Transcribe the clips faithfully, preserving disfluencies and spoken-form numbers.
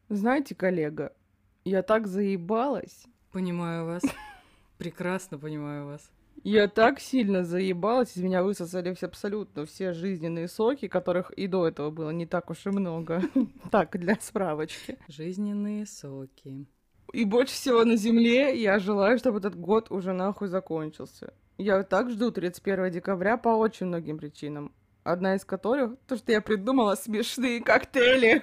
Знаете, коллега, я так заебалась. Понимаю вас. Прекрасно понимаю вас. Я так сильно заебалась, из меня высосали все, абсолютно все жизненные соки, которых и до этого было не так уж и много. Так, для справочки. Жизненные соки. И больше всего на земле я желаю, чтобы этот год уже нахуй закончился. Я так жду тридцать первого декабря по очень многим причинам. Одна из которых то, что я придумала смешные коктейли.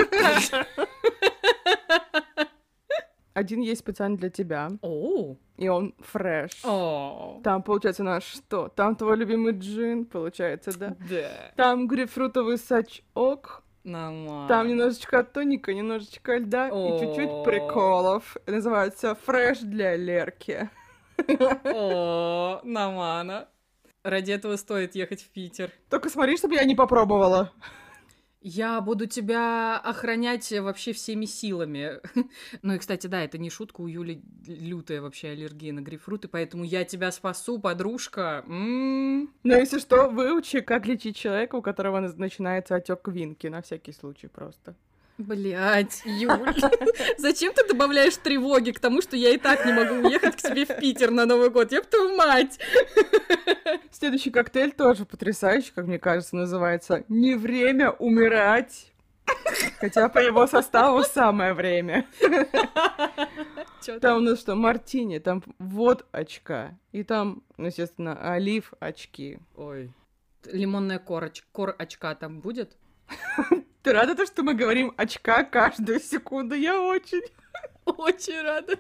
Один есть специально для тебя. Оу. И он фреш. О. Там, получается, у нас что? Там твой любимый джин, получается, да? Да. Там грейпфрутовый сачок. Нормально. Там немножечко тоника, немножечко льда и чуть-чуть О. приколов. Называется фреш для Лерки. О, нормально. Ради этого стоит ехать в Питер. Только смотри, чтобы я не попробовала. Я буду тебя охранять вообще всеми силами. Ну и, кстати, да, это не шутка, у Юли лютая вообще аллергия на грейпфруты, поэтому я тебя спасу, подружка. М-м. Но если что, выучи, как лечить человека, у которого начинается отек квинки, на всякий случай просто. Блять, Юль, зачем ты добавляешь тревоги к тому, что я и так не могу уехать к тебе в Питер на Новый год? Ёб твою мать! Следующий коктейль тоже потрясающий, как мне кажется, называется «Не время умирать». Хотя по его составу самое время. Там у нас что, мартини, там вот очка, и там, ну, естественно, олив очки. Ой, лимонная корочка, кор очка там будет? Ты рада, то, что мы говорим очка каждую секунду? Я очень. Очень рада.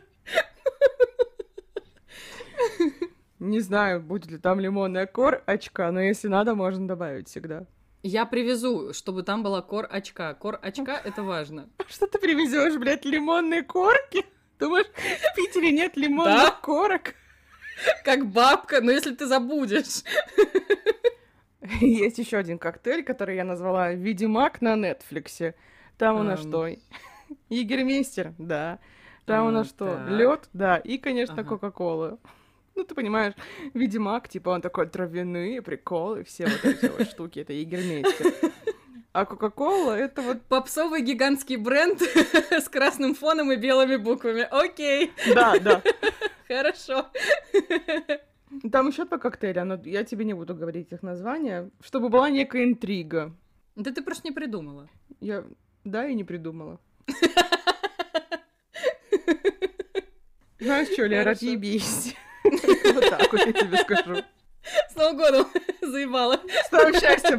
Не знаю, будет ли там лимонная кор очка, но если надо, можно добавить всегда. Я привезу, чтобы там была кор очка. Кор очка — это важно. Что ты привезешь, блядь, лимонные корки? Думаешь, в Питере нет лимонных Да? корок? Как бабка, но если ты забудешь. Есть еще один коктейль, который я назвала «Ведьмак» на Нетфликсе. Там у нас Эм. что? Егермейстер, да. Там у А, нас что? так. Лед, да. И, конечно, Ага. Кока-Кола. Ну, ты понимаешь, Ведьмак, типа, он такой травяные приколы, все вот эти вот штуки, это Егермейстер. А Кока-Кола — это вот... Попсовый гигантский бренд с красным фоном и белыми буквами. Окей. Да, да. Хорошо. Там еще два коктейля, но я тебе не буду говорить их названия, чтобы была некая интрига. Да ты просто не придумала. Я, да, и не придумала. Знаешь что, Лера, Хорошо. отъебись. Вот так вот я тебе скажу. С Новым годом заебала. С новым счастьем!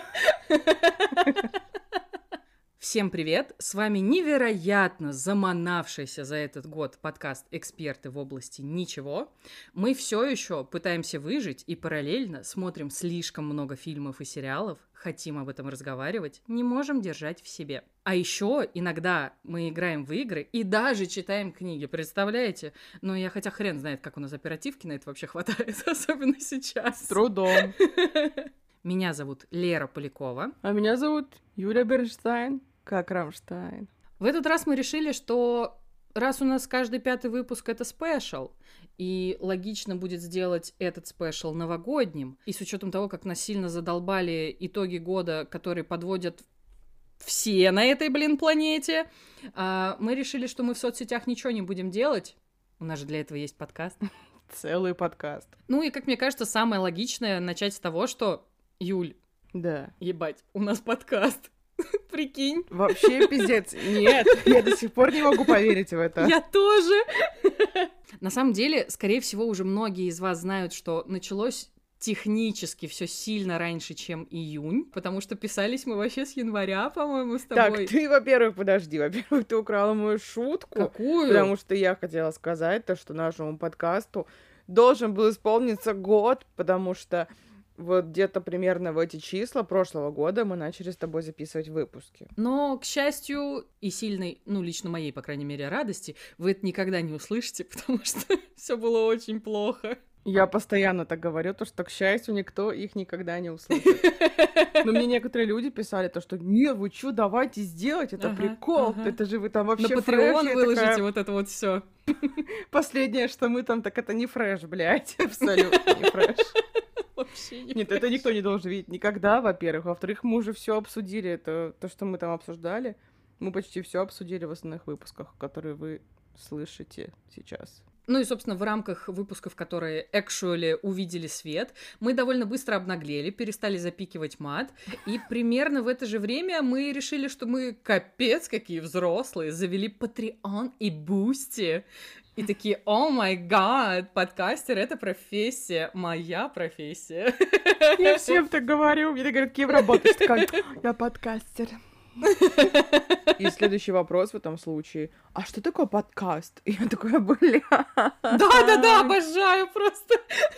Всем привет! С вами невероятно заманавшийся за этот год подкаст «Эксперты в области ничего». Мы все еще пытаемся выжить и параллельно смотрим слишком много фильмов и сериалов, хотим об этом разговаривать, не можем держать в себе. А еще иногда мы играем в игры и даже читаем книги, представляете? Но я хотя хрен знает, как у нас оперативки на это вообще хватает, особенно сейчас. С трудом. Меня зовут Лера Полякова. А меня зовут Юля Бернштайн, как Рамштайн. В этот раз мы решили, что раз у нас каждый пятый выпуск — это спешл, и логично будет сделать этот спешл новогодним, и с учетом того, как нас сильно задолбали итоги года, которые подводят все на этой, блин, планете, мы решили, что мы в соцсетях ничего не будем делать. У нас же для этого есть подкаст. Целый подкаст. Ну и, как мне кажется, самое логичное начать с того, что... Юль, Да. ебать, у нас подкаст. Прикинь. Вообще пиздец. Нет, я до сих пор не могу поверить в это. Я тоже. На самом деле, скорее всего, уже многие из вас знают, что началось технически все сильно раньше, чем июнь, потому что писались мы вообще с января, по-моему, с тобой. Так, ты, во-первых, подожди, во-первых, ты украла мою шутку. Какую? Потому что я хотела сказать то, что нашему подкасту должен был исполниться год, потому что вот где-то примерно в эти числа прошлого года мы начали с тобой записывать выпуски. Но, к счастью, и сильной, ну, лично моей, по крайней мере, радости, вы это никогда не услышите, потому что все было очень плохо. Я постоянно так говорю, то, что, к счастью, никто их никогда не услышит. Но мне некоторые люди писали то, что «Нет, вы что, давайте сделать, это Ага, прикол, ага. это же вы там вообще На фреш». Patreon Я выложите такая, вот это вот все. Последнее, что мы там, так это не фреш, блядь, абсолютно не фреш. Вообще не Нет, это никто не должен видеть никогда, во-первых. Во-вторых, мы уже все обсудили, это то, что мы там обсуждали. Мы почти все обсудили в основных выпусках, которые вы слышите сейчас. Ну и, собственно, в рамках выпусков, которые actually увидели свет, мы довольно быстро обнаглели, перестали запикивать мат, и примерно в это же время мы решили, что мы капец какие взрослые, завели Patreon и Boosty, и такие, о май гад, подкастер — это профессия, моя профессия. Я всем так говорю, мне так говорят, кем работаешь? Такая, я подкастер. И следующий вопрос в этом случае. А что такое подкаст? И я такая, бля. Да-да-да, обожаю просто.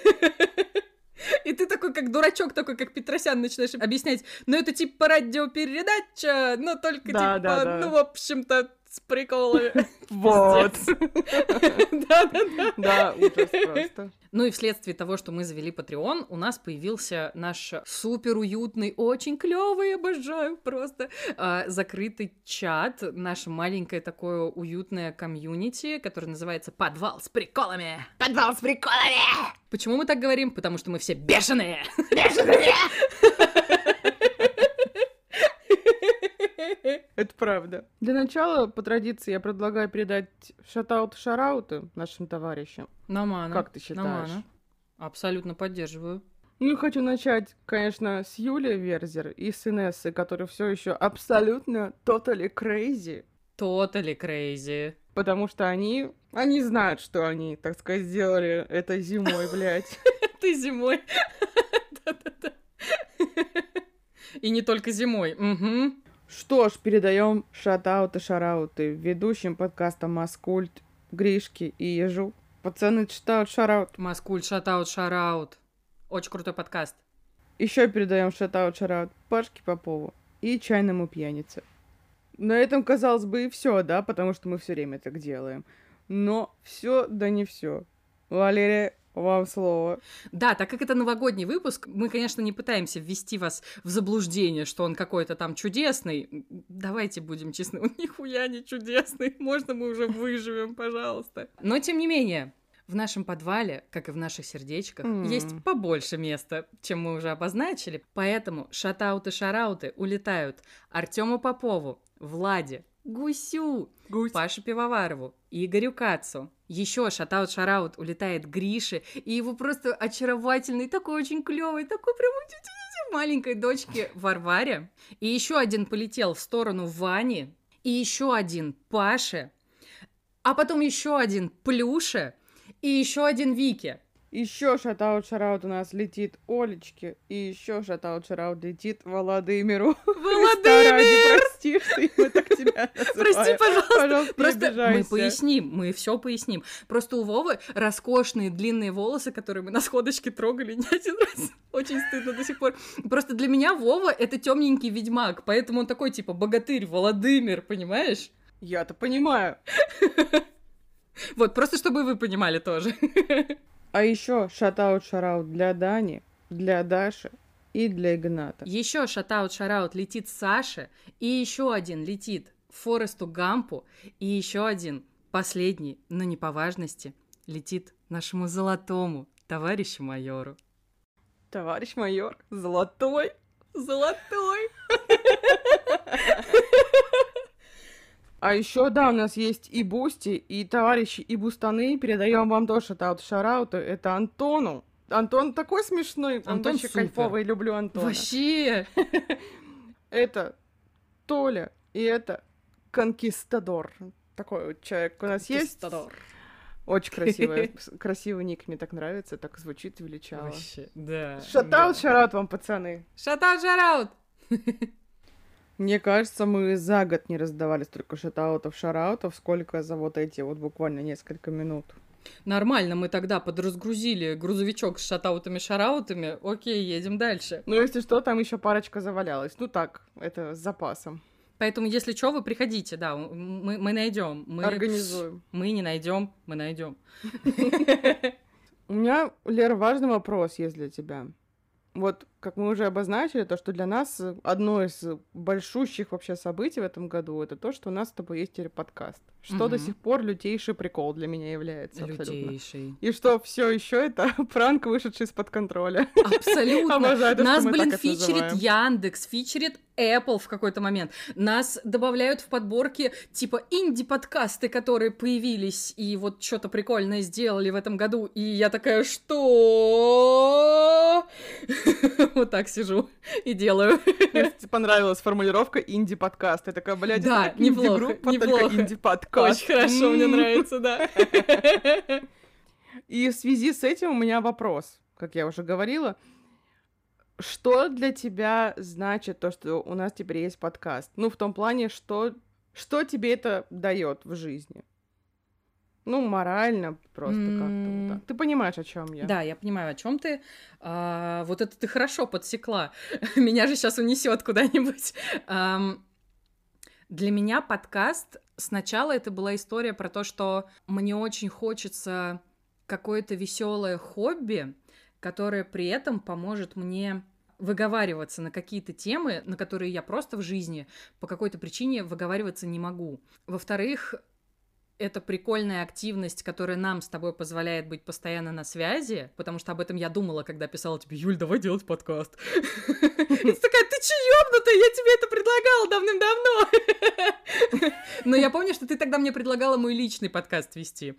И ты такой, как дурачок, такой, как Петросян, начинаешь объяснять, ну, это типа радиопередача, но только да, типа, да, да. ну, в общем-то, с приколами. Вот. Да-да-да. Да, ужас просто. Ну и вследствие того, что мы завели Patreon, у нас появился наш супер уютный, очень клевый, обожаю просто, э, закрытый чат, наше маленькое такое уютное комьюнити, которое называется «Подвал с приколами». Подвал с приколами! Почему мы так говорим? Потому что мы все бешеные. Бешеные! Это правда. Для начала, по традиции, я предлагаю передать шатаут-шарауты нашим товарищам. Нормально. Как ты считаешь? Нормально. Абсолютно поддерживаю. Ну, хочу начать, конечно, с Юлии Верзер и с Инессы, которые все еще абсолютно totally crazy. Totally crazy. Потому что они... Они знают, что они, так сказать, сделали это зимой, блядь. Ты зимой. Да-да-да. И не только зимой. Угу. Что ж, передаем шатауты, шарауты ведущим подкаста Маскульт, Гришке и Ежу. Пацаны, шатаут, шараут. Маскульт, шатаут, шараут. Очень крутой подкаст. Еще передаем шатаут, шараут Пашке Попову и чайному пьянице. На этом, казалось бы, и все, да, потому что мы все время так делаем. Но все, да не все. Валерия, вам слово. Да, так как это новогодний выпуск, мы, конечно, не пытаемся ввести вас в заблуждение, что он какой-то там чудесный. Давайте будем честны, он нихуя не чудесный. Можно мы уже выживем, пожалуйста. Но, тем не менее, в нашем подвале, как и в наших сердечках, mm. есть побольше места, чем мы уже обозначили. Поэтому шатауты-шарауты улетают Артему Попову, Владе, Гусю, Гусь. Паше Пивоварову, Игорю Кацу. Еще шатаут-шараут улетает Грише и его просто очаровательный, такой очень клевый, такой прям маленькой дочке Варваре. И еще один полетел в сторону Вани, и еще один Паше, а потом еще один Плюше, и еще один Вике. Еще шатаут-шараут у нас летит Олечке, и еще шатаут-шараут летит Владимиру. Владимир! Прости, что мы так тебя называем. Прости, пожалуйста. Пожалуйста, Просто не мы обижайся. поясним, мы все поясним. Просто у Вовы роскошные длинные волосы, которые мы на сходочке трогали не один раз. Очень стыдно до сих пор. Просто для меня Вова — это темненький ведьмак, поэтому он такой, типа, богатырь Владимир, понимаешь? Я-то понимаю. Вот, просто чтобы вы понимали тоже. А еще шатаут-шараут для Дани, для Даши и для Игната. Еще шатаут-шараут летит Саше, и еще один летит Форесту Гампу, и еще один, последний, но не по важности, летит нашему золотому товарищу майору. Товарищ майор, золотой, золотой. А еще, да, у нас есть и Бусти, и товарищи, и Бустаны. Передаем вам тоже шатаут-шарауты. Это Антону. Антон такой смешной. Он Антон вообще супер. кайфовый, люблю Антона. Вообще. Это Толя, и это Конкистадор. Такой вот человек у нас есть. Очень красивый, красивый ник, мне так нравится, так звучит величаво. Вообще, да. Шатаут-шараут вам, пацаны. Шатаут-шараут. Мне кажется, мы за год не раздавали столько шатаутов-шараутов, сколько за вот эти вот буквально несколько минут. Нормально, мы тогда подразгрузили грузовичок с шатаутами-шараутами. Окей, едем дальше. Ну, если что, там еще парочка завалялась. Ну так, это с запасом. Поэтому, если что, вы приходите, да, мы, мы найдем. Мы организуем. Мы не найдем, мы найдем. У меня, Лера, важный вопрос есть для тебя. Вот, как мы уже обозначили, то, что для нас одно из большущих вообще событий в этом году, это то, что у нас с тобой есть теперь подкаст. Что Мгм. до сих пор лютейший прикол для меня является абсолютно. Лютейший. И что все еще это пранк, вышедший из-под контроля. Абсолютно. Обожаю то, что Нас, мы блин, так это фичерит называем. Яндекс, фичерит Apple в какой-то момент. Нас добавляют в подборки типа инди-подкасты, которые появились и вот что-то прикольное сделали в этом году. И я такая, что? Вот так сижу и делаю. Мне понравилась формулировка инди-подкаст. Я такая, блядь, это Да, как неплохо, инди-группа, неплохо. только инди-подкаст. Очень хорошо, мне М. нравится, да. И в связи с этим у меня вопрос, как я уже говорила. Что для тебя значит то, что у нас теперь есть подкаст? Ну, в том плане, что, что тебе это дает в жизни? Ну, морально просто как-то вот так. Ты понимаешь, о чем я? Да, я понимаю, о чем ты. А, вот это ты хорошо подсекла. Меня же сейчас унесет куда-нибудь. Ам, Для меня подкаст сначала это была история про то, что мне очень хочется какое-то веселое хобби, которое при этом поможет мне выговариваться на какие-то темы, на которые я просто в жизни по какой-то причине выговариваться не могу. Во-вторых, это прикольная активность, которая нам с тобой позволяет быть постоянно на связи, потому что об этом я думала, когда писала тебе: Юль, давай делать подкаст. И ты такая, ты че, ёбнутая, я тебе это предлагала давным-давно. Но я помню, что ты тогда мне предлагала мой личный подкаст вести,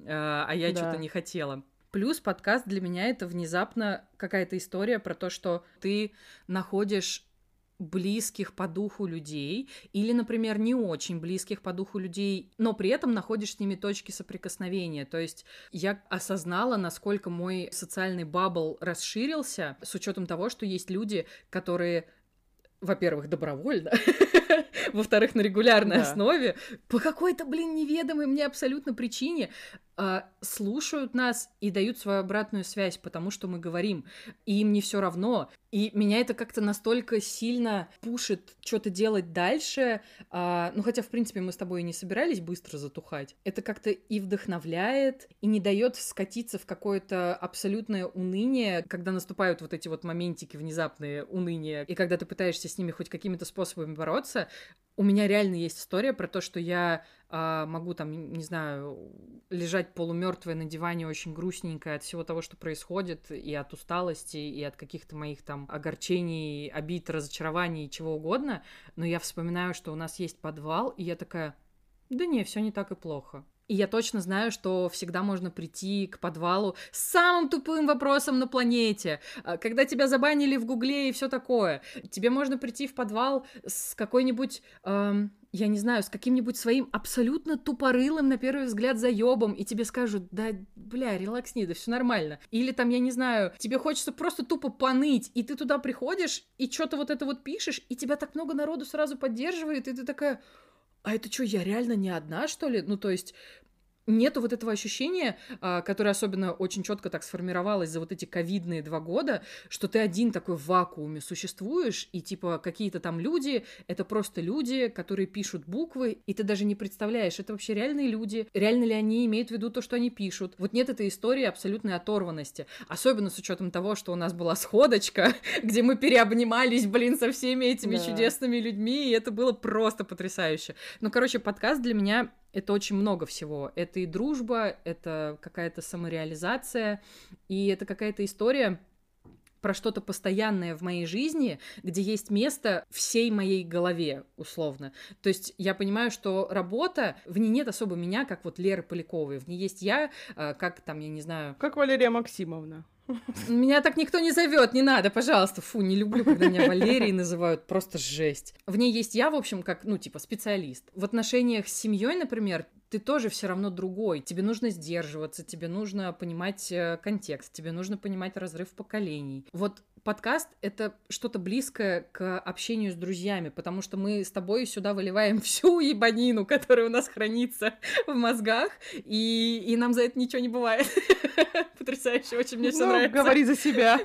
а я Да. что-то не хотела. Плюс подкаст для меня это внезапно какая-то история про то, что ты находишь близких по духу людей или, например, не очень близких по духу людей, но при этом находишь с ними точки соприкосновения. То есть я осознала, насколько мой социальный бабл расширился с учетом того, что есть люди, которые, во-первых, добровольно, во-вторых, на регулярной Да. основе, по какой-то, блин, неведомой мне абсолютно причине а, слушают нас и дают свою обратную связь, потому что мы говорим, и им не все равно. И меня это как-то настолько сильно пушит что-то делать дальше, а, ну хотя, в принципе, мы с тобой и не собирались быстро затухать. Это как-то и вдохновляет, и не дает скатиться в какое-то абсолютное уныние, когда наступают вот эти вот моментики внезапные уныния, и когда ты пытаешься с ними хоть какими-то способами бороться. У меня реально есть история про то, что я а, могу там, не знаю, лежать полумертвая на диване, очень грустненькая от всего того, что происходит, и от усталости, и от каких-то моих там огорчений, обид, разочарований, чего угодно, но я вспоминаю, что у нас есть подвал, и я такая, да не, все не так и плохо. И я точно знаю, что всегда можно прийти к подвалу с самым тупым вопросом на планете. А, Когда тебя забанили в Гугле и все такое. Тебе можно прийти в подвал с какой-нибудь, эм, я не знаю, с каким-нибудь своим абсолютно тупорылым, на первый взгляд, заебом, и тебе скажут, да, бля, релаксни, да все нормально. Или там, я не знаю, тебе хочется просто тупо поныть, и ты туда приходишь, и что-то вот это вот пишешь, и тебя так много народу сразу поддерживает, и ты такая... А это что, я реально не одна, что ли? Ну, то есть нету вот этого ощущения, а, которое особенно очень четко так сформировалось за вот эти ковидные два года, что ты один такой в вакууме существуешь, и типа какие-то там люди, это просто люди, которые пишут буквы, и ты даже не представляешь, это вообще реальные люди, реально ли они имеют в виду то, что они пишут. Вот нет этой истории абсолютной оторванности, особенно с учетом того, что у нас была сходочка, где мы переобнимались, блин, со всеми этими Да. чудесными людьми, и это было просто потрясающе. Ну, короче, подкаст для меня это очень много всего. Это и дружба, это какая-то самореализация, и это какая-то история про что-то постоянное в моей жизни, где есть место всей моей голове, условно. То есть я понимаю, что работа, в ней нет особо меня, как вот Леры Поляковой. В ней есть я, а, как там, я не знаю... Как Валерия Максимовна. Меня так никто не зовет, не надо, пожалуйста. Фу, не люблю, когда меня Валерией называют, просто жесть. В ней есть я, в общем, как, ну, типа, специалист. В отношениях с семьей, например, ты тоже все равно другой. Тебе нужно сдерживаться, тебе нужно понимать э, контекст, тебе нужно понимать разрыв поколений. Вот подкаст — это что-то близкое к общению с друзьями, потому что мы с тобой сюда выливаем всю ебанину, которая у нас хранится в мозгах, и, и нам за это ничего не бывает. Потрясающе, очень мне все Ну, нравится. говори за себя.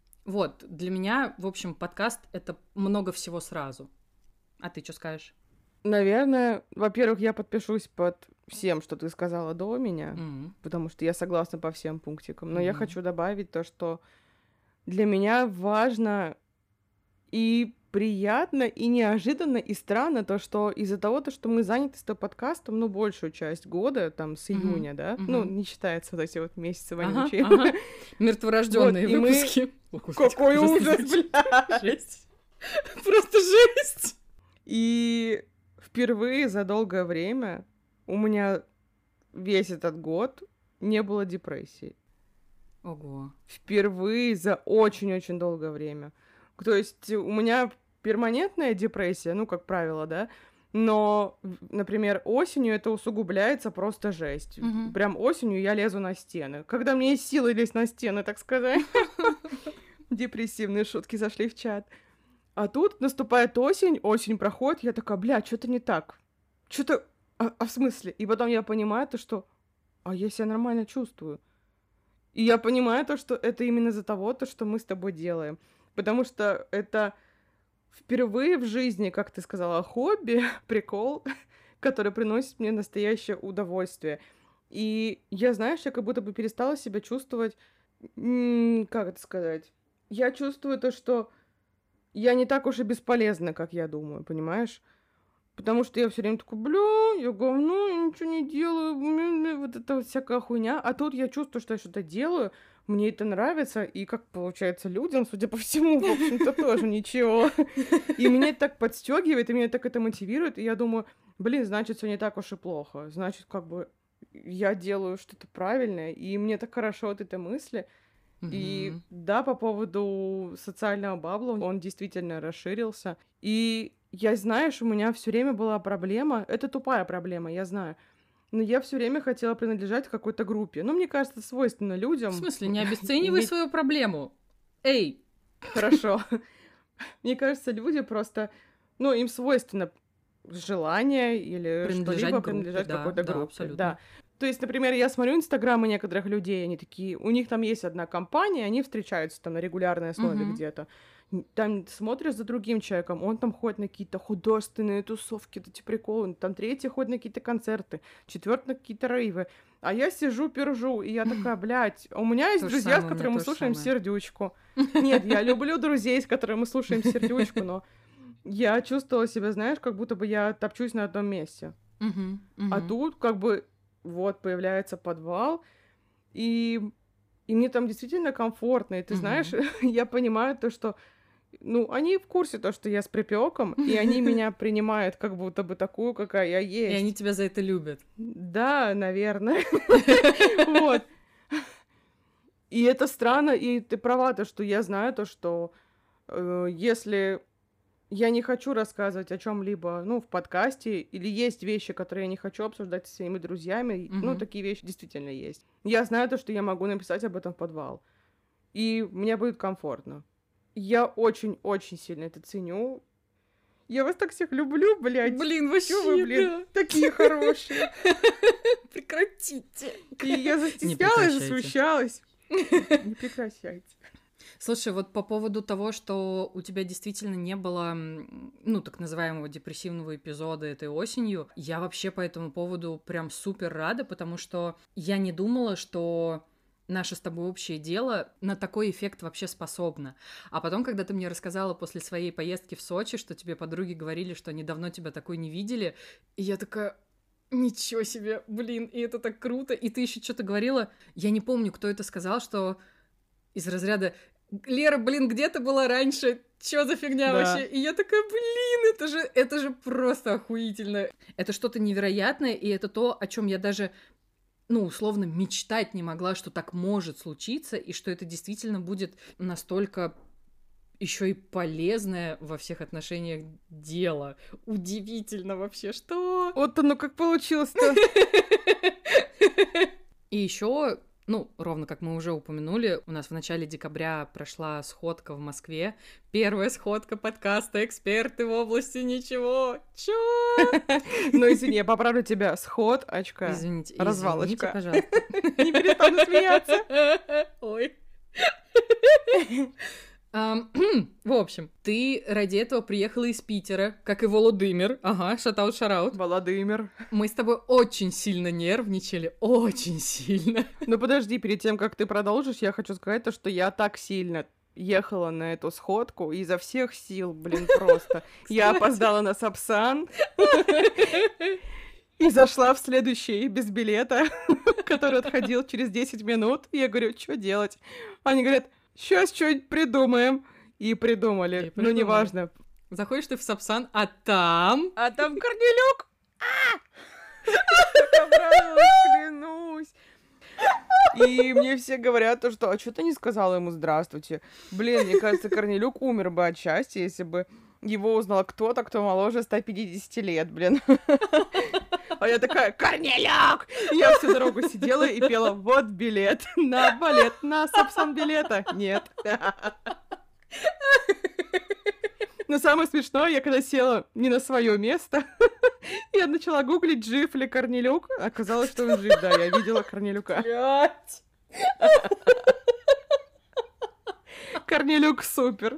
Вот, для меня, в общем, подкаст — это много всего сразу. А ты что скажешь? Наверное, во-первых, я подпишусь под всем, что ты сказала до меня, Мгм. потому что я согласна по всем пунктикам. Но я Мгм. хочу добавить то, что для меня важно и приятно, и неожиданно, и странно то, что из-за того, то, что мы заняты с тобой подкастом, ну, большую часть года, там, с Мгм. июня, да, ну, Мгм. не считается вот эти вот месяцы Ага, вонючие. ага. Мертворожденные Вот, и мы- выпуски. О, господи, Какой как ужасно ужас, звучит. блядь! Жесть. Просто жесть. И впервые за долгое время у меня весь этот год не было депрессии. Ого. Впервые за очень-очень долгое время. То есть у меня перманентная депрессия, ну, как правило, да, но, в- например, осенью это усугубляется просто жесть. Мгм. Прям осенью я лезу на стены. Когда мне есть силы лезть на стены, так сказать. Депрессивные шутки зашли в чат. А тут наступает осень, осень проходит, я такая, бля, что-то не так. Что-то... А, а в смысле? И потом я понимаю то, что... А я себя нормально чувствую. И я понимаю то, что это именно из-за того, то, что мы с тобой делаем. Потому что это впервые в жизни, как ты сказала, хобби, прикол, который приносит мне настоящее удовольствие. И я, знаешь, я как будто бы перестала себя чувствовать... м, Как это сказать? Я чувствую то, что я не так уж и бесполезна, как я думаю, понимаешь? Потому что я все время такой, бля, я говно, я ничего не делаю, м-м-м, вот это вот всякая хуйня. А тут я чувствую, что я что-то делаю, мне это нравится, и как получается людям, судя по всему, в общем-то, тоже ничего. И меня это так подстегивает, и меня так это мотивирует, и я думаю, блин, значит, все не так уж и плохо. Значит, как бы я делаю что-то правильное, и мне так хорошо от этой мысли. И Мгм. да, по поводу социального бабла, он действительно расширился. И я, знаешь, у меня все время была проблема, это тупая проблема, я знаю, но я все время хотела принадлежать какой-то группе. Ну, мне кажется, свойственно В людям. смысле, не обесценивай иметь- свою проблему. Эй, Хорошо. Мне кажется, люди просто, ну, им свойственно желание или Принадлежать что-либо группе, принадлежать да, какой-то да, группе. абсолютно. Да. То есть, например, я смотрю инстаграмы некоторых людей, они такие, у них там есть одна компания, они встречаются там на регулярной основе Мгм. где-то. Н- Там смотришь за другим человеком, он там ходит на какие-то художественные тусовки, вот эти приколы, там третий ходит на какие-то концерты, четвертый на какие-то рейвы. А я сижу, пержу, и я такая, блядь, а у меня есть То же друзья, самое, с у меня которыми мы то же слушаем самое. сердючку. Нет, я люблю друзей, с которыми мы слушаем сердючку, но я чувствовала себя, знаешь, как будто бы я топчусь на одном месте. Мгм, А мгм. тут как бы вот появляется подвал, и, и мне там действительно комфортно. И ты знаешь, Мгм. я понимаю то, что ну, они в курсе то, что я с припеком, и они меня принимают как будто бы такую, какая я И они есть. тебя за это любят. Да, наверное. Вот. И это странно, и ты права, то, что я знаю то, что э, если я не хочу рассказывать о чем-либо, ну, в подкасте, или есть вещи, которые я не хочу обсуждать со своими друзьями, и, ну, Мгм. такие вещи действительно есть. Я знаю то, что я могу написать об этом в подвал, и мне будет комфортно. Я очень-очень сильно это ценю. Я вас так всех люблю, блядь. Блин, Чё вы, вообще, блин, да. такие хорошие. Прекратите. И я Не застеснялась, прекращайте. засмущалась. Не прекращайте. Слушай, вот по поводу того, что у тебя действительно не было, м, ну, так называемого депрессивного эпизода этой осенью, я вообще по этому поводу прям супер рада, потому что я не думала, что наше с тобой общее дело на такой эффект вообще способно. А потом, когда ты мне рассказала после своей поездки в Сочи, что тебе подруги говорили, что они давно тебя такой не видели, и я такая... Ничего себе, блин, и это так круто. И ты еще что-то говорила, я не помню, кто это сказал, что из разряда Лера, блин, где ты была раньше? Чё за фигня Да. вообще? И я такая, блин, это же, это же просто охуительно. Это что-то невероятное, и это то, о чем я даже, ну, условно, мечтать не могла, что так может случиться, и что это действительно будет настолько еще и полезное во всех отношениях дело. Удивительно вообще, что... Вот оно как получилось-то. И еще, ну, ровно как мы уже упомянули, у нас в начале декабря прошла сходка в Москве. Первая сходка подкаста «Эксперты в области ничего». Чё? Ну, извини, я поправлю тебя. Сход, очка. Извините, Развалочка. извините, пожалуйста. Не перестану смеяться. Ой. Ам, в общем, ты ради этого приехала из Питера, как и Володимир. Ага, шатаут, шараут. Владимир. Мы с тобой очень сильно нервничали, очень сильно. Ну подожди, перед тем, как ты продолжишь, я хочу сказать то, что я так сильно ехала на эту сходку изо всех сил, блин, просто. Я опоздала на Сапсан и зашла в следующий без билета, который отходил через десять минут. И я говорю, что делать? Они говорят, сейчас что-нибудь придумаем. И придумали. И Ну, придумали. неважно. Заходишь ты в Сапсан, а там... А там Корнелюк! Клянусь. И мне все говорят то, что, а что ты не сказала ему здравствуйте? Блин, мне кажется, Корнелюк умер бы от счастья, если бы его узнал кто-то, кто моложе ста пятидесяти лет, блин. А я такая, Корнелюк! И я всю дорогу сидела и пела, вот билет на балет, на Сапсан билета. Нет. Но самое смешное, я когда села не на свое место, я начала гуглить, жив ли Корнелюк. Оказалось, что он жив, да, я видела Корнелюка. Блядь. Корнелюк супер.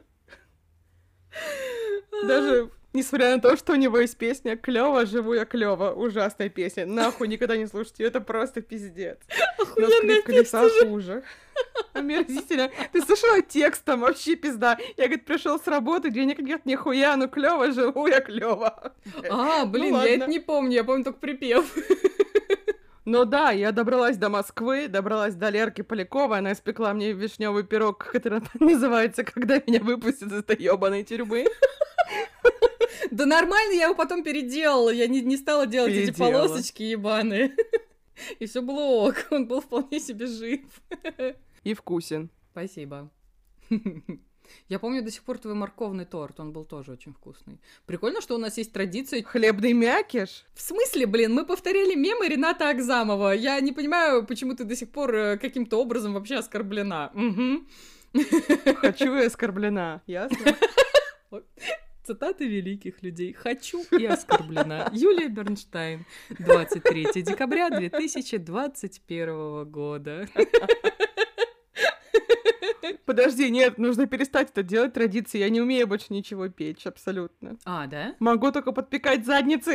Даже несмотря на то, что у него есть песня «Клёво, живу я клёво», ужасная песня. Нахуй никогда не слушайте, это просто пиздец. Но скрип колеса хуже. Омерзительно. Ты слышала текст там, вообще пизда. Я, говорит, пришел с работы, денег нет нихуя, ну клёво, живу я клёво. А, блин, Ну, я это ладно. не помню, я помню только припев. Ну да, я добралась до Москвы, добралась до Лерки Поляковой, она испекла мне вишневый пирог, который называется «Когда меня выпустят из этой ёбаной тюрьмы». Да нормально, я его потом переделала, я не, не стала делать эти Переделала. полосочки ебаные. И все было ок, он был вполне себе жив. И вкусен. Спасибо. Я помню до сих пор твой морковный торт, он был тоже очень вкусный. Прикольно, что у нас есть традиция... Хлебный мякиш? В смысле, блин, мы повторяли мемы Рената Акзамова. Я не понимаю, почему ты до сих пор э, каким-то образом вообще оскорблена. Угу. Хочу и оскорблена. Ясно? Цитаты великих людей. «Хочу и оскорблена». Юлия Бернштейн. двадцать третьего декабря две тысячи двадцать первого года. Подожди, нет, нужно перестать это делать традиции. Я не умею больше ничего печь, абсолютно. А, да? Могу только подпекать задницы.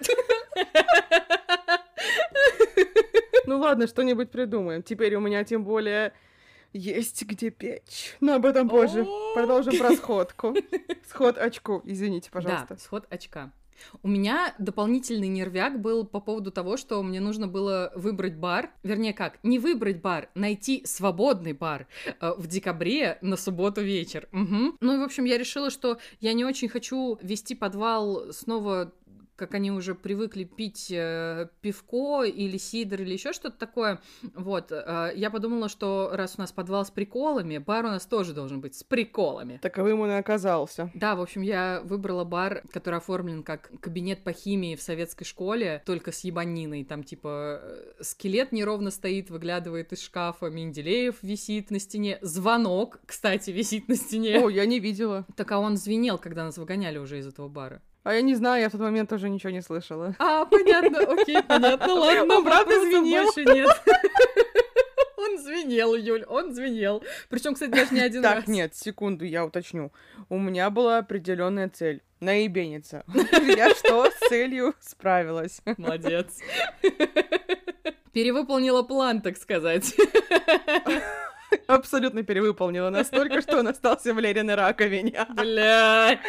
Ну ладно, что-нибудь придумаем. Теперь у меня тем более есть где печь. Но об этом позже. О. Продолжим про сходку. Сход очку, извините, пожалуйста. Да, сход очка. У меня дополнительный нервяк был по поводу того, что мне нужно было выбрать бар. Вернее, как, не выбрать бар, найти свободный бар э, в декабре на субботу вечер. Угу. Ну и, в общем, я решила, что я не очень хочу вести подвал снова, как они уже привыкли пить э, пивко или сидр или еще что-то такое. Вот, э, я подумала, что раз у нас подвал с приколами, бар у нас тоже должен быть с приколами. Таковым он и оказался. Да, в общем, я выбрала бар, который оформлен как кабинет по химии в советской школе, только с ебаниной. Там, типа, э, скелет неровно стоит, выглядывает из шкафа, Менделеев висит на стене, звонок, кстати, висит на стене. О, я не видела. Так, а он звенел, когда нас выгоняли уже из этого бара. А я не знаю, я в тот момент тоже ничего не слышала. А, понятно, окей, понятно, ладно. Он правда вопросов звенел? больше нет. Он звенел, Юль, он звенел. Причем, кстати, даже не один раз. Так, нет, секунду, я уточню. У меня была определенная цель. Наебениться. Я что, с целью справилась. Молодец. Перевыполнила план, так сказать. Абсолютно перевыполнила настолько, что он остался в Лериной раковине. Блядь.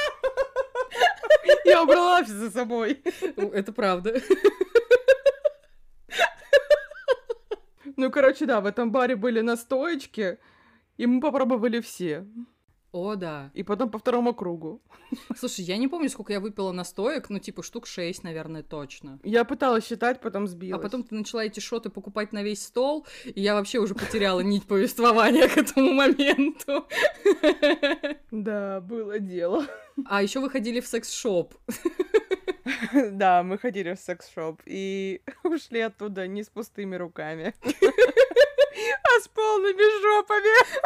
Я убрала всё за собой. Это правда. Ну, короче, да, в этом баре были настоечки, и мы попробовали все. О, да. И потом по второму кругу. Слушай, я не помню, сколько я выпила настоек, ну, типа, штук шесть, наверное, точно. Я пыталась считать, потом сбилась. А потом ты начала эти шоты покупать на весь стол, и я вообще уже потеряла нить повествования к этому моменту. Да, было дело. А еще вы ходили в секс-шоп. Да, мы ходили в секс-шоп и ушли оттуда не с пустыми руками, а с полными жопами.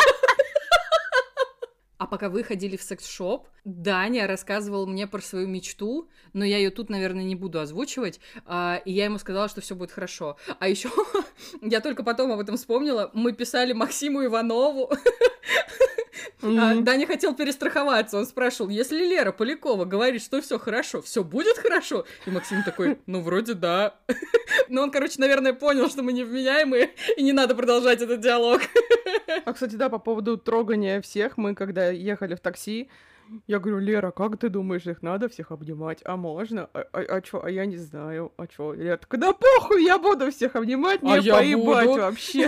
А пока вы ходили в секс-шоп, Даня рассказывал мне про свою мечту, но я ее тут, наверное, не буду озвучивать, а, и я ему сказала, что все будет хорошо. А еще я только потом об этом вспомнила, мы писали Максиму Иванову А Даня хотел перестраховаться, он спрашивал, если Лера Полякова говорит, что все хорошо, все будет хорошо? И Максим такой, ну, вроде да. Но он, короче, наверное, понял, что мы невменяемые, и не надо продолжать этот диалог. А, кстати, да, по поводу трогания всех, мы, когда ехали в такси, я говорю, Лера, как ты думаешь, их надо всех обнимать? А можно? А, а, а чё? А я не знаю. А чё? Лера такая, да похуй, я буду всех обнимать, мне а поебать буду. вообще.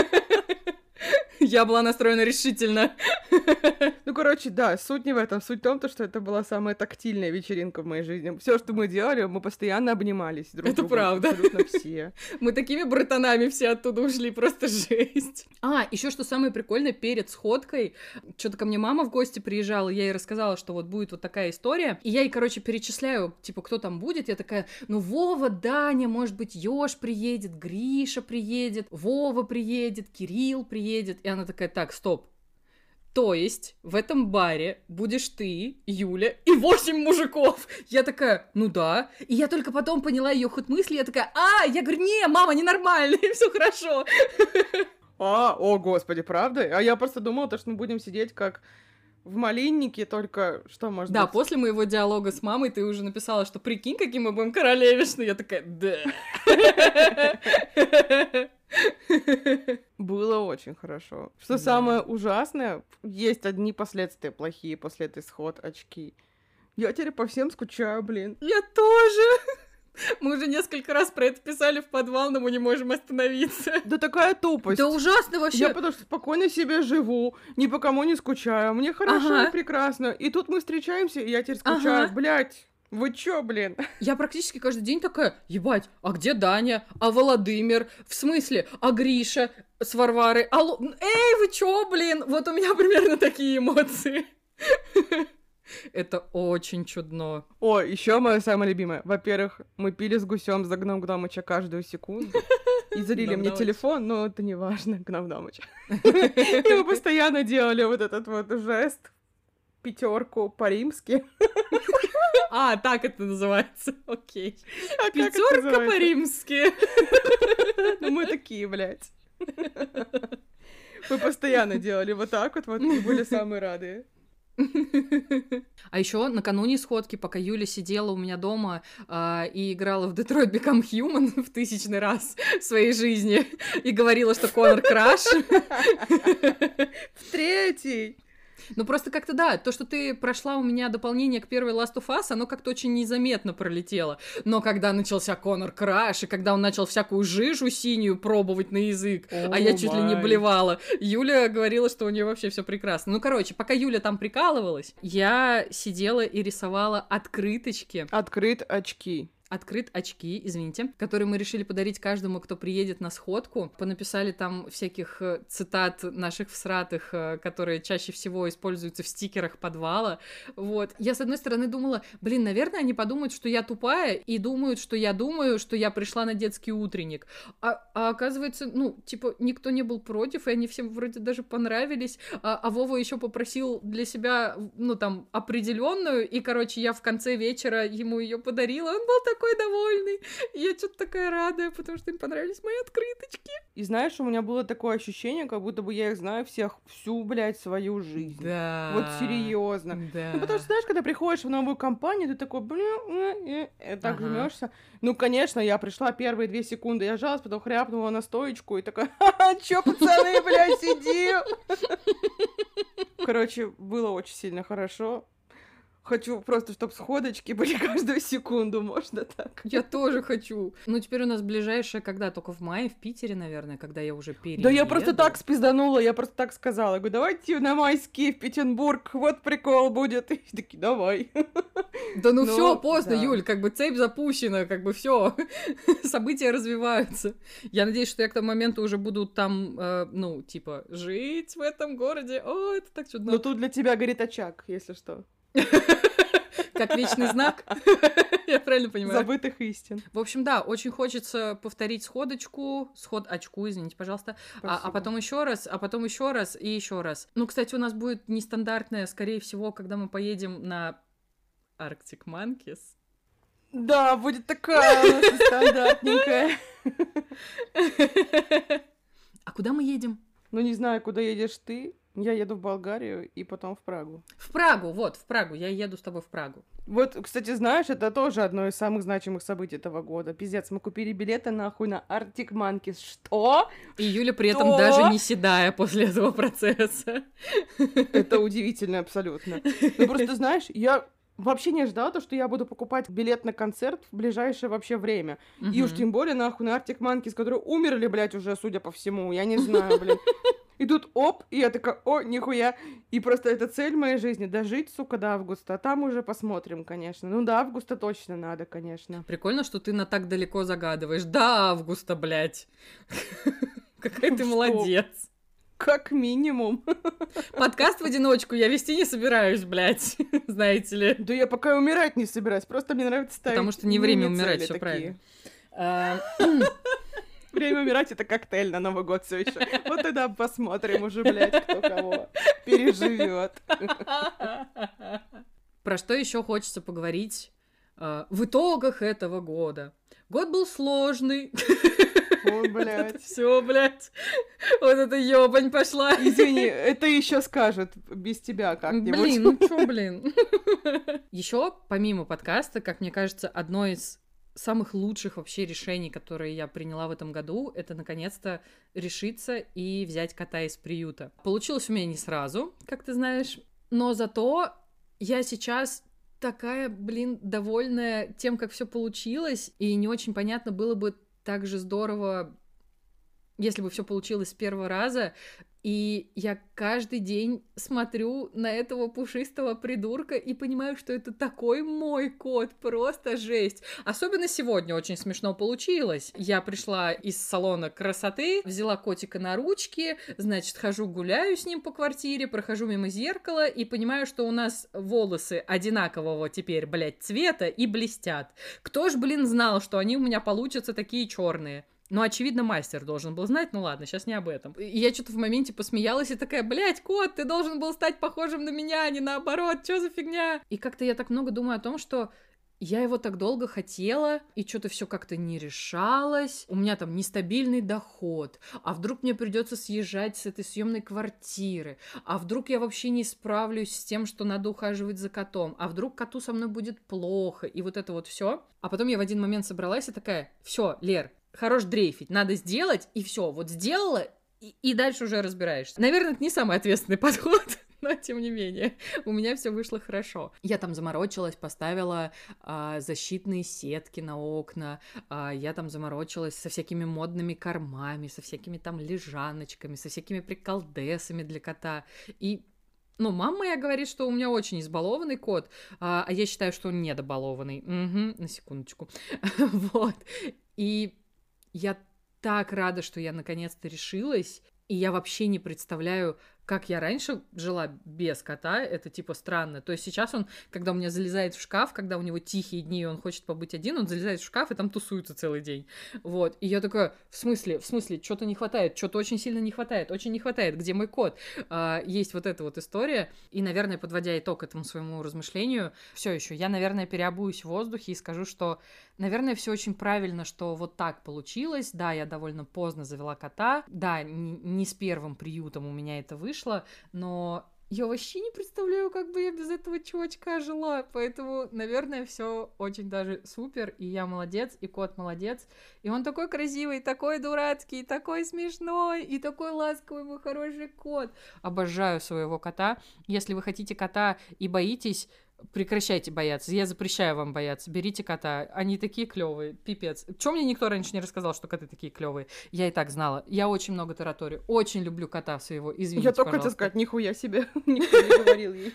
Я была настроена решительно. Ну, короче, да, суть не в этом. Суть в том, что это была самая тактильная вечеринка в моей жизни. Все, что мы делали, мы постоянно обнимались друг с другом. Это правда. Абсолютно все. Мы такими братанами все оттуда ушли, просто жесть. А, еще что самое прикольное, перед сходкой, что-то ко мне мама в гости приезжала, я ей рассказала, что вот будет вот такая история, и я ей, короче, перечисляю, типа, кто там будет, я такая, ну, Вова, Даня, может быть, Ёж приедет, Гриша приедет, Вова приедет, Кирилл приедет, и она такая, так, стоп. То есть в этом баре будешь ты, Юля и восемь мужиков. Я такая, ну да. И я только потом поняла ее ход мысли, я такая, а, я говорю, не, мама, ненормально, все хорошо. А, о, господи, правда? А я просто думала, то, что мы будем сидеть как в малиннике, только что может да, быть? Да, после моего диалога с мамой ты уже написала, что прикинь, каким мы будем королевишны. Я такая, да. Было очень хорошо. Что да. Самое ужасное, есть одни последствия плохие после этой сход очки. Я теперь по всем скучаю, блин. Я тоже. Мы уже несколько раз про это писали в подвал, но мы не можем остановиться. Да такая тупость. Да ужасно вообще. Я потому что спокойно себе живу, ни по кому не скучаю, мне хорошо ага. и прекрасно. И тут мы встречаемся, и я теперь скучаю, ага. блядь. Вы чё, блин? Я практически каждый день такая, ебать, а где Даня? А Владимир? В смысле? А Гриша с Варварой? Алло, эй, вы чё, блин? Вот у меня примерно такие эмоции. Это очень чудно. О, еще моя самая любимая. Во-первых, мы пили с гусем за Гном Гномыча каждую секунду. И залили мне телефон, но это не важно, Гном Гномыч. И мы постоянно делали вот этот вот жест, пятерку по-римски. А, так это называется, окей. А пятерка по-римски. Ну мы такие, блядь. Мы постоянно делали вот так вот, вот и были самые рады. А еще накануне сходки, пока Юля сидела у меня дома э, и играла в Detroit Become Human в тысячный раз в своей жизни и говорила, что Конор краш. В третий. Ну, просто как-то, да, то, что ты прошла у меня дополнение к первой Last of Us, оно как-то очень незаметно пролетело. Но когда начался Конор Краш, и когда он начал всякую жижу синюю пробовать на язык, oh а я чуть my. ли не блевала, Юля говорила, что у нее вообще все прекрасно. Ну, короче, пока Юля там прикалывалась, я сидела и рисовала открыточки. Открыт очки. Открыт очки, извините, которые мы решили подарить каждому, кто приедет на сходку. Понаписали там всяких цитат наших всратых, которые чаще всего используются в стикерах подвала. Вот. Я, с одной стороны, думала, блин, наверное, они подумают, что я тупая, и думают, что я думаю, что я пришла на детский утренник. А, а оказывается, ну, типа, никто не был против, и они всем вроде даже понравились. А, а Вова еще попросил для себя, ну, там, определенную, и, короче, я в конце вечера ему ее подарила. Он был такой такой довольный. И я что-то такая радая, потому что им понравились мои открыточки. И знаешь, у меня было такое ощущение, как будто бы я их знаю всех всю, блядь, свою жизнь. Да. Вот серьезно. Да. Ну, потому что, знаешь, когда приходишь в новую компанию, ты такой, блин, и так ага. жмешься. Ну, конечно, я пришла первые две секунды, я жалась, потом хряпнула на стоечку и такая, ха-ха, чё, пацаны, блядь, сидим? Короче, было очень сильно хорошо. Хочу просто, чтобы сходочки были каждую секунду, можно так? Я тоже хочу. Ну, теперь у нас ближайшая, когда? Только в мае, в Питере, наверное, когда я уже перееду. Да я просто так спизданула, я просто так сказала. Я говорю, давайте на майские в Петербург, вот прикол будет. И такие, давай. Да ну, ну все, поздно, да. Юль, как бы цепь запущена, как бы все, события развиваются. Я надеюсь, что я к тому моменту уже буду там, э, ну, типа, жить в этом городе. О, это так чудно. Но тут для тебя горит очаг, если что. Как вечный знак. Я правильно понимаю? Забытых истин. В общем, да, очень хочется повторить сходочку, сход очку, извините, пожалуйста, а, а потом еще раз, а потом еще раз и еще раз. Ну, кстати, у нас будет нестандартное, скорее всего, когда мы поедем на Arctic Monkeys. Да, будет такая у нас нестандартненькая. А куда мы едем? Ну, не знаю, куда едешь ты. Я еду в Болгарию и потом в Прагу. В Прагу, вот, в Прагу. Я еду с тобой в Прагу. Вот, кстати, знаешь, это тоже одно из самых значимых событий этого года. Пиздец, мы купили билеты нахуй на Arctic Monkeys. Что? И Юля при Что? этом даже не седая после этого процесса. Это удивительно абсолютно. Ну просто, знаешь, я вообще не ожидала, то, что я буду покупать билет на концерт в ближайшее вообще время. Мгм. И уж тем более, нахуй, на Arctic Monkeys, которые умерли, блядь, уже, судя по всему. Я не знаю, блин. И тут оп, и я такая, о, нихуя. И просто это цель моей жизни, дожить, сука, до августа. А там уже посмотрим, конечно. Ну, до августа точно надо, конечно. Прикольно, что ты на так далеко загадываешь. До августа, блядь. Какая ты Что? молодец. Как минимум. Подкаст в одиночку я вести не собираюсь, блядь. Знаете ли. Да я пока умирать не собираюсь, просто мне нравится ставить Потому что не время мини-цели умирать, всё такие. правильно. А, Время умирать — это коктейль на Новый год все еще. Вот тогда посмотрим уже, блядь, кто кого переживет. Про что еще хочется поговорить а, в итогах этого года? Год был сложный. О, блядь. Все, блядь. Вот эта ёбань пошла. Извини, это еще скажет без тебя как-нибудь. Блин, ну чё, блин. Еще, помимо подкаста, как мне кажется, одно из самых лучших вообще решений, которые я приняла в этом году, это наконец-то решиться и взять кота из приюта. Получилось у меня не сразу, как ты знаешь, но зато я сейчас такая, блин, довольная тем, как все получилось, и не очень понятно было бы так же здорово, если бы все получилось с первого раза. И я каждый день смотрю на этого пушистого придурка и понимаю, что это такой мой кот, просто жесть. Особенно сегодня очень смешно получилось. Я пришла из салона красоты, взяла котика на ручки, значит, хожу гуляю с ним по квартире, прохожу мимо зеркала и понимаю, что у нас волосы одинакового теперь, блядь, цвета и блестят. Кто ж, блин, знал, что они у меня получатся такие черные? Ну, очевидно, мастер должен был знать, ну ладно, сейчас не об этом. И я что-то в моменте посмеялась и такая, блядь, кот, ты должен был стать похожим на меня, а не наоборот, что за фигня? И как-то я так много думаю о том, что я его так долго хотела, и что-то все как-то не решалось. У меня там нестабильный доход. А вдруг мне придется съезжать с этой съемной квартиры? А вдруг я вообще не справлюсь с тем, что надо ухаживать за котом? А вдруг коту со мной будет плохо? И вот это вот все. А потом я в один момент собралась и такая, все, Лер, хорош дрейфить, надо сделать, и все, вот сделала, и, и дальше уже разбираешься. Наверное, это не самый ответственный подход, но тем не менее, у меня все вышло хорошо. Я там заморочилась, поставила а, защитные сетки на окна, а, я там заморочилась со всякими модными кормами, со всякими там лежаночками, со всякими приколдесами для кота, и ну, мама моя говорит, что у меня очень избалованный кот, а, а я считаю, что он недобалованный. Угу, на секундочку. Вот. И я так рада, что я наконец-то решилась, и я вообще не представляю, как я раньше жила без кота, это типа странно. То есть сейчас он, когда у меня залезает в шкаф, когда у него тихие дни, и он хочет побыть один, он залезает в шкаф и там тусуется целый день. Вот. И я такая, в смысле, в смысле, что-то не хватает, что-то очень сильно не хватает, очень не хватает, где мой кот? А, есть вот эта вот история. И, наверное, подводя итог этому своему размышлению, все еще, я, наверное, переобуюсь в воздухе и скажу, что, наверное, все очень правильно, что вот так получилось. Да, я довольно поздно завела кота. Да, не с первым приютом у меня это вышло, но я вообще не представляю, как бы я без этого чувачка жила, поэтому, наверное, все очень даже супер, и я молодец, и кот молодец, и он такой красивый, такой дурацкий, такой смешной, и такой ласковый мой хороший кот. Обожаю своего кота. Если вы хотите кота и боитесь, прекращайте бояться. Я запрещаю вам бояться. Берите кота. Они такие клевые. Пипец. Чё мне никто раньше не рассказал, что коты такие клевые? Я и так знала. Я очень много тараторю. Очень люблю кота своего. Извините, Я только пожалуйста. хотела сказать, нихуя себе. Никто не говорил ей.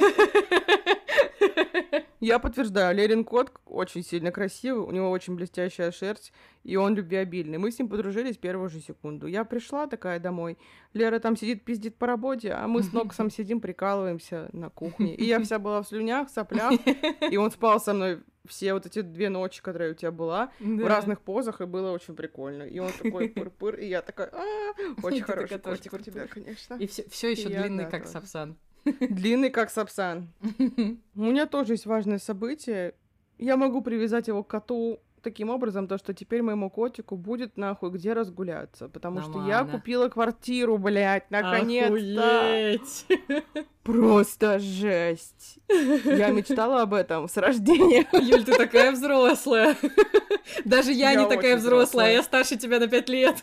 Я подтверждаю, Лерин кот очень сильно красивый, у него очень блестящая шерсть, и он любвеобильный. Мы с ним подружились первую же секунду. Я пришла такая домой, Лера там сидит, пиздит по работе, а мы с Ноксом сидим, прикалываемся на кухне. И я вся была в слюнях, соплях, и он спал со мной все вот эти две ночи, которые у тебя была, Да. в разных позах, и было очень прикольно. И он такой пыр-пыр, и я такая, «А, очень ты хороший такая котик тоже у тебя, конечно». И все, все еще И я, длинный, да, как тоже. Сапсан. Длинный, как Сапсан. У меня тоже есть важное событие. Я могу привязать его к коту таким образом, то, что теперь моему котику будет нахуй где разгуляться, потому что я Нормально. купила квартиру, блядь, наконец-то. Охуеть! Просто жесть. Я мечтала об этом с рождения. Юль, ты такая взрослая. Даже я, Я не такая очень взрослая, взрослая. я старше тебя на пять лет.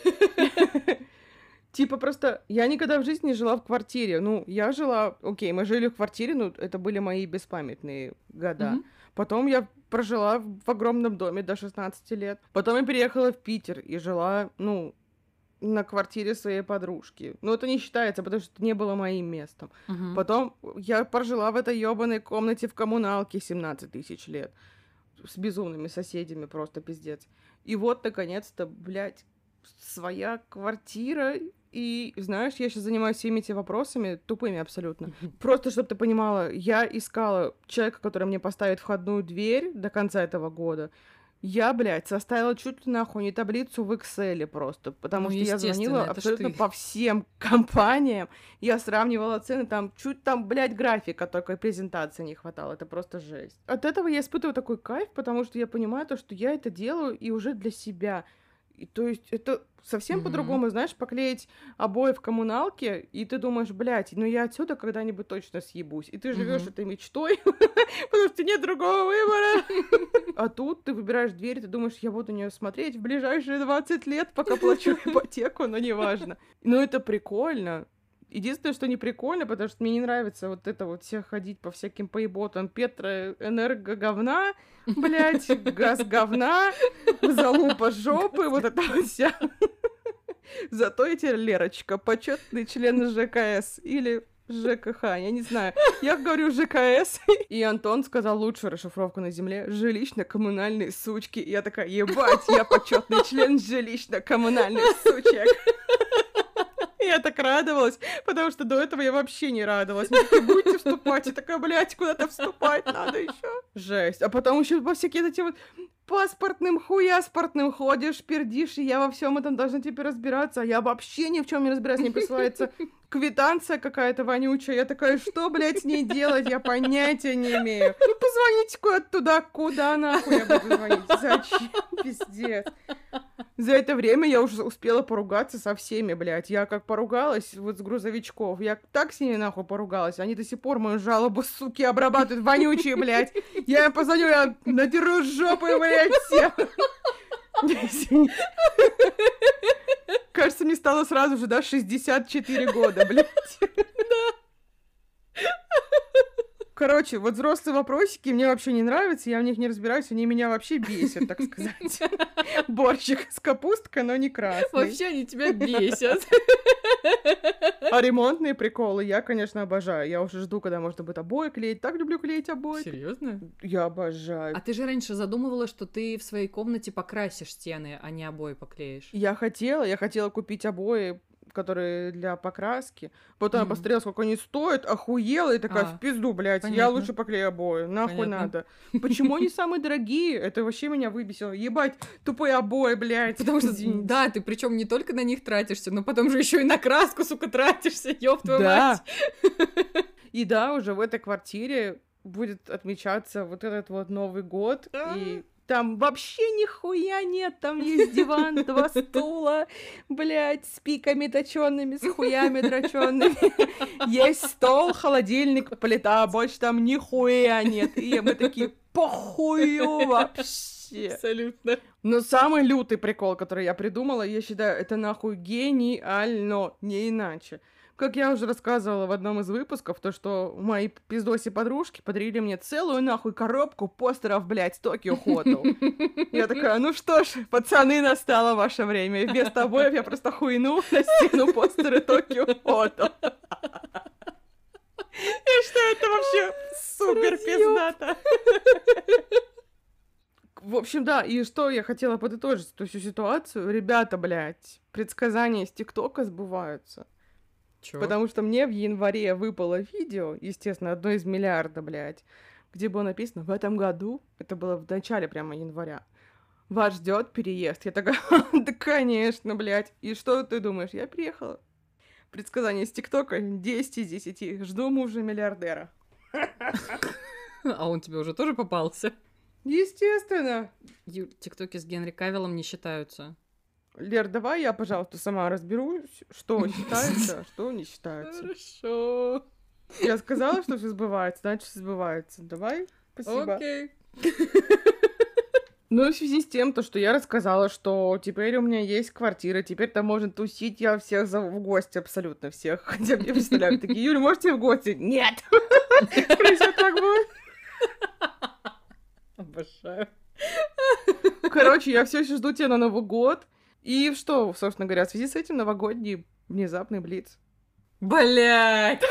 Типа просто я никогда в жизни не жила в квартире. Ну, я жила... Окей, мы жили в квартире, ну, это были мои беспамятные года. Мгм. Потом я прожила в в огромном доме до шестнадцати лет. Потом я переехала в Питер и жила, ну, на квартире своей подружки. Ну, это не считается, потому что это не было моим местом. Мгм. Потом я прожила в этой ёбаной комнате в коммуналке семнадцать тысяч лет. С безумными соседями, просто пиздец. И вот, наконец-то, блядь, своя квартира. И, знаешь, я сейчас занимаюсь всеми этими вопросами, тупыми абсолютно. Просто, чтобы ты понимала, я искала человека, который мне поставит входную дверь до конца этого года. Я, блядь, составила чуть ли нахуй не таблицу в Excel просто, потому Ну, что я естественно, звонила это ж абсолютно ты. по всем компаниям, я сравнивала цены, там чуть там, блядь, графика только презентации не хватало, это просто жесть. От этого я испытываю такой кайф, потому что я понимаю то, что я это делаю и уже для себя. И, то есть это совсем Мгм. по-другому, знаешь, поклеить обои в коммуналке, и ты думаешь, блядь, ну я отсюда когда-нибудь точно съебусь. И ты живешь Мгм. этой мечтой, потому что нет другого выбора. А тут ты выбираешь дверь, ты думаешь, я буду на нее смотреть в ближайшие двадцать лет, пока плачу ипотеку, но неважно. Но это прикольно. Единственное, что не прикольно, потому что мне не нравится вот это вот все ходить по всяким поеботам Петроэнерго говна, блядь, газ говна, залупа жопы, вот это вот вся. Зато я теперь Лерочка, почетный член ЖКС или ЖКХ, я не знаю. Я говорю ЖКС, и Антон сказал лучшую расшифровку на земле — жилищно-коммунальные сучки. И я такая, ебать, я почетный член жилищно-коммунальных сучек. Я так радовалась, потому что до этого я вообще не радовалась. Мне такие, будете вступать? Я такая, блядь, куда-то вступать надо еще. Жесть. А потом еще по всякие эти вот паспортным, хуяспортным ходишь, пердишь, и я во всем этом должна теперь разбираться. А я вообще ни в чем не разбираюсь. Мне присылается квитанция какая-то вонючая. Я такая, что, блядь, с ней делать? Я понятия не имею. Ну, позвоните куда-то туда, куда нахуй я буду звонить? Зачем? Пиздец. За это время я уже успела поругаться со всеми, блядь. Я как поругалась вот с грузовичков. Я так с ними нахуй поругалась. Они до сих пор мою жалобу, суки, обрабатывают вонючие, блядь. Я им позвоню, я надеру жопы, блядь, всем. Извините. Кажется, мне стало сразу же, да, шестьдесят четыре года, блядь. Короче, вот взрослые вопросики мне вообще не нравятся, я в них не разбираюсь, они меня вообще бесят, так сказать. Борщик с капусткой, но не красный. Вообще они тебя бесят. А ремонтные приколы я, конечно, обожаю. Я уже жду, когда можно будет обои клеить. Так люблю клеить обои. Серьезно? Я обожаю. А ты же раньше задумывала, что ты в своей комнате покрасишь стены, а не обои поклеишь. Я хотела, я хотела купить обои, которые для покраски. Потом я Мгм. посмотрела, сколько они стоят, охуела, и такая, А, в пизду, блядь, я понятно. лучше поклею обои, нахуй Понятно. надо. Почему они самые дорогие? Это вообще меня выбесило. Ебать, тупые обои, блядь. Потому что, Извините. да, ты причем не только на них тратишься, но потом же еще и на краску, сука, тратишься, ёб твою Да. мать. И да, уже в этой квартире будет отмечаться вот этот вот Новый год, и там вообще нихуя нет, там есть диван, два стула, блядь, с пиками точёными, с хуями дрочёными. Есть стол, холодильник, плита, больше там нихуя нет. И мы такие, похую вообще. Абсолютно. Но самый лютый прикол, который я придумала, я считаю, это нахуй гениально, не иначе. Как я уже рассказывала в одном из выпусков, то, что мои пиздоси подружки подарили мне целую нахуй коробку постеров, блядь, Токио Хотел. Я такая, ну что ж, пацаны, настало ваше время. И вместо обоев я просто хуйну на стену постеры Токио Хотел. И что это вообще супер пиздато. В общем, да, и что я хотела подытожить эту всю ситуацию. Ребята, блядь, предсказания из ТикТока сбываются. Чё? Потому что мне в январе выпало видео, естественно, одно из миллиарда, блядь, где было написано «В этом году», это было в начале прямо января, «Вас ждет переезд». Я такая, да, конечно, блядь. И что ты думаешь? Я приехала. Предсказание из ТикТока десять из десяти. Жду мужа-миллиардера. А он тебе уже тоже попался? Естественно. Юль, тиктоки с Генри Кавиллом не считаются. Лер, давай я, пожалуйста, сама разберусь, что считается, а что не считается. Хорошо. Я сказала, что все сбывается, значит, все сбывается. Давай, спасибо. Окей. Ну, в связи с тем, то, что я рассказала, что теперь у меня есть квартира, теперь там можно тусить, я всех зову в гости, абсолютно всех. Хотя мне представляют, такие, Юля, можете в гости? Нет! Крыша так будет. Обожаю. Короче, я все еще жду тебя на Новый год. И что, собственно говоря, в связи с этим новогодний внезапный блиц. Блять!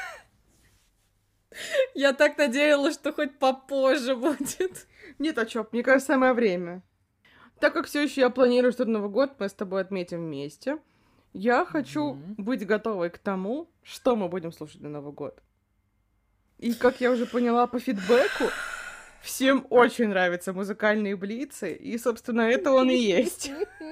Я так надеялась, что хоть попозже будет. Нет, а чё, мне кажется, самое время. Так как все еще я планирую, что Новый год мы с тобой отметим вместе, я хочу Мгм. быть готовой к тому, что мы будем слушать на Новый год. И как я уже поняла по фидбэку, всем очень нравятся музыкальные блицы, и, собственно, это он и есть.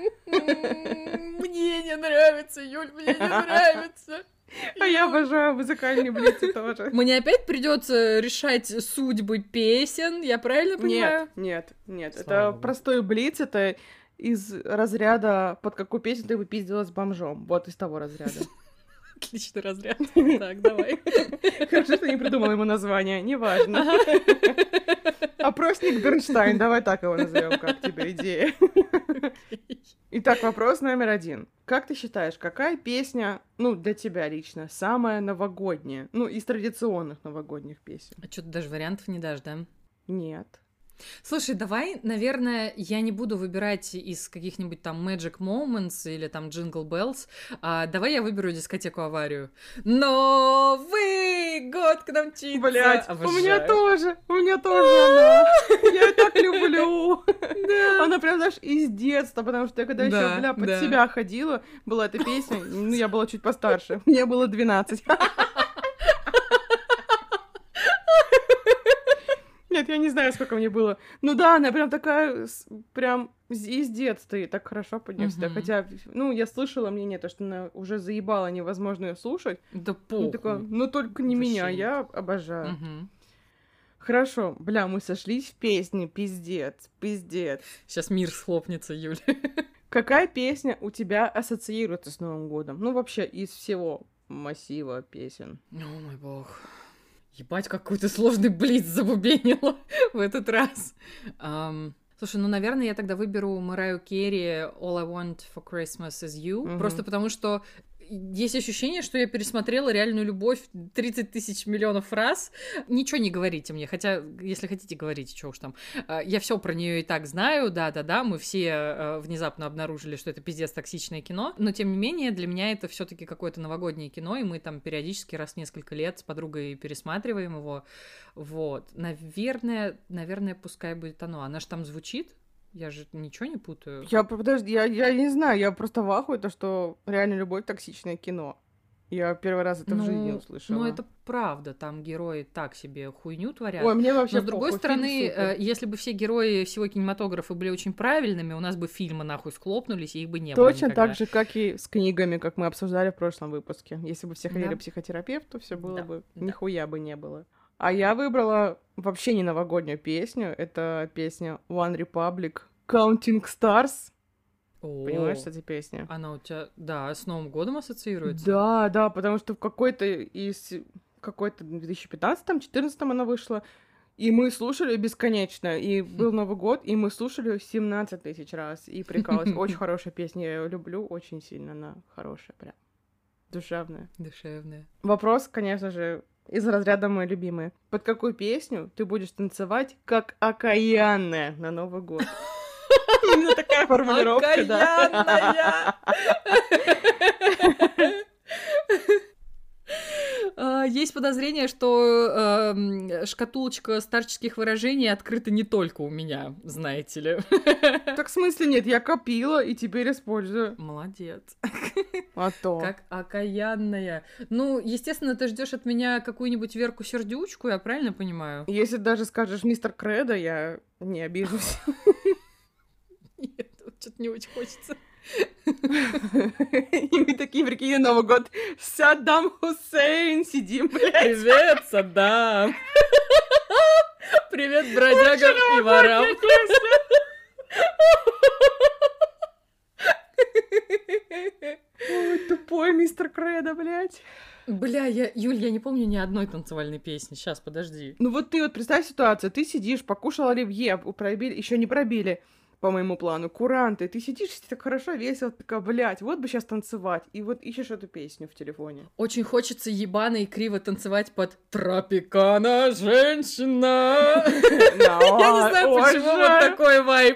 Мне не нравится, Юль, мне не нравится. А я обожаю музыкальные блицы тоже. Мне опять придется решать судьбы песен, я правильно понимаю? Нет, нет, нет. Слава Это богу. простой блиц, это из разряда, под какую песню ты бы пиздила с бомжом. Вот из того разряда. Отличный разряд. Так, давай. Хорошо, что не придумала ему название, неважно. Опросник Бернштайн, давай так его назовем, как тебе идея. Итак, вопрос номер один. Как ты считаешь, какая песня, ну, для тебя лично, самая новогодняя? Ну, из традиционных новогодних песен. А что, ты даже вариантов не дашь, да? Нет. Слушай, давай, наверное, я не буду выбирать из каких-нибудь там Magic Moments или там Jingle Bells, а давай я выберу дискотеку «Аварию». Новый год к нам мчится! Блять, у меня Обожаю. тоже, у меня тоже она. Я её так люблю. Она прям, знаешь, из детства, потому что я когда Да, еще, бля, под да. себя ходила, была эта песня, ну, я была чуть постарше, мне было двенадцать. Нет, я не знаю, сколько мне было. Ну да, она прям такая, с- прям из из детства, и так хорошо под неё всегда. Мгм. Хотя, ну, я слышала мнение, то, что она уже заебала, невозможно ее слушать. Да Ну, похуй. такая, ну, только не меня, Вообще я обожаю. Мгм. Хорошо, бля, мы сошлись в песне, пиздец, пиздец. Сейчас мир схлопнется, Юля. Какая песня у тебя ассоциируется с Новым годом? Ну, вообще, из всего массива песен. О мой бог. Ебать, какой ты сложный блиц забубенила в этот раз. Ам, Слушай, ну, наверное, я тогда выберу Мараю Керри «All I Want for Christmas is You», Мгм. просто потому что есть ощущение, что я пересмотрела «Реальную любовь» тридцать тысяч миллионов раз. Ничего не говорите мне, хотя, если хотите, говорите, что уж там. А, Я все про нее и так знаю, да-да-да, мы все э, внезапно обнаружили, что это пиздец токсичное кино, но, тем не менее, для меня это все таки какое-то новогоднее кино, и мы там периодически раз в несколько лет с подругой пересматриваем его. Вот. Наверное, наверное, пускай будет оно. Она же там звучит? Я же ничего не путаю. Я, подожди, я, я не знаю, я просто в ахуе, то, что реально любовь токсичное кино. Я первый раз это в жизни услышала. Ну, это правда, там герои так себе хуйню творят. Ой, мне вообще Но, с другой похуй, стороны, фильм супер. э, если бы все герои всего кинематографа были очень правильными, у нас бы фильмы нахуй схлопнулись, и их бы не было Точно никогда. так же, как и с книгами, как мы обсуждали в прошлом выпуске. Если бы все ходили Да. к психотерапевту, все было Да, бы, да. нихуя бы не было. А я выбрала вообще не новогоднюю песню. Это песня One Republic «Counting Stars». О, Понимаешь, что это песня? она у тебя, да, с Новым годом ассоциируется? Да, да, потому что в какой-то из... какой-то две тысячи пятнадцатом, четырнадцатом она вышла, и мы слушали бесконечно, и был Новый год, и мы слушали семнадцать тысяч раз, и прикалывались. Очень хорошая песня, я ее люблю очень сильно, она хорошая прям, душевная. Душевная. Вопрос, конечно же, из разряда «Мои любимые». Под какую песню ты будешь танцевать как окаянная на Новый год? Именно такая формулировка, да. Окаянная! А, Есть подозрение, что эм, шкатулочка старческих выражений открыта не только у меня, знаете ли. Так в смысле нет, я копила и теперь использую. Молодец. А то. Как окаянная. Ну, естественно, ты ждешь от меня какую-нибудь Верку Сердючку, я правильно понимаю? Если даже скажешь мистер Кредо, я не обижусь. Нет, что-то не очень хочется. И мы такие, прикинь, Новый год. Саддам Хусейн, сидим, блядь. Привет, Саддам! Привет бродягам и ворам. Ой, тупой мистер Кредо, блядь. Бля, я, Юль, я не помню ни одной танцевальной песни. Сейчас, подожди. Ну вот ты вот представь ситуацию, ты сидишь, покушал оливье, пробили, еще не пробили по моему плану, куранты, ты сидишь, тебе так хорошо, весело, такая, блядь, вот бы сейчас танцевать, и вот ищешь эту песню в телефоне. Очень хочется ебано и криво танцевать под «Тропикана женщина». Я не знаю, почему вот такой вайб.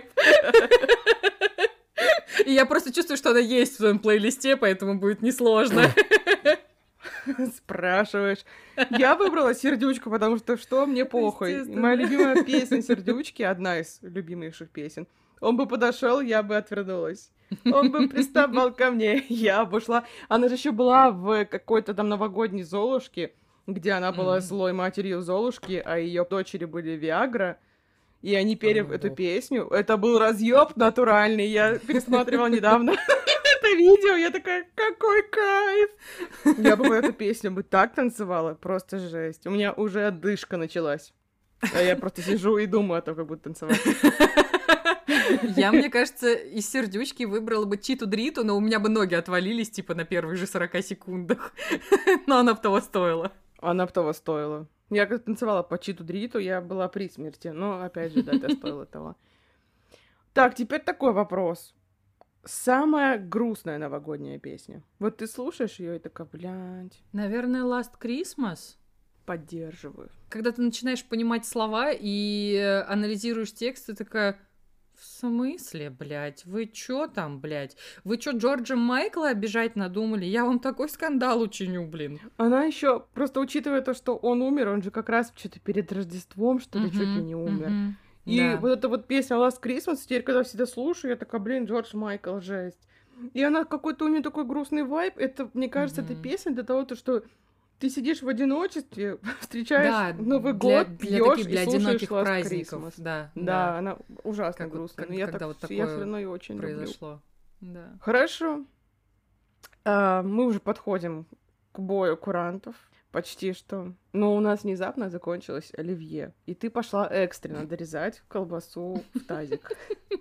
И я просто чувствую, что она есть в твоем плейлисте, поэтому будет несложно. Спрашиваешь. Я выбрала «Сердючку», потому что что, мне похуй. Моя любимая песня «Сердючки», одна из любимейших песен. Он бы подошел, я бы отвернулась. Он бы приставал ко мне, я бы ушла. Она же еще была в какой-то там новогодней Золушке, где она была злой матерью Золушки, а ее дочери были Виагра. И они пели oh, эту песню. Это был разъеб натуральный. Я пересматривала недавно это видео. Я такая, какой кайф! Я бы эту песню бы так танцевала. Просто жесть. У меня уже отдышка началась. А я просто сижу и думаю о том, как буду танцевать. Я, мне кажется, из «Сердючки» выбрала бы Читу-Дриту, но у меня бы ноги отвалились, типа, на первых же сорока секундах. Но она бы того стоила. Она бы того стоила. Я как танцевала по Читу-Дриту, я была при смерти. Но, опять же, да, это стоило того. Так, теперь такой вопрос. Самая грустная новогодняя песня. Вот ты слушаешь ее и такая, блядь. Наверное, «Last Christmas». Поддерживаю. Когда ты начинаешь понимать слова и анализируешь текст, ты такая... В смысле, блядь? Вы чё там, блядь? Вы чё, Джорджа Майкла обижать надумали? Я вам такой скандал учиню, блин. Она еще просто учитывая то, что он умер, он же как раз что-то перед Рождеством, что ли, uh-huh, чуть ли не умер. Uh-huh. И да. Вот эта вот песня Last Christmas, теперь, когда всегда слушаю, я такая, блин, Джордж Майкл, жесть. И она какой-то у нее такой грустный вайб. Это, мне кажется, uh-huh. эта песня для того, что что ты сидишь в одиночестве, встречаешь да, Новый для, год, для пьёшь таких, для и слушаешь одиноких Last праздников. Christmas. Да, да, да, она ужасно как, грустная. как, но я, когда так, вот такое я все равно ее очень произошло. люблю. Да. Хорошо. А, мы уже подходим к бою курантов. Почти что. Но у нас внезапно закончилось оливье. И ты пошла экстренно дорезать колбасу в тазик.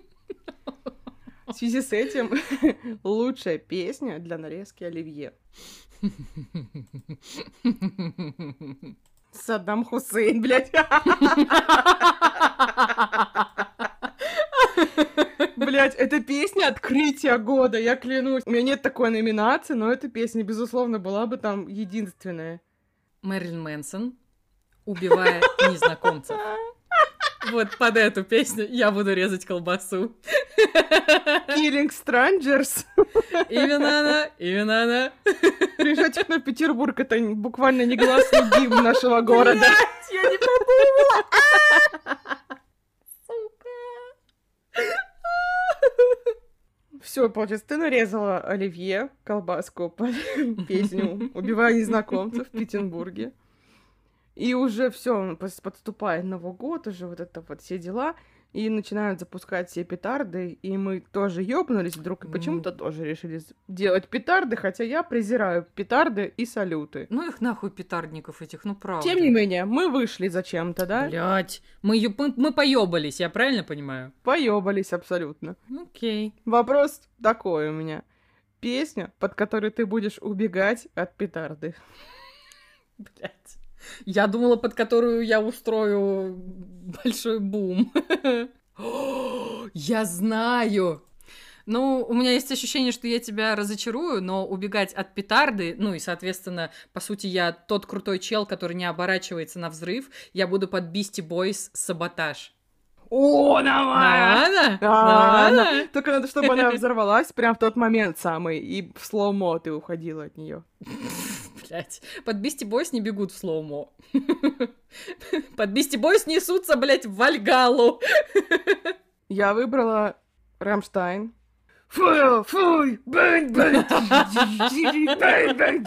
В связи с этим лучшая песня для нарезки оливье. Саддам Хусейн, блядь. Блядь, это песня открытия года, я клянусь. У меня нет такой номинации, но эта песня, безусловно, была бы там единственная. Мэрилин Мэнсон, убивая незнакомцев. Вот под эту песню я буду резать колбасу. Killing Strangers. Именно она, именно она. Приезжайте на Петербург, это буквально негласный гимн нашего города. Блядь, я не подумала. Сука. Все, получается, ты нарезала оливье, колбаску под песню «Убивая незнакомцев» в Петербурге. И уже все подступает Новый год, уже вот это вот все дела, и начинают запускать все петарды, и мы тоже ёбнулись вдруг, и почему-то тоже решили делать петарды, хотя я презираю петарды и салюты. Ну их нахуй петардников этих, ну правда. Тем не менее, мы вышли зачем-то, да? Блять, мы, ё... мы, мы поёбались, я правильно понимаю? Поёбались абсолютно. Окей. Вопрос такой у меня. Песня, под которой ты будешь убегать от петарды. Блять. Я думала, под которую я устрою большой бум. Я знаю! Ну, у меня есть ощущение, что я тебя разочарую, но убегать от петарды, ну и, соответственно, по сути, я тот крутой чел, который не оборачивается на взрыв, я буду под Beastie Boys «Саботаж». О, давай! Надо? А, надо! Только надо, чтобы она взорвалась прям в тот момент самый, и в слоумо ты уходила от нее. Блять, под Beastie Boys не бегут в слоумо. Под Beastie Boys несутся, блять, в Вальгалу. Я выбрала Рамштайн. Фу, фу, бэнь, бэнь, бэнь, бэнь.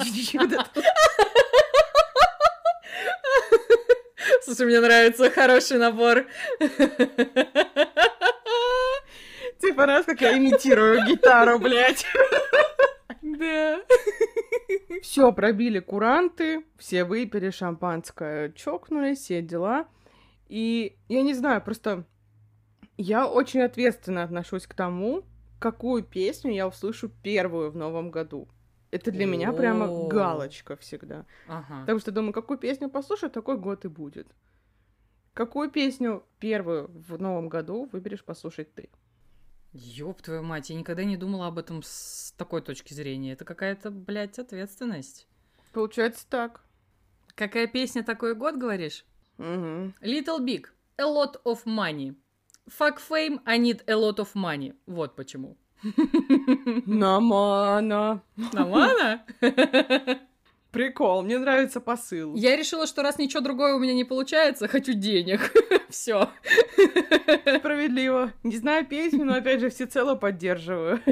Слушай, мне нравится хороший набор. Тебе понравилось, как я имитирую гитару, блять? Да. Все, пробили куранты, все выпили шампанское, чокнулись, все дела. И я не знаю, просто я очень ответственно отношусь к тому, какую песню я услышу первую в новом году. Это для меня прямо О. галочка всегда. Ага. Потому что думаю, какую песню послушаю, такой год и будет. Какую песню первую в новом году выберешь послушать ты? Ёб твою мать, я никогда не думала об этом с такой точки зрения. Это какая-то, блядь, ответственность. Получается так. Какая песня, такой год, говоришь? Угу. Little Big, a lot of money. Fuck fame, I need a lot of money. Вот почему. Намана. Нормально? Прикол, мне нравится посыл. Я решила, что раз ничего другое у меня не получается, хочу денег. Все. Справедливо. Не знаю песню, но опять же всецело поддерживаю.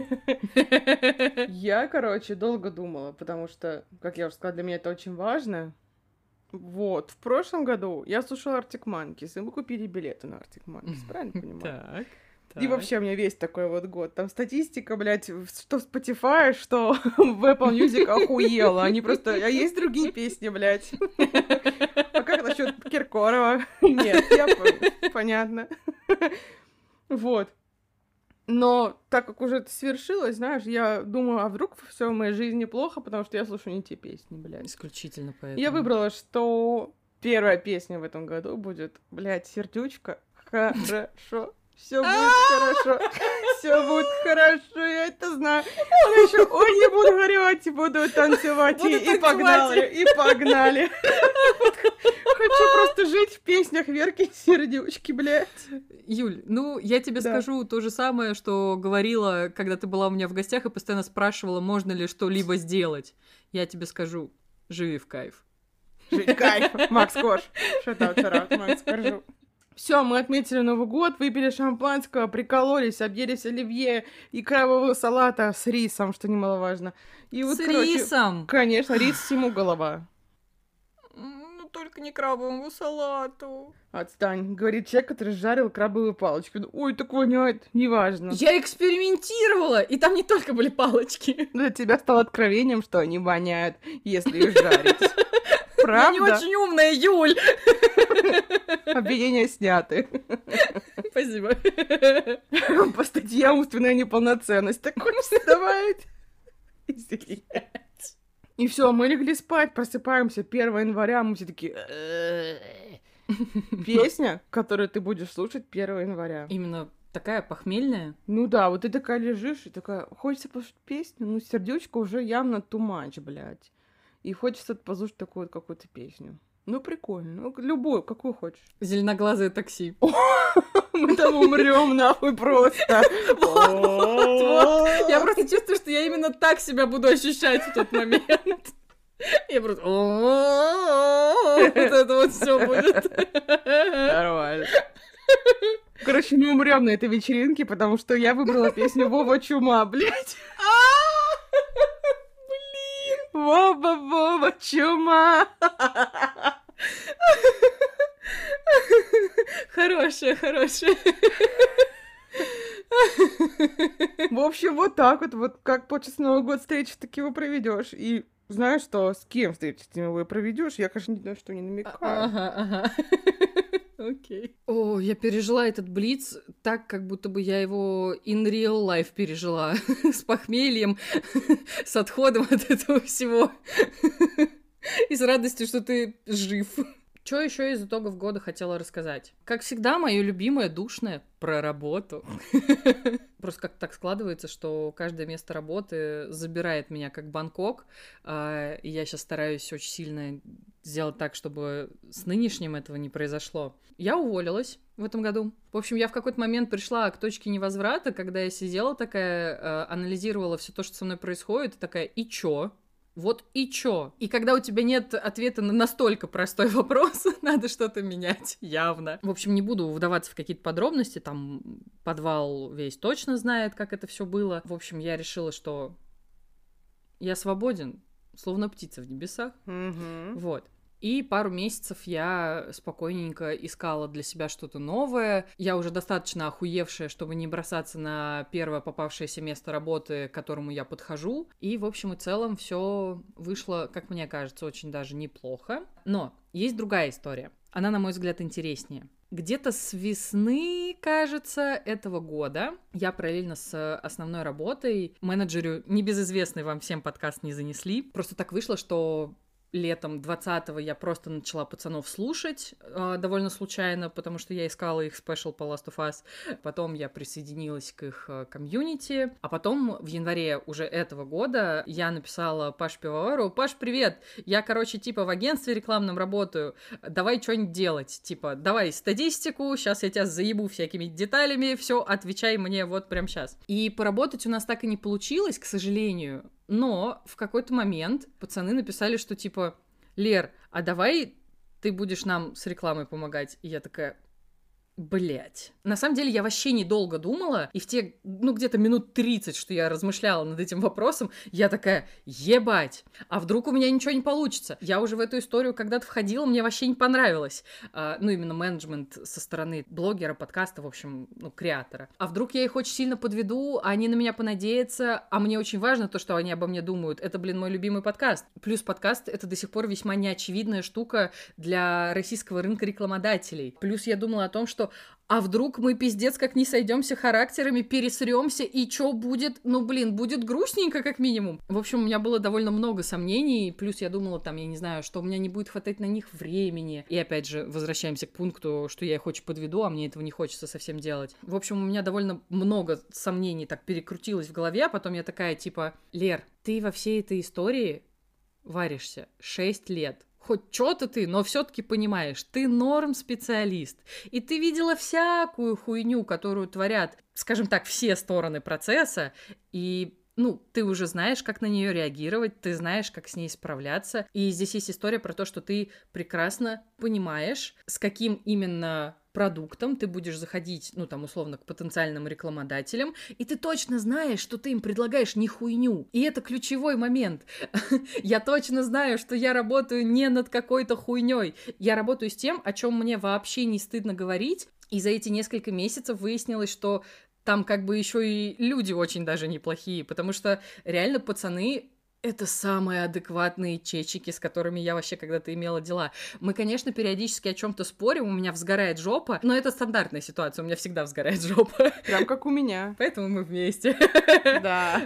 Я, короче, долго думала, потому что, как я уже сказала, для меня это очень важно. Вот, в прошлом году я слушала Arctic Monkeys, и мы купили билеты на Arctic Monkeys, правильно понимаю? Так. И вообще у меня весь такой вот год. Там статистика, блядь, что в Spotify, что в Apple Music охуела. Они просто... А есть другие песни, блядь? А как насчет Киркорова? Нет, я... Понятно. Вот. Но так как уже это свершилось, знаешь, я думаю, а вдруг все в моей жизни плохо, потому что я слушаю не те песни, блядь. Исключительно поэтому. Я выбрала, что первая песня в этом году будет, блядь, «Сердючка». Хорошо. Все будет хорошо. Все будет хорошо, я это знаю. Я еще, ой, не буду горевать, буду танцевать. Буду и, танцевать. и погнали, и погнали. Хочу просто жить в песнях Верки Сердючки, блядь. Юль, ну, я тебе Да. скажу то же самое, что говорила, когда ты была у меня в гостях и постоянно спрашивала, можно ли что-либо сделать. Я тебе скажу, живи в кайф. Жить кайф. Макс Корж. Шатаут, шараут, Макс Коржу. Все, мы отметили Новый год, выпили шампанского, прикололись, объелись оливье и крабового салата с рисом, что немаловажно. И вот, С короче, рисом! конечно, рис всему голова. Ну, только не крабовому салату. Отстань, говорит человек, который жарил крабовые палочки. Ой, так воняет, неважно. Я экспериментировала, и там не только были палочки. Для тебя стало откровением, что они воняют, если их жарить. Правда? Я не очень умная, Юль. Обвинения сняты. Спасибо. По статье умственная неполноценность. Так хочется добавить. Извини. И все, мы легли спать, просыпаемся первого января, мы все такие... Песня, которую ты будешь слушать первого января. Именно такая похмельная. Ну да, вот ты такая лежишь и такая, хочется послушать песню, ну сердючка уже явно too much, блядь. И хочется послушать такую вот какую-то песню. Ну прикольно, ну любую, какую хочешь. Зеленоглазое такси. Мы там умрем нахуй просто. Я просто чувствую, что я именно так себя буду ощущать в тот момент. Я просто... Вот это вот все будет. Нормально. Короче, мы умрем на этой вечеринке, потому что я выбрала песню Вова Чума, блядь. Вова, Вова, Чума. Хорошая, хорошая. В общем, вот так вот, вот как получится Новый год встречи, так его проведешь. И знаешь что, с кем встречи ты его проведешь? Я, конечно, ни на что не намекаю. Ага, ага. Окей. О, я пережила этот блиц так, как будто бы я его in real life пережила. С похмельем, с отходом от этого всего. И с радостью, что ты жив. Что еще из итогов года хотела рассказать? Как всегда, мое любимое душное про работу. Просто как так складывается, что каждое место работы забирает меня как Бангкок, и я сейчас стараюсь очень сильно сделать так, чтобы с нынешним этого не произошло. Я уволилась в этом году. В общем, я в какой-то момент пришла к точке невозврата, когда я сидела такая, анализировала все то, что со мной происходит, и такая, и чё? Вот и чё? И когда у тебя нет ответа на настолько простой вопрос, надо что-то менять, явно. В общем, не буду вдаваться в какие-то подробности, там подвал весь точно знает, как это все было. В общем, я решила, что я свободен, словно птица в небесах. Угу. Вот. И пару месяцев я спокойненько искала для себя что-то новое. Я уже достаточно охуевшая, чтобы не бросаться на первое попавшееся место работы, к которому я подхожу. И, в общем и целом, все вышло, как мне кажется, очень даже неплохо. Но есть другая история. Она, на мой взгляд, интереснее. Где-то с весны, кажется, этого года я параллельно с основной работой менеджерю небезызвестный вам всем подкаст не занесли. Просто так вышло, что летом двадцатого я просто начала пацанов слушать э, довольно случайно, потому что я искала их спешл по Last of Us. Потом я присоединилась к их э, комьюнити. А потом в январе уже этого года я написала Паше Пивовару: «Паш, привет! Я, короче, типа в агентстве рекламном работаю. Давай что-нибудь делать. Типа, давай статистику, сейчас я тебя заебу всякими деталями, все, отвечай мне вот прямо сейчас». И поработать у нас так и не получилось, к сожалению. Но в какой-то момент пацаны написали, что типа: «Лер, а давай ты будешь нам с рекламой помогать?» И я такая: блять. На самом деле я вообще недолго думала, и в те, ну, где-то минут тридцать, что я размышляла над этим вопросом, я такая: ебать, а вдруг у меня ничего не получится? Я уже в эту историю когда-то входила, мне вообще не понравилось. А, ну, именно менеджмент со стороны блогера, подкаста, в общем, ну, креатора. А вдруг я их очень сильно подведу, а они на меня понадеются, а мне очень важно то, что они обо мне думают. Это, блин, мой любимый подкаст. Плюс подкаст — это до сих пор весьма неочевидная штука для российского рынка рекламодателей. Плюс я думала о том, что а вдруг мы пиздец как не сойдемся характерами, пересремся, и чё будет? Ну, блин, будет грустненько, как минимум. В общем, у меня было довольно много сомнений, плюс я думала, там, я не знаю, что у меня не будет хватать на них времени. И опять же, возвращаемся к пункту, что я их очень подведу, а мне этого не хочется совсем делать. В общем, у меня довольно много сомнений так перекрутилось в голове, а потом я такая, типа: Лер, ты во всей этой истории варишься шесть лет. Хоть что-то ты, но все-таки понимаешь, ты норм-специалист, и ты видела всякую хуйню, которую творят, скажем так, все стороны процесса, и, ну, ты уже знаешь, как на нее реагировать, ты знаешь, как с ней справляться, и здесь есть история про то, что ты прекрасно понимаешь, с каким именно продуктом ты будешь заходить, ну, там, условно, к потенциальным рекламодателям, и ты точно знаешь, что ты им предлагаешь не хуйню. И это ключевой момент. Я точно знаю, что я работаю не над какой-то хуйней. Я работаю с тем, о чем мне вообще не стыдно говорить. И за эти несколько месяцев выяснилось, что там как бы еще и люди очень даже неплохие, потому что реально пацаны — это самые адекватные чечики, с которыми я вообще когда-то имела дела. Мы, конечно, периодически о чем-то спорим, у меня взгорает жопа, но это стандартная ситуация, у меня всегда взгорает жопа. Прям как у меня. Поэтому мы вместе. Да.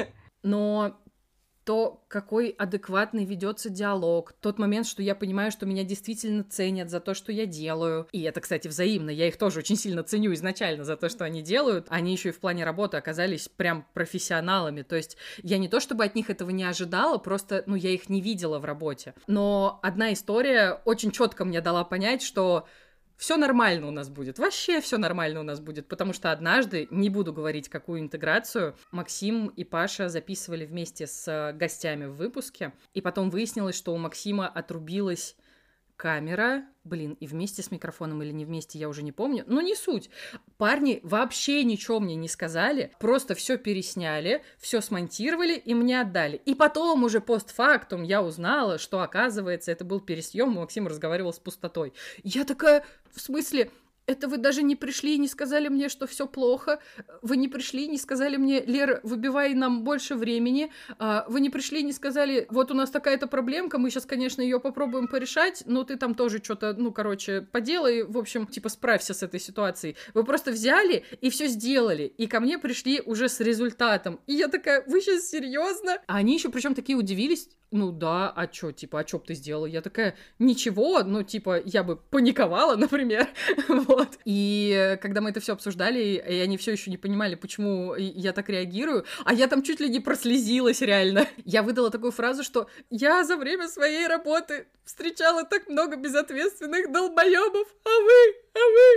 Но то, какой адекватный ведется диалог, тот момент, что я понимаю, что меня действительно ценят за то, что я делаю. И это, кстати, взаимно. Я их тоже очень сильно ценю изначально за то, что они делают. Они еще и в плане работы оказались прям профессионалами. То есть я не то чтобы от них этого не ожидала, просто, ну, я их не видела в работе. Но одна история очень четко мне дала понять, что все нормально у нас будет, вообще все нормально у нас будет, потому что однажды, не буду говорить, какую интеграцию, Максим и Паша записывали вместе с гостями в выпуске, и потом выяснилось, что у Максима отрубилась камера, блин, и вместе с микрофоном или не вместе, я уже не помню, но не суть. Парни вообще ничего мне не сказали, просто все пересняли, все смонтировали и мне отдали. И потом уже постфактум я узнала, что, оказывается, это был пересъем, и Максим разговаривал с пустотой. Я такая: в смысле? Это вы даже не пришли и не сказали мне, что все плохо. Вы не пришли и не сказали мне: Лер, выбивай нам больше времени. Вы не пришли и не сказали: вот у нас такая-то проблемка, мы сейчас, конечно, ее попробуем порешать, но ты там тоже что-то, ну, короче, поделай, в общем, типа, справься с этой ситуацией. Вы просто взяли и все сделали, и ко мне пришли уже с результатом. И я такая: вы сейчас серьезно? А они еще причем такие удивились. Ну да, а чё, типа, а чё б ты сделала? Я такая: ничего, ну, типа, я бы паниковала, например, вот. И когда мы это все обсуждали, и они все еще не понимали, почему я так реагирую, а я там чуть ли не прослезилась реально. Я выдала такую фразу, что я за время своей работы встречала так много безответственных долбоёбов, а вы, а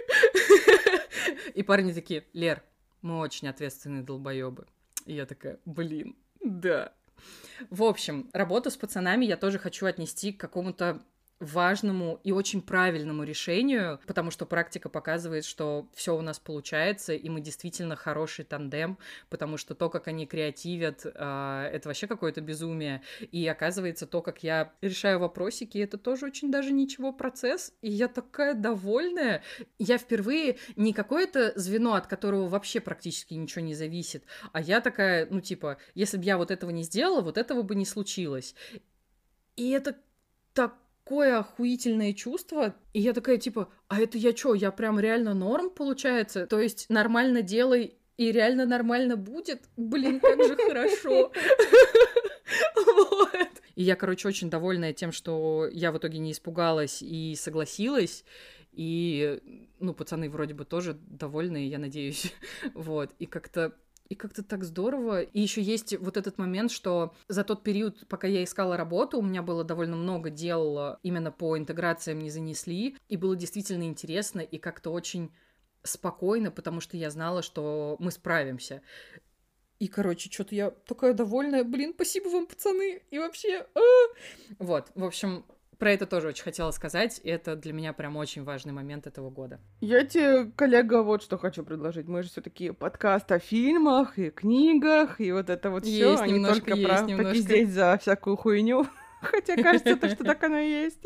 вы. И парни такие: Лер, мы очень ответственные долбоёбы. И я такая: блин, да. В общем, работу с пацанами я тоже хочу отнести к какому-то важному и очень правильному решению, потому что практика показывает, что все у нас получается, и мы действительно хороший тандем, потому что то, как они креативят, это вообще какое-то безумие. И оказывается, то, как я решаю вопросики, это тоже очень даже ничего процесс, и я такая довольная. Я впервые не какое-то звено, от которого вообще практически ничего не зависит, а я такая, ну типа, если бы я вот этого не сделала, вот этого бы не случилось. И это так такое охуительное чувство. И я такая, типа, а это я чё, я прям реально норм, получается? То есть нормально делай, и реально нормально будет? Блин, как же хорошо. Вот. И я, короче, очень довольная тем, что я в итоге не испугалась и согласилась. И, ну, пацаны вроде бы тоже довольны, я надеюсь. Вот. И как-то И как-то так здорово. И еще есть вот этот момент, что за тот период, пока я искала работу, у меня было довольно много дел именно по интеграциям не занесли. И было действительно интересно и как-то очень спокойно, потому что я знала, что мы справимся. И, короче, что-то я такая довольная. Блин, спасибо вам, пацаны. И вообще... А-а-а. Вот, в общем... Про это тоже очень хотела сказать. Это для меня прям очень важный момент этого года. Я тебе, коллега, вот что хочу предложить. Мы же все-таки подкаст о фильмах и книгах, и вот это вот все, а не только есть, про немножко. попиздеть за всякую хуйню. Хотя кажется, то, что так оно и есть.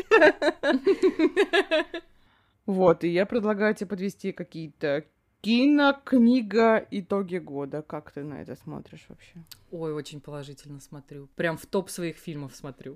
Вот, и я предлагаю тебе подвести какие-то кино, книга, итоги года. Как ты на это смотришь вообще? Ой, очень положительно смотрю. Прям в топ своих фильмов смотрю.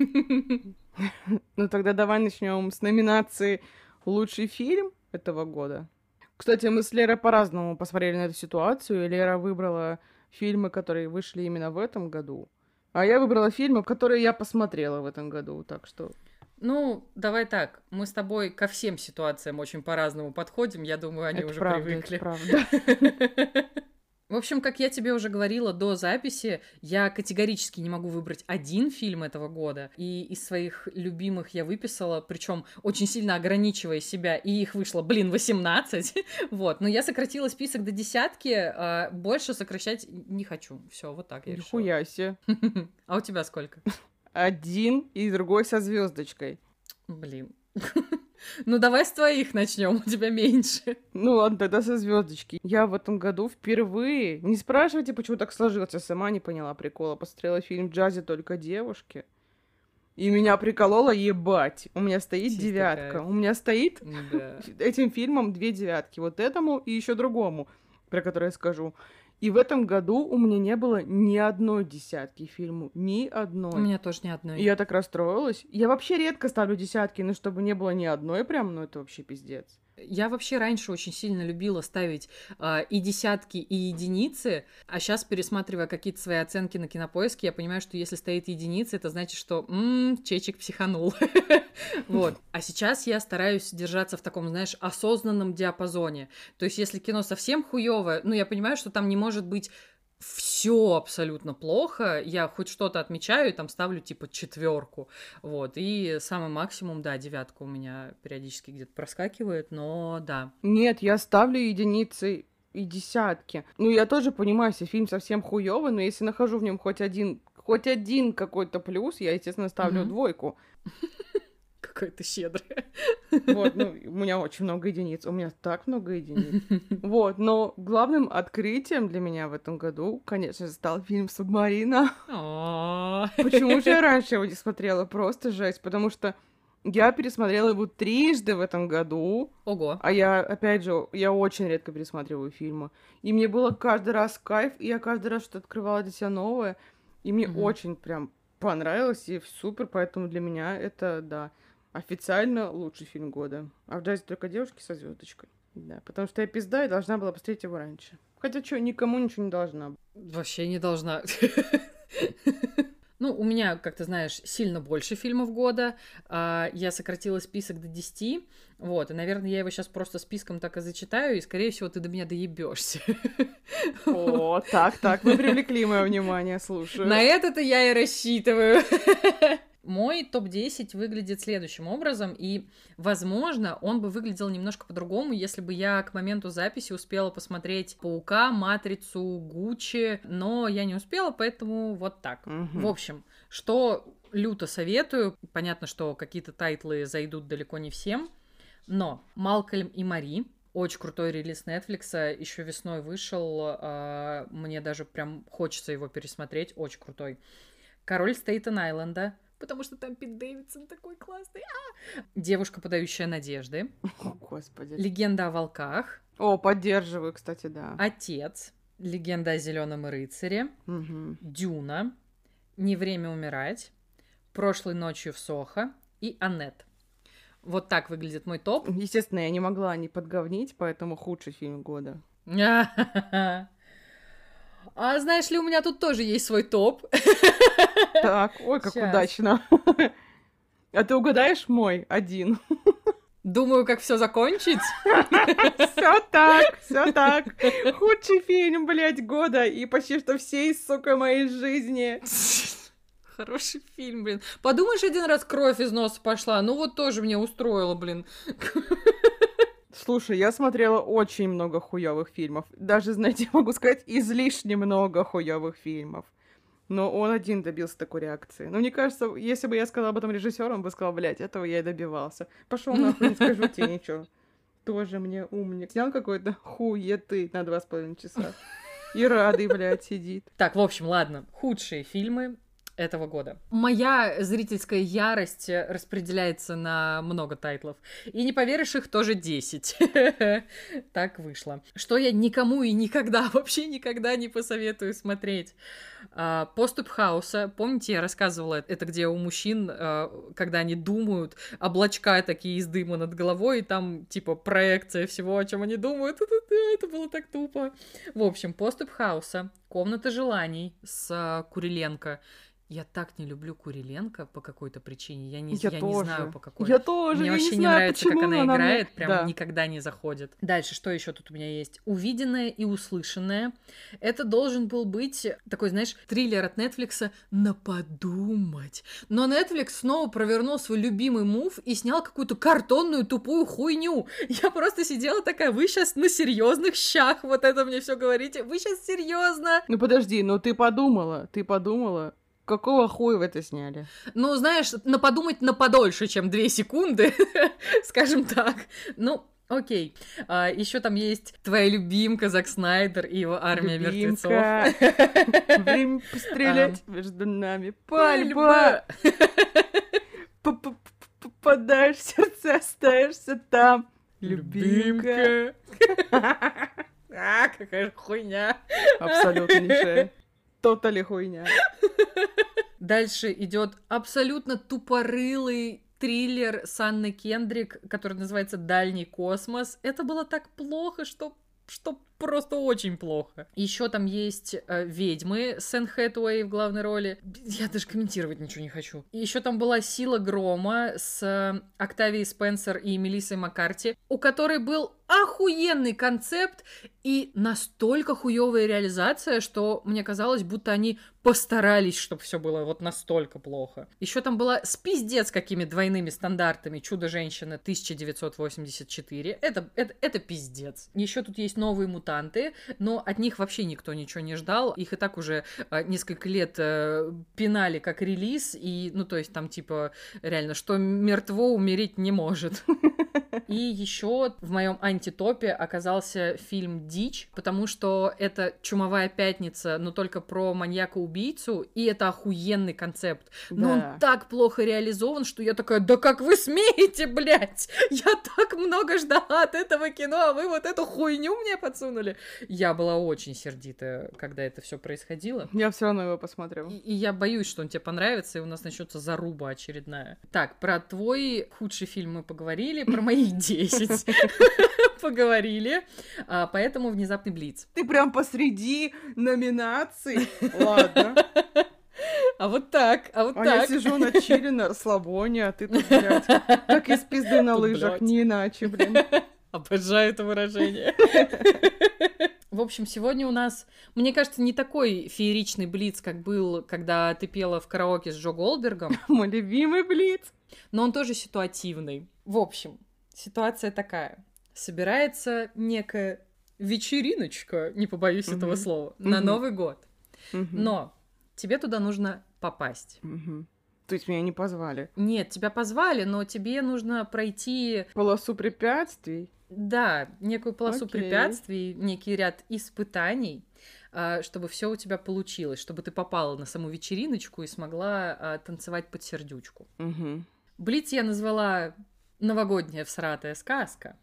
Ну тогда давай начнем с номинации «Лучший фильм этого года». Кстати, мы с Лерой по-разному посмотрели на эту ситуацию. Лера выбрала фильмы, которые вышли именно в этом году, а я выбрала фильмы, которые я посмотрела в этом году, так что... Ну, давай так, мы с тобой ко всем ситуациям очень по-разному подходим, я думаю, они это уже правда, привыкли. Это правда. В общем, как я тебе уже говорила до записи, я категорически не могу выбрать один фильм этого года. И из своих любимых я выписала, причем очень сильно ограничивая себя, и их вышло, блин, восемнадцать. Вот, но я сократила список до десятки, а больше сокращать не хочу. Все, вот так я решила. Нихуя себе. А у тебя сколько? Один и другой со звездочкой. Блин. Ну, давай с твоих начнем, у тебя меньше. Ну ладно, тогда со звездочки. Я в этом году впервые, не спрашивайте, почему так сложилось, я сама не поняла прикола, посмотрела фильм «В джазе только девушки», и меня прикололо, ебать. У меня стоит Чисто девятка. кайф. У меня стоит Да. этим фильмом две девятки. Вот этому и еще другому, про который я скажу. И в этом году у меня не было ни одной десятки фильму. Ни одной. У меня тоже ни одной. И я так расстроилась. Я вообще редко ставлю десятки, но чтобы не было ни одной прям, ну это вообще пиздец. Я вообще раньше очень сильно любила ставить э, и десятки, и единицы, а сейчас, пересматривая какие-то свои оценки на Кинопоиске, я понимаю, что если стоит единица, это значит, что м-м, Чечик психанул. Вот. А сейчас я стараюсь держаться в таком, знаешь, осознанном диапазоне. То есть, если кино совсем хуёвое, ну, я понимаю, что там не может быть все абсолютно плохо, я хоть что-то отмечаю и там ставлю типа четверку, вот, и самый максимум, да, девятка у меня периодически где-то проскакивает, но да. Нет, я ставлю единицы и десятки. Ну, я тоже понимаю, если фильм совсем хуёвый, но если нахожу в нем хоть один, хоть один какой-то плюс, я, естественно, ставлю Мгм. двойку. Какая ты щедрая. Вот, ну, у меня очень много единиц, у меня так много единиц. Вот, но главным открытием для меня в этом году, конечно же, стал фильм «Субмарина». О. Почему же я раньше его не смотрела? Просто жесть, потому что я пересмотрела его трижды в этом году. Ого. А я, опять же, я очень редко пересматриваю фильмы. И мне было каждый раз кайф, и я каждый раз что-то открывала для себя новое. И мне Мгм. очень прям понравилось, и супер, поэтому для меня это, да, официально лучший фильм года. А в джазе только девушки со звездочкой. Да, потому что я пизда и должна была посмотреть его раньше. Хотя что, никому ничего не должна. Вообще не должна. Ну, у меня, как ты знаешь, сильно больше фильмов года. А, я сократила список до десяти. Вот, и, наверное, я его сейчас просто списком так и зачитаю, и, скорее всего, ты до меня доебешься. О, так, так, вы привлекли мое внимание, слушаю. На это-то я и рассчитываю. Мой топ десять выглядит следующим образом, и, возможно, он бы выглядел немножко по-другому, если бы я к моменту записи успела посмотреть «Паука», «Матрицу», «Гуччи», но я не успела, поэтому вот так. Мгм. В общем, что люто советую, понятно, что какие-то тайтлы зайдут далеко не всем, но «Малкольм и Мари», очень крутой релиз Netflix, еще весной вышел, а, мне даже прям хочется его пересмотреть, очень крутой. «Король Стейтен-Айленда», потому что там Пит Дэвидсон такой классный. А! «Девушка, подающая надежды». О, господи. «Легенда о волках». О, поддерживаю, кстати, да. «Отец». «Легенда о зеленом рыцаре». Мгм. «Дюна». «Не время умирать». «Прошлой ночью в Сохо». и Аннет. Вот так выглядит мой топ. Естественно, я не могла не подговнить, поэтому худший фильм года. А знаешь ли, у меня тут тоже есть свой топ. Так, ой, как Щас. удачно. А ты угадаешь мой один? Думаю, как все закончить. Все так, все так. Худший фильм, блядь, года и почти что всей, сука, моей жизни. Хороший фильм, блин. Подумаешь, один раз кровь из носа пошла. Ну вот тоже мне устроило, блин. Слушай, я смотрела очень много хуёвых фильмов. Даже, знаете, могу сказать, излишне много хуёвых фильмов. Но он один добился такой реакции. Ну, мне кажется, если бы я сказала об этом режиссеру, он бы сказал, блядь, этого я и добивался. Пошел нахуй, не скажу тебе ничего. Тоже мне умник. Снял какой-то хуеты на два с половиной часа. И радый, блядь, сидит. Так, в общем, ладно. Худшие фильмы этого года. Моя зрительская ярость распределяется на много тайтлов. И не поверишь, их тоже десять. Так вышло. Что я никому и никогда, вообще никогда не посоветую смотреть. Поступ хаоса. Помните, я рассказывала, это где у мужчин, когда они думают, облачка такие из дыма над головой, и там типа проекция всего, о чем они думают. Это было так тупо. В общем, поступ хаоса. Комната желаний с Куриленко. Я так не люблю Куриленко по какой-то причине. Я не, Я я не тоже. знаю, по какой. Я тоже, Мне я вообще не не знаю, нравится, как почему она она мне- играет. Прям Да. никогда не заходит. Дальше, что еще тут у меня есть? Увиденное и услышанное. Это должен был быть такой, знаешь, триллер от Нетфликса «На подумать». Но Netflix снова провернул свой любимый мув и снял какую-то картонную тупую хуйню. Я просто сидела такая, вы сейчас на серьезных щах вот это мне все говорите. Вы сейчас серьезно? Ну подожди, ну ты подумала, ты подумала, какого хуя вы это сняли? Ну, знаешь, на подумать на подольше, чем две секунды, скажем так. Ну, окей. А, еще там есть твоя любимка Зак Снайдер и его армия мертвецов. Любимка. Время пострелять между нами. Пальба! Попадаешь в сердце, остаешься там. Любимка. А, какая же хуйня. Абсолютнейшая. Тотали хуйня. Дальше идет абсолютно тупорылый триллер с Анной Кендрик, который называется «Дальний космос». Это было так плохо, что, что просто очень плохо. Еще там есть э, «Ведьмы» с Энн Хэтэуэй в главной роли. Я даже комментировать ничего не хочу. И еще там была «Сила грома» с э, Октавией Спенсер и Мелиссой Маккарти, у которой был охуенный концепт и настолько хуёвая реализация, что мне казалось, будто они постарались, чтобы все было вот настолько плохо. Еще там была с пиздец какими двойными стандартами «Чудо-женщина» тысяча девятьсот восемьдесят четыре. Это, это, это пиздец. Еще тут есть новые мутанты, но от них вообще никто ничего не ждал. Их и так уже э, несколько лет э, пинали как релиз, и, ну, то есть там типа реально, что мертво умереть не может. И еще в моем антитопе оказался фильм «Дичь», потому что это «Чумовая пятница», но только про маньяка-убийцу, и это охуенный концепт. Но Да. он так плохо реализован, что я такая, да как вы смеете, блядь? Я так много ждала от этого кино, а вы вот эту хуйню мне подсунули. Я была очень сердита, когда это все происходило. Я все равно его посмотрю. И, и я боюсь, что он тебе понравится, и у нас начнется заруба очередная. Так, про твой худший фильм мы поговорили, про мои десять поговорили, а, поэтому внезапный блиц. Ты прям посреди номинаций. Ладно. А вот так, а вот А так. я сижу на чили, на расслабоне, а ты тут, блядь, как из пизды на Тут, лыжах, блядь. не иначе, блин. Обожаю это выражение. В общем, сегодня у нас, мне кажется, не такой фееричный блиц, как был, когда ты пела в караоке с Джо Голдбергом, Мой любимый блиц. но он тоже ситуативный. В общем, ситуация такая. Собирается некая вечериночка, не побоюсь Мгм. этого слова, на Мгм. Новый год. Мгм. Но тебе туда нужно попасть. Мгм. То есть меня не позвали. Нет, тебя позвали, но тебе нужно пройти, Полосу препятствий. да, некую полосу Окей. препятствий, некий ряд испытаний, а, чтобы все у тебя получилось, чтобы ты попала на саму вечериночку и смогла а, танцевать под сердючку. Мгм. Блиц я назвала «Новогодняя всратая сказка».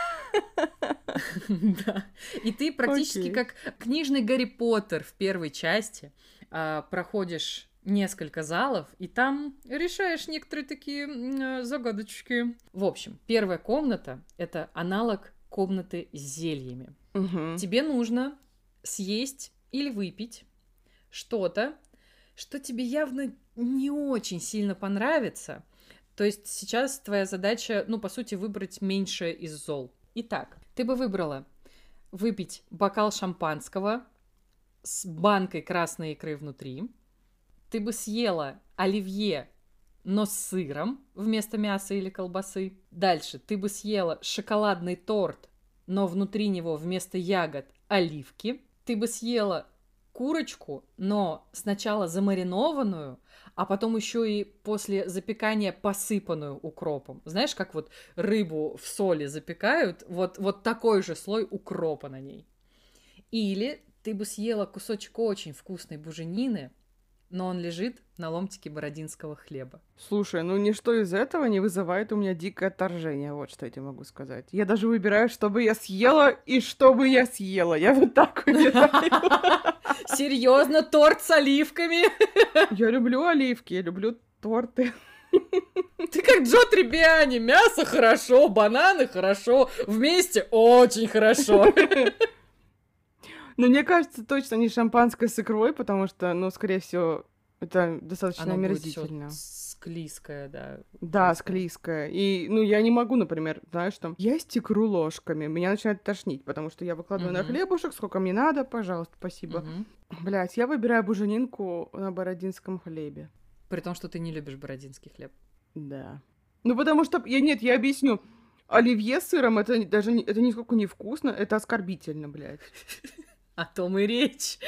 Да. И ты практически Окей. как книжный Гарри Поттер в первой части а, проходишь несколько залов, и там решаешь некоторые такие м, э, загадочки. В общем, первая комната — это аналог комнаты с зельями. Мгм. Тебе нужно съесть или выпить что-то, что тебе явно не очень сильно понравится. То есть сейчас твоя задача, ну, по сути, выбрать меньшее из зол. Итак, ты бы выбрала выпить бокал шампанского с банкой красной икры внутри. Ты бы съела оливье, но с сыром вместо мяса или колбасы. Дальше ты бы съела шоколадный торт, но внутри него вместо ягод оливки. Ты бы съела курочку, но сначала замаринованную, а потом еще и после запекания посыпанную укропом. Знаешь, как вот рыбу в соли запекают, вот, вот такой же слой укропа на ней. Или ты бы съела кусочек очень вкусной буженины, но он лежит на ломтике бородинского хлеба. Слушай, ну ничто из этого не вызывает у меня дикое отторжение, вот что я тебе могу сказать. Я даже выбираю, чтобы я съела и чтобы я съела. Я вот так выбираю. Серьезно, торт с оливками? Я люблю оливки, я люблю торты. Ты как Джо Трибиани. Мясо хорошо, бананы хорошо, вместе очень хорошо. Но мне кажется, точно не шампанское с икрой, потому что, ну, скорее всего, это достаточно Оно будет всё омерзительно. склизкое, да. Да, Просто. склизкое. И, ну, я не могу, например, знаешь, там, есть икру ложками, меня начинает тошнить, потому что я выкладываю на Мгм. хлебушек, сколько мне надо, пожалуйста, спасибо. Мгм. Блять, я выбираю буженинку на бородинском хлебе. При том, что ты не любишь бородинский хлеб. Да. Ну, потому что, я нет, я объясню. Оливье с сыром, это не- даже не- это нисколько не вкусно, это оскорбительно, блядь. О том и речь.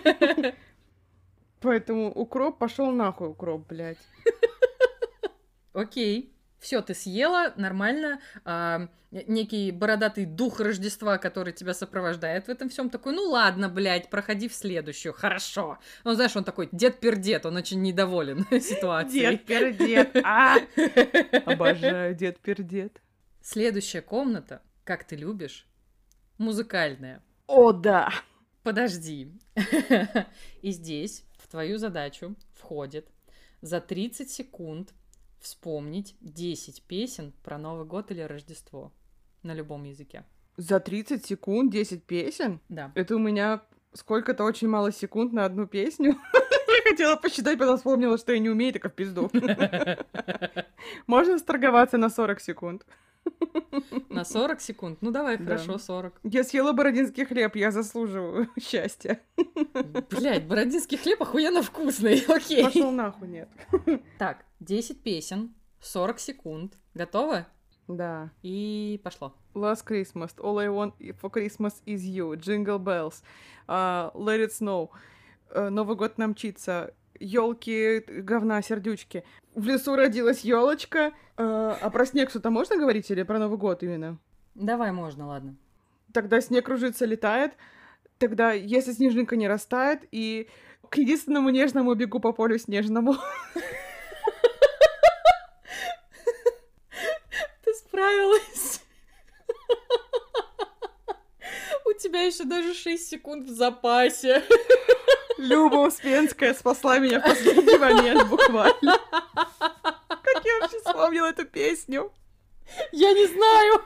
Поэтому укроп пошел нахуй, укроп, блядь. Окей. Все, ты съела, нормально. А, некий бородатый дух Рождества, который тебя сопровождает в этом всем, такой, ну ладно, блядь, проходи в следующую, хорошо. Ну, знаешь, он такой дед-пердед, он очень недоволен ситуацией. Дед-пердед, а! Обожаю дед-пердед. Следующая комната, как ты любишь, музыкальная. О, да! Подожди. И здесь в твою задачу входит за тридцать секунд вспомнить десять песен про Новый год или Рождество на любом языке. За тридцать секунд десять песен? Да. Это у меня сколько-то очень мало секунд на одну песню. Я хотела посчитать, потом вспомнила, что я не умею, так в пизду. Можно сторговаться на сорок секунд. На сорок секунд? Ну давай, Да. хорошо, сорок. Я съела бородинский хлеб, я заслуживаю счастья. Блядь, бородинский хлеб охуенно вкусный, окей. Пошел нахуй, нет. Так, десять песен, сорок секунд. Готова? Да. И пошло. Last Christmas, All I Want for Christmas is You, Jingle Bells, uh, Let It Snow, uh, Новый год нам мчится, елки, говна, сердючки. В лесу родилась елочка. Uh, а про снег что-то можно говорить или про Новый год именно? Давай, можно, ладно. Тогда снег кружится, летает. Тогда, если снежинка не растает, и к единственному нежному бегу по полю снежному. Ты справилась. У тебя еще даже шесть секунд в запасе. Люба Успенская спасла меня в последний момент буквально. Как я вообще вспомнила эту песню? Я не знаю.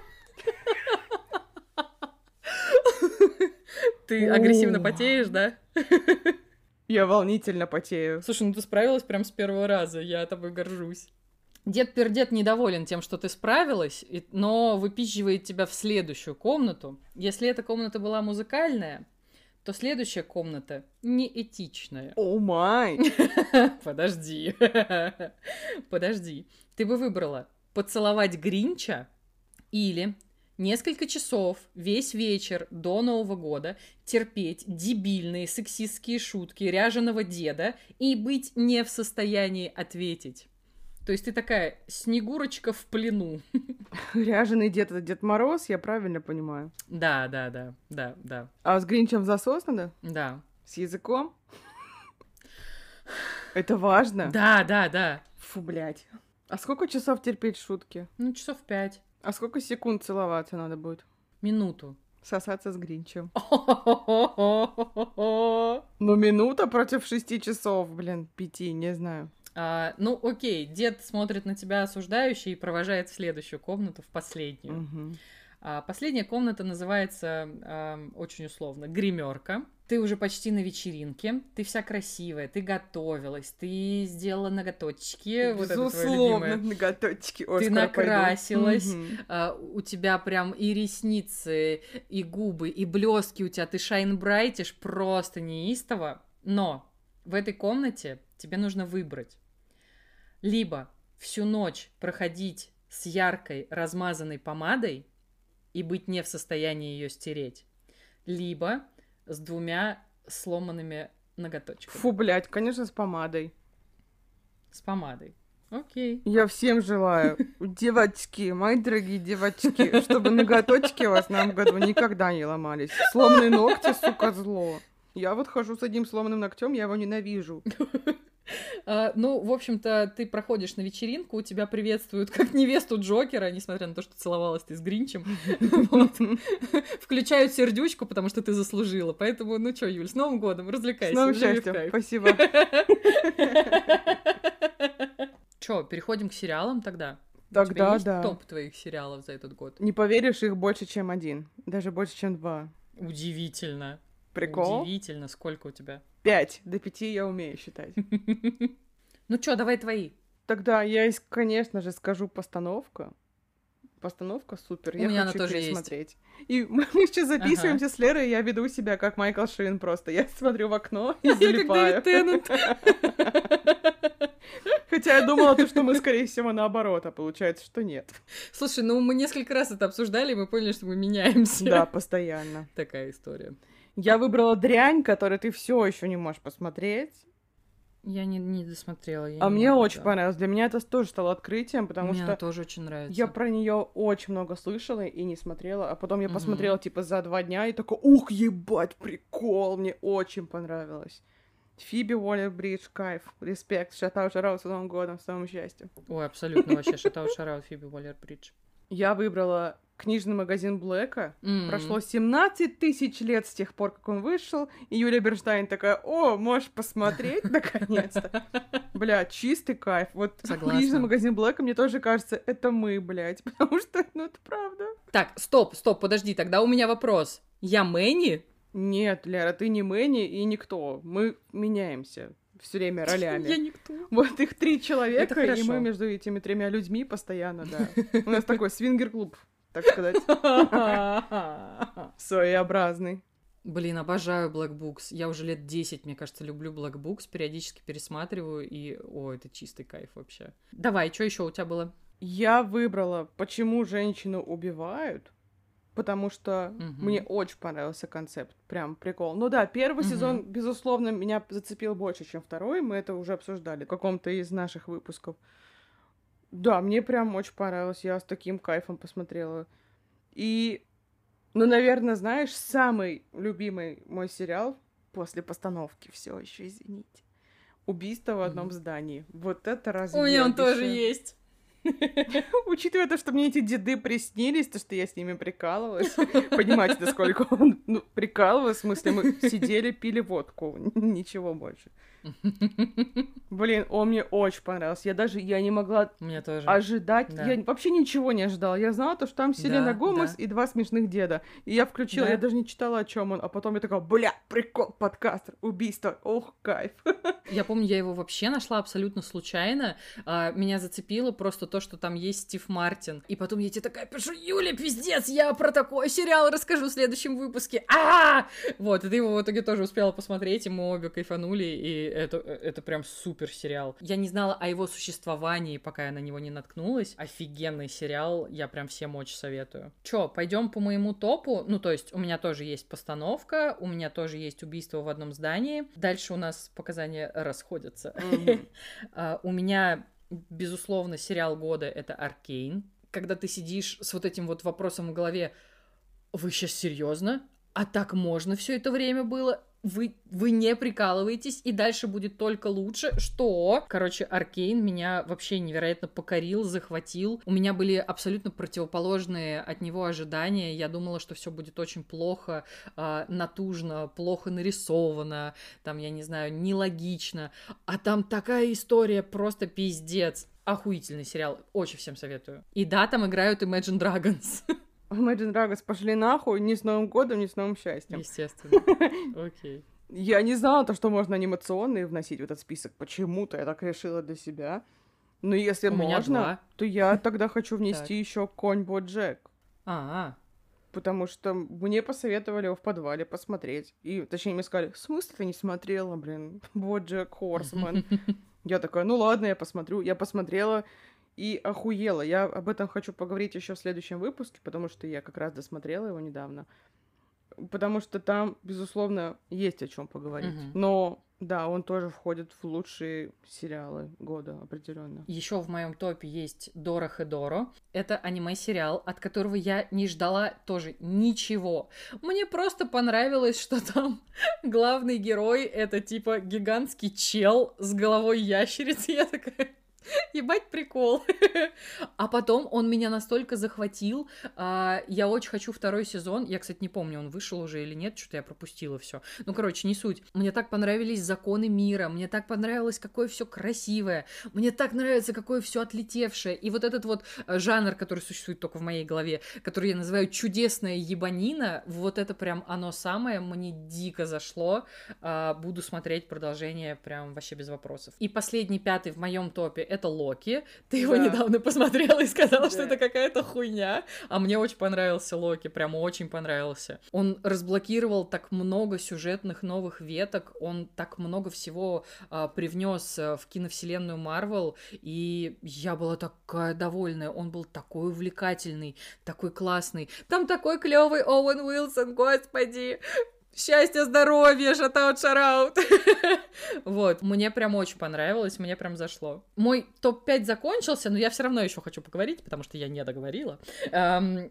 Ты агрессивно потеешь, да? Я волнительно потею. Слушай, ну ты справилась прям с первого раза, я тобой горжусь. Дед-пердед недоволен тем, что ты справилась, и- но выпихивает тебя в следующую комнату. Если эта комната была музыкальная, то следующая комната неэтичная. О май! Подожди. Подожди. Ты бы выбрала поцеловать Гринча или несколько часов, весь вечер до Нового года терпеть дебильные сексистские шутки ряженого деда и быть не в состоянии ответить. То есть ты такая Снегурочка в плену. Ряженый дед — это Дед Мороз, я правильно понимаю. Да, да, да, да, да, А с Гринчем засос надо? да. С языком? Это важно. Да, да, да. Фу, блядь. А сколько часов терпеть шутки? Ну, часов пять. А сколько секунд целоваться надо будет? Минуту. Сосаться с Гринчем. Ну, минута против шести часов, блин, пяти, не знаю. А, ну, окей, дед смотрит на тебя осуждающе и провожает в следующую комнату, в последнюю. Угу. А, последняя комната называется а, очень условно гримерка. Ты уже почти на вечеринке, ты вся красивая, ты готовилась, ты сделала ноготочки. Безусловно, вот ноготочки. О, ты накрасилась, угу. а, у тебя прям и ресницы, и губы, и блески у тебя, ты шайнбрайтишь просто неистово. Но в этой комнате тебе нужно выбрать. Либо всю ночь проходить с яркой размазанной помадой и быть не в состоянии ее стереть, либо с двумя сломанными ноготочками. Фу, блядь, конечно, с помадой. С помадой. Окей. Я всем желаю, девочки, мои дорогие девочки, чтобы ноготочки у вас в новом году никогда не ломались. Сломанные ногти, сука, зло. Я вот хожу с одним сломанным ногтем, я его ненавижу. Uh, ну, в общем-то, ты проходишь на вечеринку, у тебя приветствуют как невесту Джокера, несмотря на то, что целовалась ты с Гринчем. Включают сердючку, потому что ты заслужила. Поэтому, ну чё, Юль, с Новым годом, развлекайся. С новым счастьем, спасибо. Чё, переходим к сериалам тогда? Тогда, у тебя да. Есть топ твоих сериалов за этот год? Не поверишь, их больше, чем один. Даже больше, чем два. Удивительно. Прикол? Удивительно. Сколько у тебя? Пять. До пяти я умею считать. Ну чё, давай твои. Тогда я, конечно же, скажу постановка. Постановка супер. У я меня хочу она тоже пересмотреть. Есть. И мы, мы сейчас записываемся ага. с Лерой, и я веду себя как Майкл Шин просто. Я смотрю в окно и залипаю. Хотя я думала, что мы, скорее всего, наоборот, а получается, что нет. Слушай, ну мы несколько раз это обсуждали, и мы поняли, что мы меняемся. Да, постоянно. Такая история. Я выбрала «Дрянь», которую ты все еще не можешь посмотреть. Я не, не досмотрела. Я а не мне могу, очень да. понравилось. Для меня это тоже стало открытием, потому мне что... она тоже очень нравится. Я про нее очень много слышала и не смотрела, а потом я посмотрела, угу. типа, за два дня и такой, ух, ебать, прикол, мне очень понравилось. Фиби Уоллер-Бридж, кайф, респект, шатаут, шараут с Новым годом, с новым счастьем. Ой, абсолютно вообще, шатаут, шараут, Фиби Уоллер-Бридж. Я выбрала книжный магазин Блэка. Mm-hmm. Прошло семнадцать тысяч лет с тех пор, как он вышел, и Юлия Бернштайн такая, о, можешь посмотреть, наконец-то. Бля, чистый кайф. Вот книжный магазин Блэка, мне тоже кажется, это мы, блядь, потому что, ну, это правда. Так, стоп, стоп, подожди, тогда у меня вопрос. Я Мэнни? Нет, Лера, ты не Мэнни и никто. Мы меняемся все время ролями. Я никто. Вот их три человека, и мы между этими тремя людьми постоянно, да. У нас такой свингер-клуб, так сказать. Своеобразный. Блин, обожаю Black Books. Я уже лет десять, мне кажется, люблю Black Books, периодически пересматриваю, и, о, это чистый кайф вообще. Давай, что еще у тебя было? Я выбрала «Почему женщину убивают», потому что uh-huh. мне очень понравился концепт, прям прикол. Ну да, первый uh-huh. сезон, безусловно, меня зацепил больше, чем второй, мы это уже обсуждали в каком-то из наших выпусков. Да, мне прям очень понравилось, я с таким кайфом посмотрела. И, ну, наверное, знаешь, самый любимый мой сериал после постановки, все еще, извините, «Убийство в одном uh-huh. здании». Вот это разве... У меня он тоже есть. Учитывая то, что мне эти деды приснились, то, что я с ними прикалывалась, понимаете, насколько он ну, прикалывалась, в смысле, мы сидели, пили водку, ничего больше. Блин, он мне очень понравился. Я даже, я не могла мне тоже. ожидать, да. я вообще ничего не ожидала. Я знала, то, что там Селена да, Гомес да. и два смешных деда. И я включила, да. я даже не читала, о чем он, а потом я такая, бля, прикол, подкастер, убийство, ох, кайф. Я помню, я его вообще нашла абсолютно случайно. Меня зацепило просто то, что там есть Стив Мартин. И потом я тебе такая пишу, Юля, пиздец, я про такой сериал расскажу в следующем выпуске. А-а-а! Вот, и ты его в итоге тоже успела посмотреть, и мы обе кайфанули, и это, это прям супер сериал. Я не знала о его существовании, пока я на него не наткнулась. Офигенный сериал, я прям всем очень советую. Чё, пойдем по моему топу? Ну, то есть у меня тоже есть постановка, у меня тоже есть убийство в одном здании. Дальше у нас показания расходятся. Mm-hmm. uh, у меня, безусловно, сериал года — это «Аркейн». Когда ты сидишь с вот этим вот вопросом в голове, вы сейчас серьезно? А так можно все это время было? Вы, вы не прикалываетесь, и дальше будет только лучше. Что? Короче, Аркейн меня вообще невероятно покорил, захватил. У меня были абсолютно противоположные от него ожидания. Я думала, что все будет очень плохо, э, натужно, плохо нарисовано, там, я не знаю, нелогично. А там такая история, просто пиздец. Охуительный сериал, очень всем советую. И да, там играют Imagine Dragons. Imagine Dragons пошли нахуй ни с Новым годом, ни с новым счастьем. Естественно. Окей. Я не знала то, что можно анимационные вносить в этот список. Почему-то я так решила для себя. Но если У меня можно, два. то я тогда хочу Так. внести еще Конь Боджек. А, Потому что мне посоветовали его в подвале посмотреть. И, точнее, мне сказали, в смысле ты не смотрела, блин, Боджек Хорсман? Я такая, ну ладно, я посмотрю. Я посмотрела и охуела. Я об этом хочу поговорить еще в следующем выпуске, потому что я как раз досмотрела его недавно. Потому что там, безусловно, есть о чем поговорить. Мгм. Но да, он тоже входит в лучшие сериалы года, определенно. еще в моем топе есть Дора Хедоро. Это аниме-сериал, от которого я не ждала тоже ничего. Мне просто понравилось, что там главный герой — это типа гигантский чел с головой ящерицы. Я такая... Ебать, прикол. А потом он меня настолько захватил. а, Я очень хочу второй сезон. Я, кстати, не помню, он вышел уже или нет. Что-то я пропустила все. Ну, короче, не суть. Мне так понравились законы мира. Мне так понравилось, какое все красивое. Мне так нравится, какое все отлетевшее. И вот этот вот э, жанр, который существует только в моей голове, который я называю чудесная ебанина, вот это прям оно самое. Мне дико зашло. А, Буду смотреть продолжение прям вообще без вопросов. И последний, пятый в моем топе — это Локи. Ты его Да. недавно посмотрела и сказала, Да. что это какая-то хуйня. А мне очень понравился Локи, прям очень понравился. Он разблокировал так много сюжетных новых веток, он так много всего а, привнес а, в киновселенную Марвел, и я была такая довольная. Он был такой увлекательный, такой классный. Там такой клевый Оуэн Уилсон, господи! Счастья, здоровья, шатаут, шараут. Вот, мне прям очень понравилось, мне прям зашло. Мой топ пять закончился, но я все равно еще хочу поговорить, потому что я не договорила. Эм,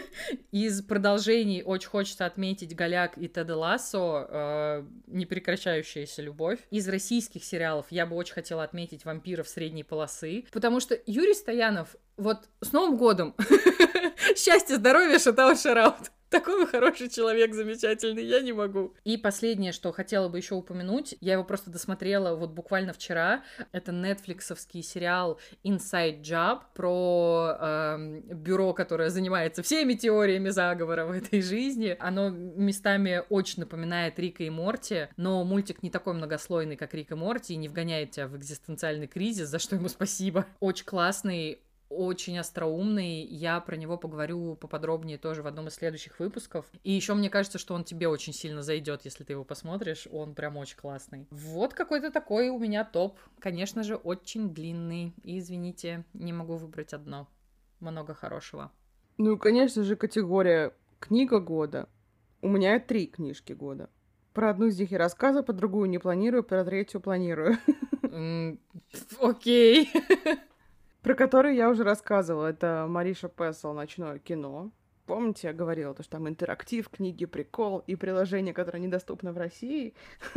Из продолжений очень хочется отметить «Голяк» и «Теда Лассо», э, непрекращающаяся любовь. Из российских сериалов я бы очень хотела отметить «Вампиров средней полосы», потому что Юрий Стоянов, вот с Новым годом! Счастья, здоровья, шатаут, шараут. Такой вы хороший человек, замечательный, я не могу. И последнее, что хотела бы еще упомянуть, я его просто досмотрела вот буквально вчера. Это нетфликсовский сериал Inside Job про э, бюро, которое занимается всеми теориями заговора в этой жизни. Оно местами очень напоминает Рика и Морти, но мультик не такой многослойный, как Рик и Морти, и не вгоняет тебя в экзистенциальный кризис, за что ему спасибо. Очень классный, очень остроумный, я про него поговорю поподробнее тоже в одном из следующих выпусков. И еще мне кажется, что он тебе очень сильно зайдет, если ты его посмотришь, он прям очень классный. Вот какой-то такой у меня топ, конечно же, очень длинный, и, извините, не могу выбрать одно, много хорошего. Ну, конечно же, категория «Книга года». У меня три книжки года. Про одну из них я рассказываю, про другую не планирую, про третью планирую. М, Окей. Про который я уже рассказывала. Это Мариша Пессел «Ночное кино». Помните, я говорила, то, что там интерактив, книги, прикол и приложение, которое недоступно в России.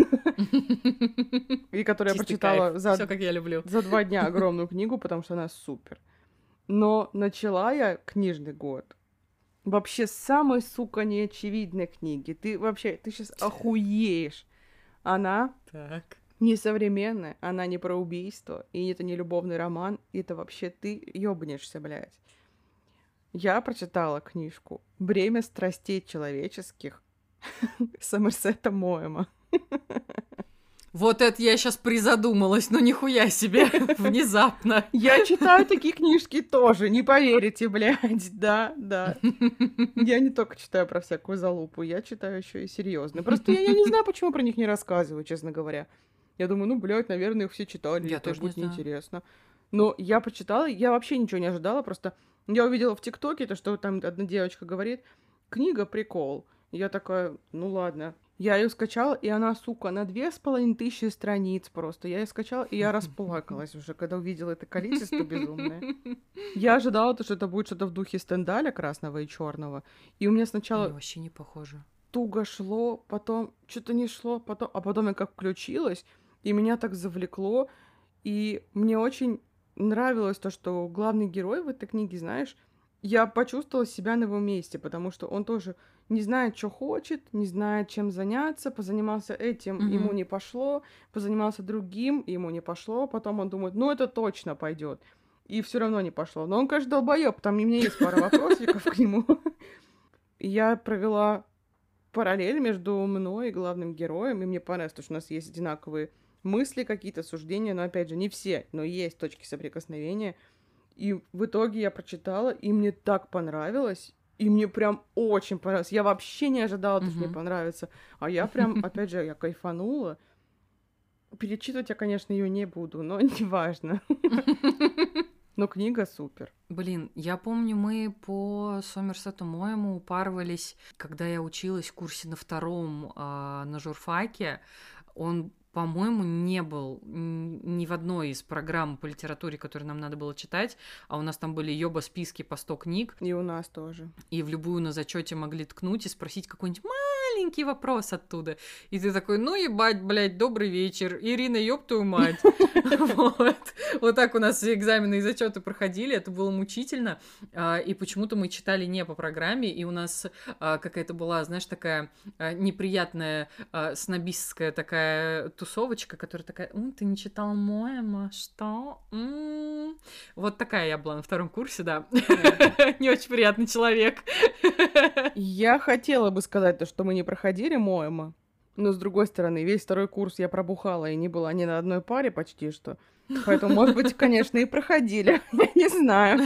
И которое я прочитала за, Все как я люблю. за два дня огромную книгу, потому что она супер. Но начала я книжный год вообще с самой, сука, неочевидной книги. Ты вообще, ты сейчас охуеешь. Она... Так. несовременная, она не про убийство, и это не любовный роман, это вообще ты ёбнешься, блядь. Я прочитала книжку «Бремя страстей человеческих» Сомерсета Моэма. Вот это я сейчас призадумалась, ну нихуя себе, внезапно. Я читаю такие книжки тоже, не поверите, блядь, да, да. Я не только читаю про всякую залупу, я читаю еще и серьезно. Просто я, я не знаю, почему про них не рассказываю, честно говоря. Я думаю, ну, блядь, наверное, их все читали, Я это тоже будет не знаю. неинтересно. Но я почитала, я вообще ничего не ожидала, просто я увидела в ТикТоке то, что там одна девочка говорит, книга прикол. И я такая, ну ладно. Я ее скачала, и она, сука, на две с половиной тысячи страниц просто. Я ее скачала, и я расплакалась уже, когда увидела это количество безумное. Я ожидала, то, что это будет что-то в духе Стендаля красного и черного. И у меня сначала... Они вообще не похожи. туго шло, потом что-то не шло, потом, а потом я как включилась, и меня так завлекло, и мне очень нравилось то, что главный герой в этой книге, знаешь, я почувствовала себя на его месте, потому что он тоже не знает, что хочет, не знает, чем заняться, позанимался этим, Мгм. ему не пошло, позанимался другим, ему не пошло, потом он думает, ну это точно пойдет, и все равно не пошло. Но он, конечно, долбоеб, там у меня есть пара вопросиков к нему. Я провела параллель между мной и главным героем, и мне понравилось, что у нас есть одинаковые мысли, какие-то суждения, но, опять же, не все, но есть точки соприкосновения. И в итоге я прочитала, и мне так понравилось, и мне прям очень понравилось. Я вообще не ожидала, что мне Мгм. понравится, а я прям, опять же, я кайфанула. Перечитывать я, конечно, ее не буду, но неважно. Но книга супер. Блин, я помню, мы по Сомерсету Моему упарывались, когда я училась в курсе на втором а, на журфаке. Он, по-моему, не был н- ни в одной из программ по литературе, которые нам надо было читать, а у нас там были ёба списки по сто книг, И у нас тоже. и в любую на зачете могли ткнуть и спросить какой-нибудь маленький вопрос оттуда. И ты такой, ну ебать, блядь, добрый вечер, Ирина, ёб твою мать. Вот. Вот так у нас все экзамены и зачеты проходили, это было мучительно. А, И почему-то мы читали не по программе, и у нас а, какая-то была, знаешь, такая а, неприятная а, снобистская такая тусовочка, которая такая, «М, ты не читал Моэма, что? М». Вот такая я была на втором курсе, да. Не очень приятный человек. Я хотела бы сказать то, что мы не проходили Моэма, но, с другой стороны, весь второй курс я пробухала и не была ни на одной паре почти что. Поэтому, может быть, конечно, и проходили. Я не знаю.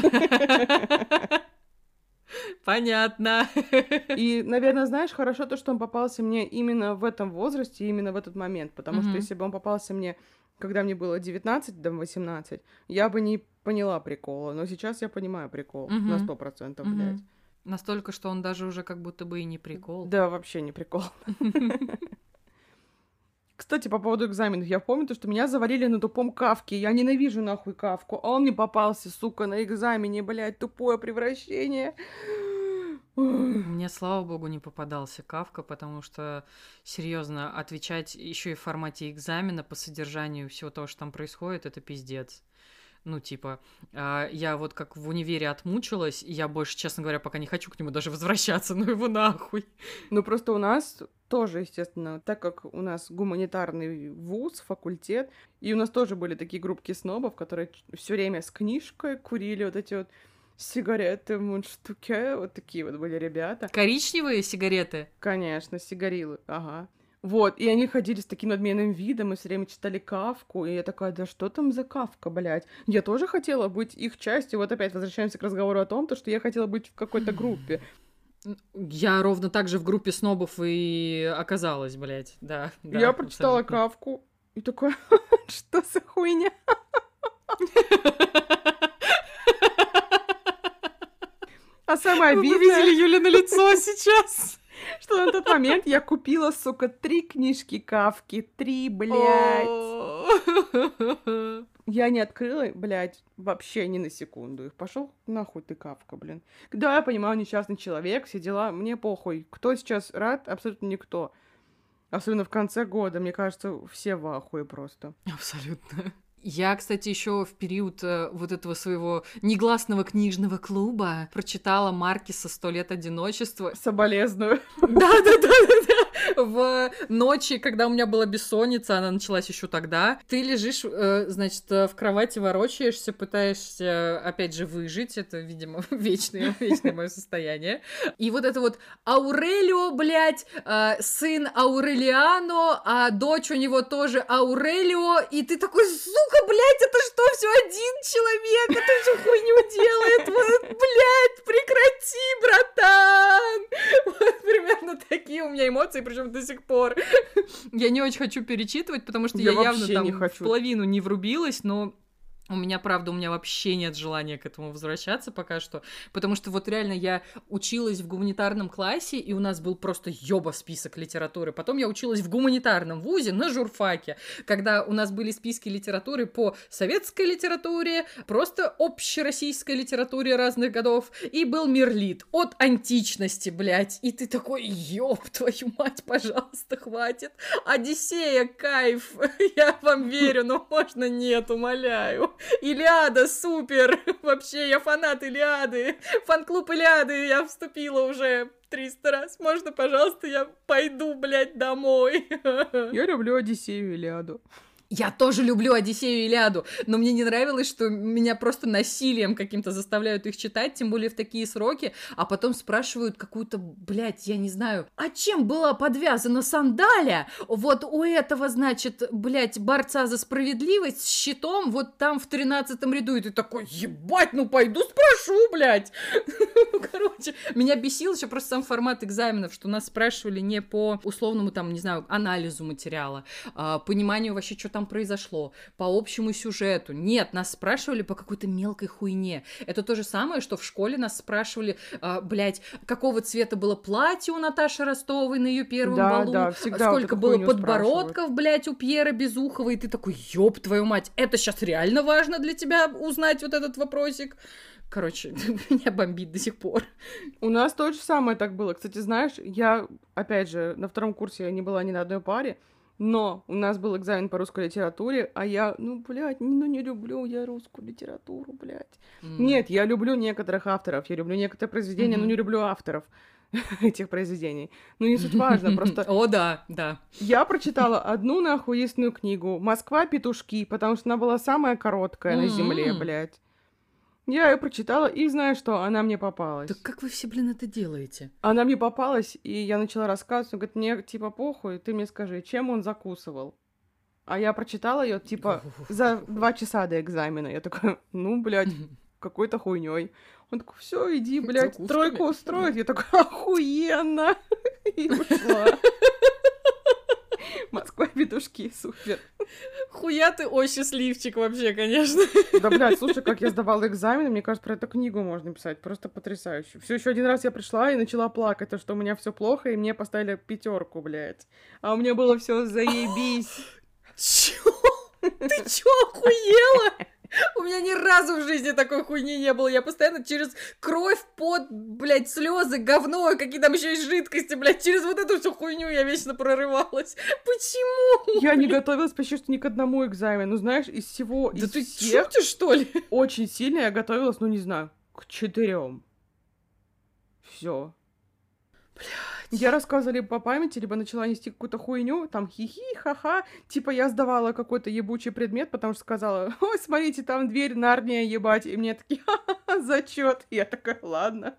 Понятно. И, наверное, знаешь, хорошо то, что он попался мне именно в этом возрасте, именно в этот момент. Потому что Мгм. если бы он попался мне, когда мне было девятнадцать до восемнадцать, я бы не поняла прикола. Но сейчас я понимаю прикол на Мгм. сто процентов, блядь. Мгм. Настолько, что он даже уже как будто бы и не прикол. Да, вообще не прикол. Кстати, по поводу экзаменов, я помню то, что меня завалили на тупом Кавке. Я ненавижу нахуй Кавку, а он мне попался, сука, на экзамене, блядь, тупое превращение. Мне, слава богу, не попадался Кавка, потому что, серьезно, отвечать еще и в формате экзамена по содержанию всего того, что там происходит, это пиздец. Ну, типа, а, я вот как в универе отмучилась, и я больше, честно говоря, пока не хочу к нему даже возвращаться, ну его нахуй. Ну, просто у нас тоже, естественно, так как у нас гуманитарный вуз, факультет, и у нас тоже были такие группки снобов, которые все время с книжкой курили вот эти вот сигареты, мундштуки, вот такие вот были ребята. Коричневые сигареты? Конечно, сигарилы, ага. Вот, и они ходили с таким надменным видом и все время читали Кавку, и я такая, да что там за Кавка, блядь? Я тоже хотела быть их частью, вот опять возвращаемся к разговору о том, то, что я хотела быть в какой-то группе. Я ровно так же в группе снобов и оказалась, блядь, да. да, Я прочитала абсолютно. Кавку, и такая, что за хуйня? А самое Вы бы обидное, видели Юля на лицо сейчас. что на тот момент я купила, сука, три книжки Кавки, три, блядь. О. Я не открыла, блядь, вообще ни на секунду их. Пошел нахуй ты, Кавка, блин. Да, я понимаю, несчастный человек, все дела, мне похуй. Кто сейчас рад? Абсолютно никто. Особенно в конце года, мне кажется, все в ахуе просто. Абсолютно. Я, кстати, еще в период э, вот этого своего негласного книжного клуба прочитала Маркеса «Сто лет одиночества». Соболезную. Да-да-да-да-да. В ночи, когда у меня была бессонница, она началась еще тогда, ты лежишь, э, значит, э, в кровати, ворочаешься, пытаешься, опять же, выжить. Это, видимо, вечное, вечное мое состояние. И вот это вот Аурелио, блядь, э, сын Аурелиано, а дочь у него тоже Аурелио, и ты такой, сука, блядь, это что, все один человек, это всю хуйню делает, вот, блядь, прекрати, братан! Вот примерно такие у меня эмоции, причем до сих пор. Я не очень хочу перечитывать, потому что я, Я явно вообще там не в хочу. половину не врубилась, но У меня, правда, у меня вообще нет желания к этому возвращаться пока что, потому что вот реально я училась в гуманитарном классе, и у нас был просто ёба список литературы. Потом я училась в гуманитарном вузе на журфаке, когда у нас были списки литературы по советской литературе, просто общероссийской литературе разных годов, и был Мирлит от античности, блядь. И ты такой, ёб твою мать, пожалуйста, хватит. Одиссея, кайф, я вам верю, но можно нет, умоляю. Илиада, супер! Вообще, я фанат Илиады! Фан-клуб Илиады, я вступила уже триста раз. Можно, пожалуйста, я пойду, блядь, домой? Я люблю Одиссею и Илиаду. Я тоже люблю Одиссею и Илиаду, но мне не нравилось, что меня просто насилием каким-то заставляют их читать, тем более в такие сроки, а потом спрашивают какую-то, блядь, я не знаю, а чем была подвязана сандалия? Вот у этого, значит, блядь, борца за справедливость с щитом вот там в тринадцатом ряду, и ты такой, ебать, ну пойду спрошу, блядь. Короче, меня бесил еще просто сам формат экзаменов, что нас спрашивали не по условному, там, не знаю, анализу материала, а, пониманию вообще, что там произошло, по общему сюжету. Нет, нас спрашивали по какой-то мелкой хуйне. Это то же самое, что в школе нас спрашивали, а, блядь, какого цвета было платье у Наташи Ростовой на ее первом Да, балу, да, всегда сколько вот было подбородков, блядь, у Пьера Безухова, и ты такой, ёб твою мать, это сейчас реально важно для тебя узнать вот этот вопросик? Короче, меня бомбит до сих пор. У нас то же самое так было. Кстати, знаешь, я, опять же, на втором курсе я не была ни на одной паре, но у нас был экзамен по русской литературе, а я, ну, блядь, ну не люблю я русскую литературу, блядь. Mm. Нет, я люблю некоторых авторов, я люблю некоторые произведения, mm-hmm. но не люблю авторов этих произведений. Ну, не суть важно, просто... О, да, да. Я прочитала одну охуенную книгу «Москва. Петушки», потому что она была самая короткая на земле, блядь. Я ее прочитала, и знаю, что она мне попалась. Так как вы все, блин, это делаете? Она мне попалась, и я начала рассказывать. Он говорит, мне, типа, похуй, ты мне скажи, чем он закусывал? А я прочитала ее, типа, за два часа до экзамена. Я такая, ну, блядь, какой-то хуйней. Он такой, все, иди, блядь, тройку устроит. Я такая, охуенно! И ушла. Москва, петушки, супер. Хуя ты, о, счастливчик вообще, конечно. Да, блядь, слушай, как я сдавала экзамен, мне кажется, про эту книгу можно писать, просто потрясающе. Все еще один раз я пришла и начала плакать, то, что у меня все плохо, и мне поставили пятерку, блядь. А у меня было все заебись. Чё? Ты чё, охуела? У меня ни разу в жизни такой хуйни не было. Я постоянно через кровь, пот, блядь, слезы, говно, какие там еще есть жидкости, блядь, через вот эту всю хуйню я вечно прорывалась. Почему? Я не готовилась почти что ни к одному экзамену. Ну, знаешь, из всего, да из ты всех... шутишь, что ли? Очень сильно я готовилась, ну, не знаю, к четырем. Все. Блядь. Я рассказывала либо по памяти, либо начала нести какую-то хуйню, там хихи, ха-ха. Типа я сдавала какой-то ебучий предмет, потому что сказала, ой, смотрите, там дверь, Нарния, ебать. И мне такие, ха-ха, зачет. Я такая, ладно.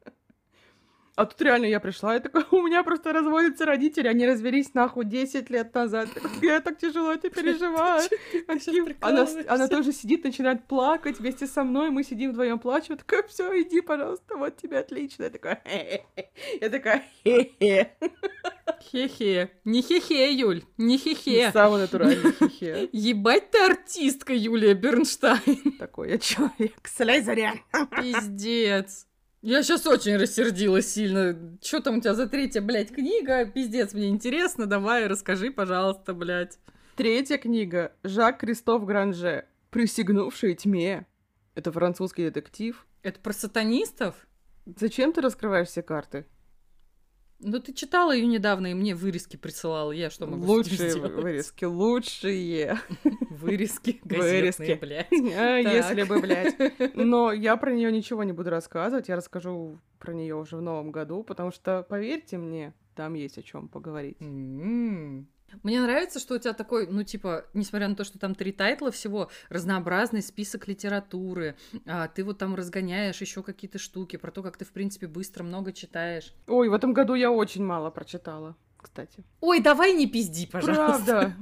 А тут реально я пришла, и такая, у меня просто разводятся родители, они развелись нахуй десять лет назад. Я так тяжело это переживаю. Она, она тоже сидит, начинает плакать вместе со мной, мы сидим вдвоем плачем. Такая, все, иди, пожалуйста, вот тебе отлично. Я такая, хе-хе. Я такая, хе-хе. Хе-хе. Не хе-хе, Юль, не хе-хе. Самый натуральный хе-хе. Ебать ты артистка, Юлия Бернштайн. Такой я человек, Слизерин. Пиздец. Я сейчас очень рассердилась сильно. Чё там у тебя за третья, блядь, книга? Пиздец, мне интересно. Давай, расскажи, пожалуйста, блядь. Третья книга. Жак Кристоф Гранже. «Присягнувший тьме». Это французский детектив. Это про сатанистов? Зачем ты раскрываешь все карты? Ну, ты читала ее недавно, и мне вырезки присылала. Я что могу лучшие с этим сделать? Вырезки, лучшие. Вырезки газетные, блядь. А, если бы, блядь. Но я про нее ничего не буду рассказывать. Я расскажу про нее уже в новом году, потому что, поверьте мне, там есть о чем поговорить. Mm-hmm. Мне нравится, что у тебя такой, ну, типа, несмотря на то, что там три тайтла всего, разнообразный список литературы, а ты вот там разгоняешь еще какие-то штуки про то, как ты, в принципе, быстро много читаешь. Ой, в этом году я очень мало прочитала, кстати. Ой, давай не пизди, пожалуйста. Правда.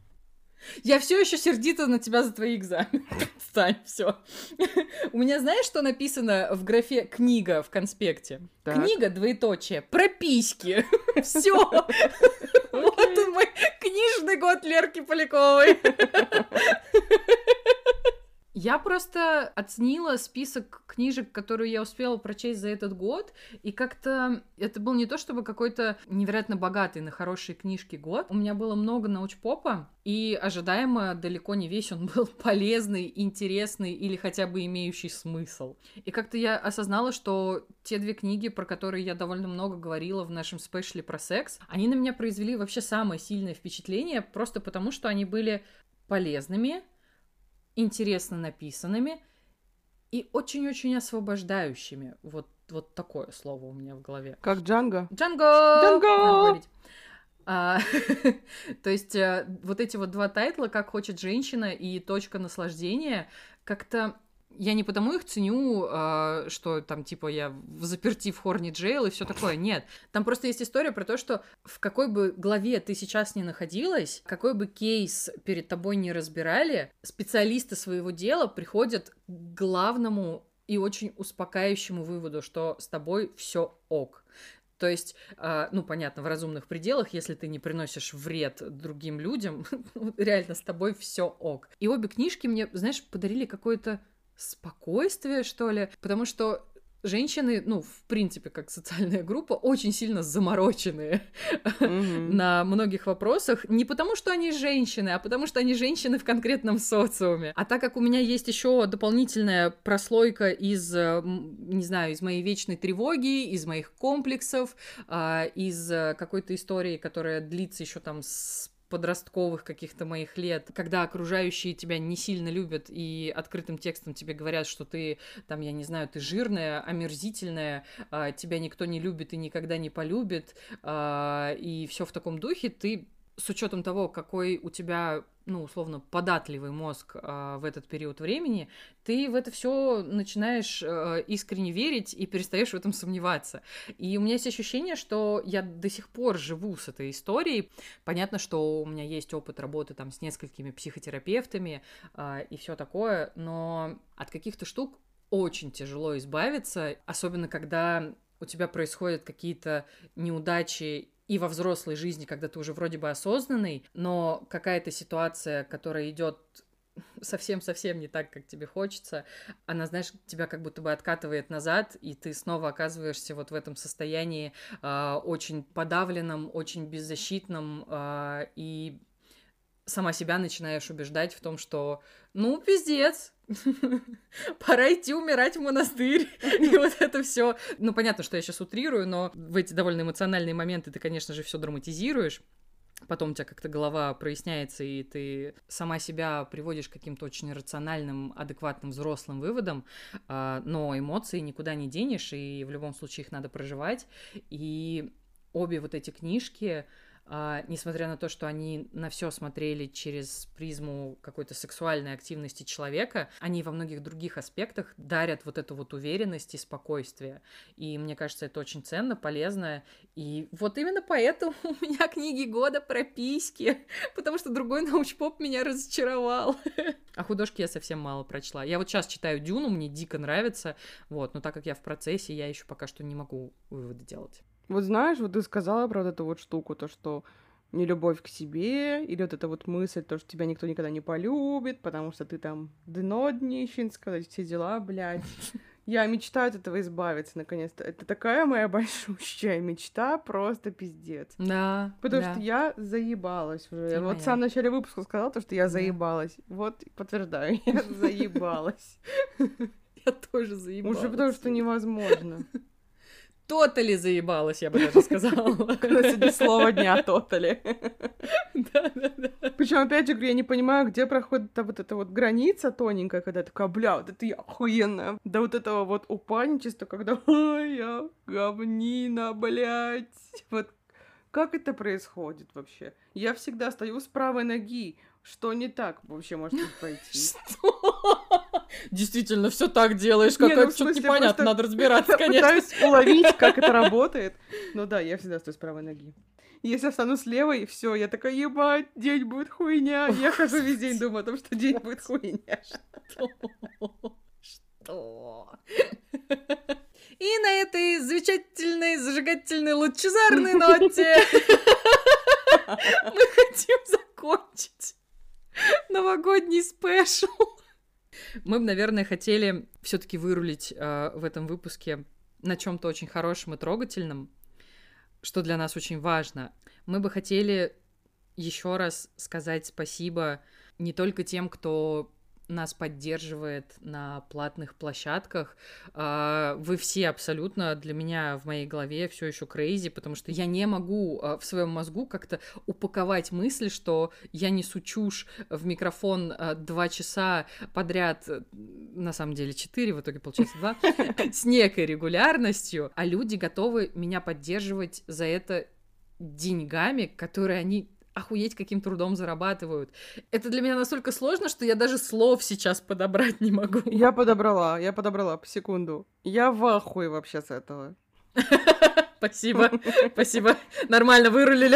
Я все еще сердита на тебя за твои экзамены. Стань, все. У меня знаешь, что написано в графе «книга» в конспекте? Так. Книга, двоеточие, про письки. Все. Вот он мой книжный год Лерки Поляковой. Я просто оценила список книжек, которые я успела прочесть за этот год, и как-то это был не то чтобы какой-то невероятно богатый на хорошие книжки год. У меня было много научпопа, и ожидаемо далеко не весь он был полезный, интересный или хотя бы имеющий смысл. И как-то я осознала, что те две книги, про которые я довольно много говорила в нашем спешле про секс, они на меня произвели вообще самое сильное впечатление, просто потому что они были полезными, интересно написанными и очень-очень освобождающими. Вот, вот такое слово у меня в голове. Как Джанго. Джанго! Джанго! А, то есть вот эти вот два тайтла «Как хочет женщина» и «Точка наслаждения» как-то... Я не потому их ценю, что там, типа, я в заперти в Хорни Джейл и все такое. Нет. Там просто есть история про то, что в какой бы главе ты сейчас ни находилась, какой бы кейс перед тобой не разбирали, специалисты своего дела приходят к главному и очень успокаивающему выводу, что с тобой все ок. То есть, ну, понятно, в разумных пределах, если ты не приносишь вред другим людям, реально с тобой все ок. И обе книжки мне, знаешь, подарили какое-то спокойствие, что ли, потому что женщины, ну, в принципе, как социальная группа, очень сильно замороченные mm-hmm. на многих вопросах, не потому что они женщины, а потому что они женщины в конкретном социуме. А так как у меня есть еще дополнительная прослойка из, не знаю, из моей вечной тревоги, из моих комплексов, из какой-то истории, которая длится еще там с подростковых каких-то моих лет, когда окружающие тебя не сильно любят и открытым текстом тебе говорят, что ты, там, я не знаю, ты жирная, омерзительная, тебя никто не любит и никогда не полюбит, и все в таком духе, ты с учетом того, какой у тебя, ну, условно, податливый мозг э, в этот период времени, ты в это все начинаешь э, искренне верить и перестаешь в этом сомневаться. И у меня есть ощущение, что я до сих пор живу с этой историей. Понятно, что у меня есть опыт работы там с несколькими психотерапевтами э, и все такое, но от каких-то штук очень тяжело избавиться, особенно когда у тебя происходят какие-то неудачи и во взрослой жизни, когда ты уже вроде бы осознанный, но какая-то ситуация, которая идет совсем-совсем не так, как тебе хочется, она, знаешь, тебя как будто бы откатывает назад, и ты снова оказываешься вот в этом состоянии э, очень подавленном, очень беззащитном, э, и сама себя начинаешь убеждать в том, что, ну, пиздец, пора идти умирать в монастырь. И вот это все. Ну, понятно, что я сейчас утрирую, но в эти довольно эмоциональные моменты ты, конечно же, все драматизируешь. Потом у тебя как-то голова проясняется, и ты сама себя приводишь к каким-то очень рациональным, адекватным взрослым выводам, но эмоции никуда не денешь, и в любом случае их надо проживать. И обе вот эти книжки, Uh, несмотря на то, что они на все смотрели через призму какой-то сексуальной активности человека, они во многих других аспектах дарят вот эту вот уверенность и спокойствие. И мне кажется, это очень ценно, полезно. И вот именно поэтому у меня книги года про письки, потому что другой научпоп меня разочаровал. А художки я совсем мало прочла. Я вот сейчас читаю «Дюну», мне дико нравится, вот, но так как я в процессе, я еще пока что не могу выводы делать. Вот знаешь, вот ты сказала про вот эту вот штуку, то, что нелюбовь к себе, или вот эта вот мысль, то, что тебя никто никогда не полюбит, потому что ты там дно днищенское, все дела, блядь. Я мечтаю от этого избавиться, наконец-то. Это такая моя большущая мечта, просто пиздец. Да, Потому да. что я заебалась уже. И вот моя. в самом начале выпуска сказала, то, что я Да. заебалась. Вот, подтверждаю, я заебалась. Я тоже заебалась. Уже потому что невозможно. Тотали заебалась, я бы даже сказала. Сегодня слово дня тотали. Да-да-да. Причем, опять же, я не понимаю, где проходит вот эта вот граница тоненькая, когда такая, бля, вот это я охуенная. До вот этого вот упадничества, когда ой, я говнина, блядь. Вот как это происходит вообще? Я всегда стою с правой ноги. Что не так вообще может пойти? Что? Действительно, все так делаешь, как ну, что-то непонятно, надо разбираться, Я конечно. пытаюсь уловить, как это работает. Ну да, я всегда стою с правой ноги. Если я встану с левой, все, я такая, ебать, день будет хуйня. Я хожу весь день, думаю о том, что день будет хуйня. Что? Что? И на этой замечательной, зажигательной, лучезарной ноте мы хотим закончить новогодний спешл. Мы бы, наверное, хотели все-таки вырулить э, в этом выпуске на чем-то очень хорошем и трогательном, что для нас очень важно. Мы бы хотели еще раз сказать спасибо не только тем, кто нас поддерживает на платных площадках. Вы все абсолютно для меня в моей голове все еще крейзи, потому что я не могу в своем мозгу как-то упаковать мысли, что я несу чушь в микрофон два часа подряд, на самом деле четыре, в итоге получается два, с некой регулярностью, а люди готовы меня поддерживать за это деньгами, которые они охуеть каким трудом зарабатывают. Это для меня настолько сложно, что я даже слов сейчас подобрать не могу. Я подобрала, я подобрала, по секунду. Я в ахуе вообще с этого. Спасибо, спасибо. Нормально вырулили.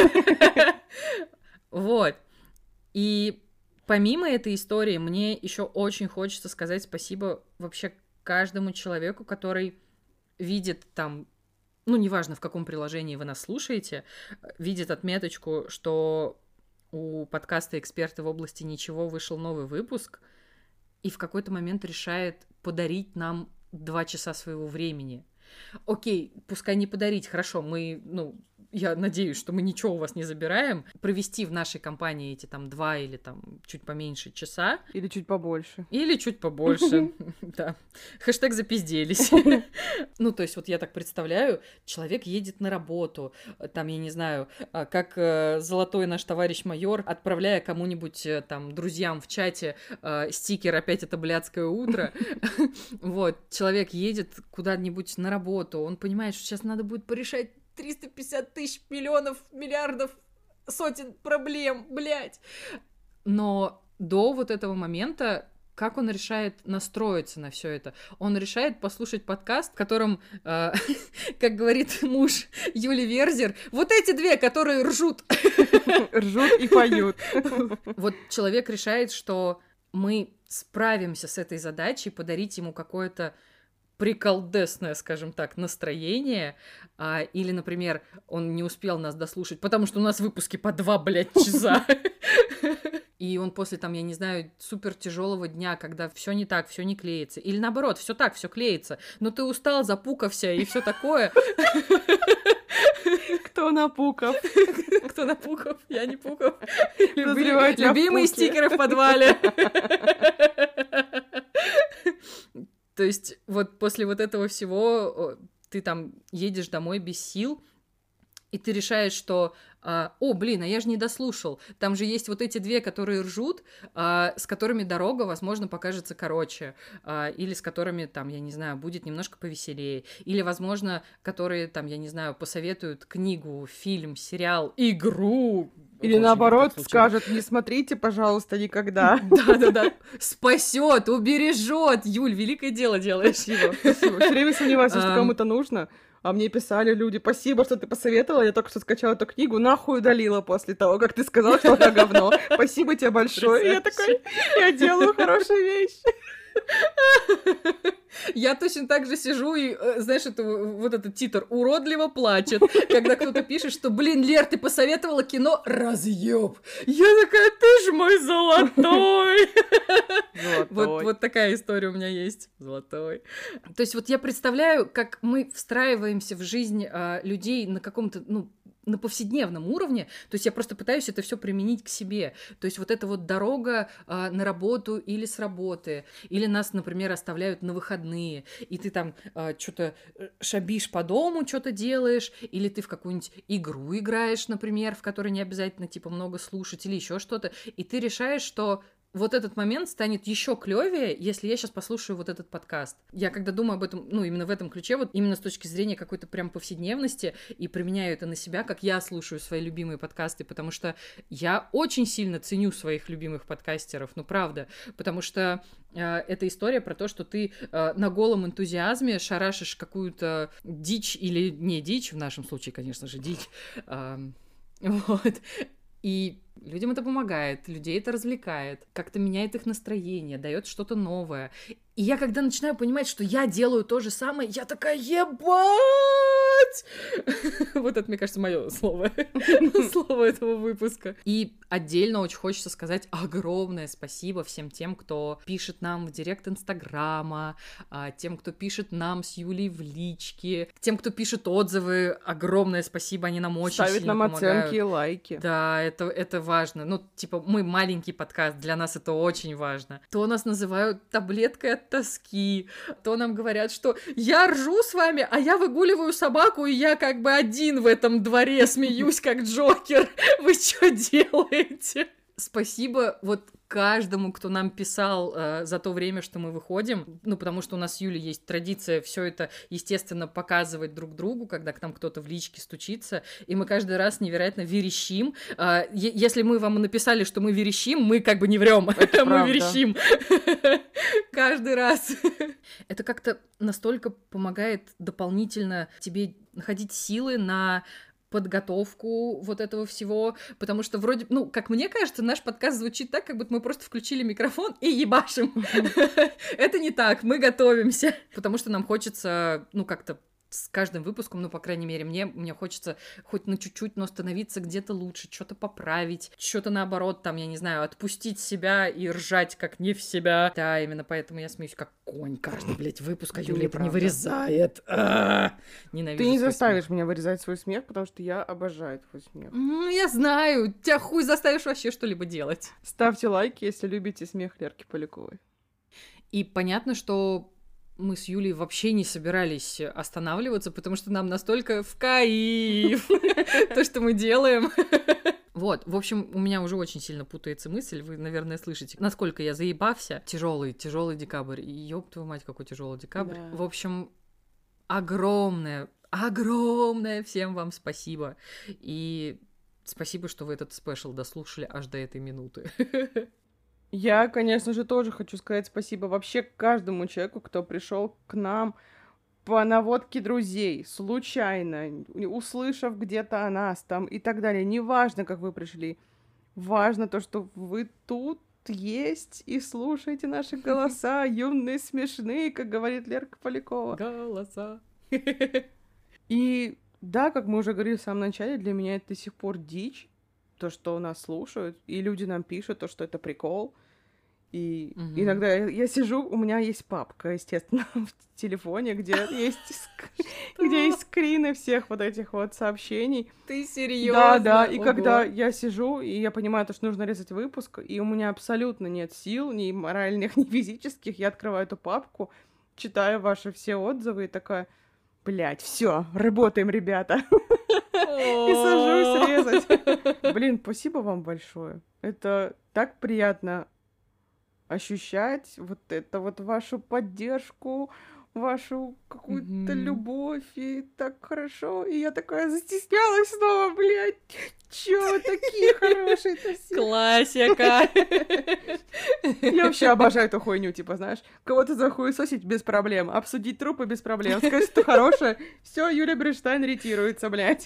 Вот. И помимо этой истории, мне еще очень хочется сказать спасибо вообще каждому человеку, который видит там, ну, неважно, в каком приложении вы нас слушаете, видит отметочку, что у подкаста «Эксперты в области ничего» вышел новый выпуск, и в какой-то момент решает подарить нам два часа своего времени. Окей, пускай не подарить, хорошо, мы, ну, я надеюсь, что мы ничего у вас не забираем. Провести в нашей компании эти там два или там чуть поменьше часа. Или чуть побольше. Или чуть побольше, да. Хэштег запизделись. Ну, то есть вот я так представляю, человек едет на работу, там, я не знаю, как золотой наш товарищ майор, отправляя кому-нибудь там друзьям в чате стикер «Опять это блядское утро». Вот, человек едет куда-нибудь на работу, он понимает, что сейчас надо будет порешать триста пятьдесят тысяч миллионов, миллиардов, сотен проблем, блядь. Но до вот этого момента, как он решает настроиться на все это? Он решает послушать подкаст, в котором, э, как говорит муж Юли Верзер, вот эти две, которые ржут. Ржут и поют. Вот человек решает, что мы справимся с этой задачей, подарить ему какое-то приколдесное, скажем так, настроение, а, или, например, он не успел нас дослушать, потому что у нас выпуски по два, блядь, часа, и он после, там, я не знаю, супер тяжелого дня, когда все не так, все не клеится, или наоборот, все так, все клеится, но ты устал, запукався и все такое. Кто напукав? Кто напукав? Я не пукав. Любимые стикеры в подвале. То есть вот после вот этого всего ты там едешь домой без сил, и ты решаешь, что а, «О, блин, а я же не дослушал, там же есть вот эти две, которые ржут, а, с которыми дорога, возможно, покажется короче, а, или с которыми, там, я не знаю, будет немножко повеселее, или, возможно, которые, там, я не знаю, посоветуют книгу, фильм, сериал, игру». Или наоборот скажет: не смотрите, пожалуйста, никогда. Да-да-да. Спасет, убережет. Юль, великое дело делаешь. Спасибо, спасибо. Все время сомневаюсь, что кому-то нужно. А мне писали люди: спасибо, что ты посоветовала, я только что скачала эту книгу, нахуй удалила после того, как ты сказала, что это говно. Спасибо тебе большое. И я такой: я делаю хорошие вещи. Я точно так же сижу и, знаешь, это, вот этот титр «Уродливо плачет», когда кто-то пишет, что, блин, Лер, ты посоветовала кино «Разъёб». Я такая: ты ж мой золотой. Вот, вот такая история у меня есть. Золотой. То есть вот я представляю, как мы встраиваемся в жизнь а, людей на каком-то, ну, на повседневном уровне, то есть я просто пытаюсь это все применить к себе. То есть вот эта вот дорога а, на работу или с работы, или нас, например, оставляют на выходные, и ты там а, что-то шабишь по дому, что-то делаешь, или ты в какую-нибудь игру играешь, например, в которой не обязательно типа много слушать, или еще что-то, и ты решаешь, что вот этот момент станет еще клевее, если я сейчас послушаю вот этот подкаст. Я когда думаю об этом, ну, именно в этом ключе, вот именно с точки зрения какой-то прям повседневности, и применяю это на себя, как я слушаю свои любимые подкасты, потому что я очень сильно ценю своих любимых подкастеров, ну, правда, потому что э, это история про то, что ты э, на голом энтузиазме шарашишь какую-то дичь, или не дичь, в нашем случае, конечно же, дичь, э, вот, и людям это помогает, людей это развлекает, как-то меняет их настроение, дает что-то новое. И я когда начинаю понимать, что я делаю то же самое, я такая: ебать! блядь! Вот это, мне кажется, мое слово. Слово этого выпуска. И отдельно очень хочется сказать огромное спасибо всем тем, кто пишет нам в директ Инстаграма, тем, кто пишет нам с Юлей в личке, тем, кто пишет отзывы. Огромное спасибо, они нам очень Ставит сильно нам помогают. оценки и лайки. Да, это, это важно. Ну, типа, мы маленький подкаст, для нас это очень важно. То нас называют таблеткой от тоски, то нам говорят, что я ржу с вами, а я выгуливаю собаку, и я как бы один в этом дворе смеюсь, как Джокер. Вы что делаете? Спасибо вот каждому, кто нам писал э, за то время, что мы выходим, ну, потому что у нас с Юлей есть традиция все это, естественно, показывать друг другу, когда к нам кто-то в личке стучится, и мы каждый раз невероятно верещим. Э, е- если мы вам написали, что мы верещим, мы как бы не врем, мы верещим. Каждый раз. Это как-то настолько помогает дополнительно тебе находить силы на подготовку вот этого всего, потому что вроде, ну, как мне кажется, наш подкаст звучит так, как будто мы просто включили микрофон и ебашим. Это не так, мы готовимся, потому что нам хочется, ну, как-то с каждым выпуском, ну, по крайней мере, мне, мне хочется хоть на чуть-чуть, но становиться где-то лучше, что-то поправить, что-то наоборот, там, я не знаю, отпустить себя и ржать как не в себя. Да, именно поэтому я смеюсь как конь каждый, блядь, выпуск, а Юля это не вырезает. Ненавижу. Ты не заставишь меня вырезать свой смех, потому что я обожаю твой смех. Ну, я знаю, тебя хуй заставишь вообще что-либо делать. Ставьте лайки, если любите смех Лерки Поляковой. И понятно, что мы с Юлей вообще не собирались останавливаться, потому что нам настолько в кайф то, что мы делаем. Вот, в общем, у меня уже очень сильно путается мысль, вы, наверное, слышите, насколько я заебався. Тяжелый, тяжелый декабрь. Ёб твою мать, какой тяжелый декабрь. Да. В общем, огромное, огромное всем вам спасибо. И спасибо, что вы этот спешл дослушали аж до этой минуты. Я, конечно же, тоже хочу сказать спасибо вообще каждому человеку, кто пришел к нам по наводке друзей, случайно, услышав где-то о нас там и так далее. Неважно, как вы пришли. Важно то, что вы тут есть и слушаете наши голоса, юные, смешные, как говорит Лерка Полякова. Голоса. И да, как мы уже говорили в самом начале, для меня это до сих пор дичь, то, что нас слушают, и люди нам пишут, то, что это прикол. И угу. иногда я, я сижу, у меня есть папка, естественно, в телефоне, где есть, где есть скрины всех вот этих вот сообщений. Ты серьезно? Да, да, и когда я сижу, и я понимаю, то, что нужно резать выпуск, и у меня абсолютно нет сил, ни моральных, ни физических, я открываю эту папку, читаю ваши все отзывы и такая, блядь, все, работаем, ребята. И сажусь резать. Блин, спасибо вам большое. Это так приятно ощущать вот это вот вашу поддержку, вашу какую-то mm-hmm. любовь, и так хорошо. И я такая застеснялась снова, блядь. Чё вы такие хорошие-то все? Классика! Я вообще обожаю эту хуйню, типа, знаешь, кого-то захуесосить без проблем, обсудить трупы без проблем, сказать, что хорошее. Все, Юля Бринштейн ретируется, блядь.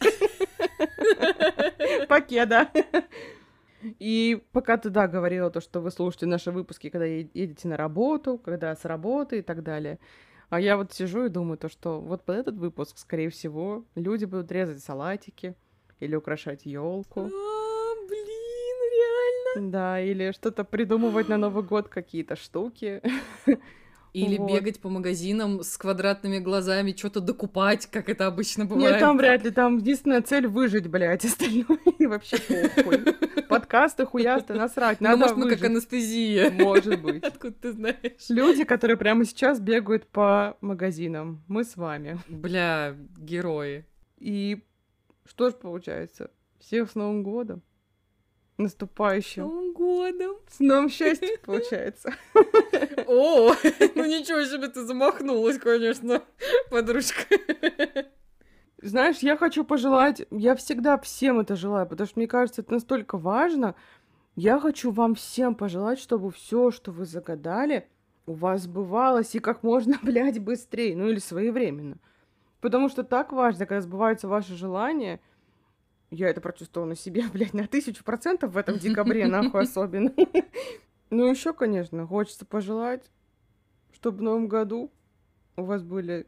Покеда. И пока ты, да, говорила то, что вы слушаете наши выпуски, когда едете на работу, когда с работы и так далее. А я вот сижу и думаю то, что вот под этот выпуск, скорее всего, люди будут резать салатики или украшать елку. А, блин, реально? Да, или что-то придумывать на Новый год, какие-то штуки. Или вот. Бегать по магазинам с квадратными глазами, что-то докупать, как это обычно бывает. Нет, там вряд ли, там единственная цель выжить, блядь, остальное вообще похуй. Подкасты, хуясты, насрать, надо Ну, может, выжить. мы как анестезия. Может быть. Откуда ты знаешь? Люди, которые прямо сейчас бегают по магазинам. Мы с вами. Бля, герои. И что ж получается? Всех с Новым годом. Наступающим. С Новым годом. С новым счастьем, получается. О, ну ничего себе ты замахнулась, конечно, подружка. Знаешь, я хочу пожелать, я всегда всем это желаю, потому что мне кажется, это настолько важно. Я хочу вам всем пожелать, чтобы все, что вы загадали, у вас сбывалось и как можно, блядь, быстрее, ну или своевременно. Потому что так важно, когда сбываются ваши желания. Я это прочувствовала на себе, блядь, на тысячу процентов в этом декабре, нахуй особенно. Ну еще, конечно, хочется пожелать, чтобы в новом году у вас были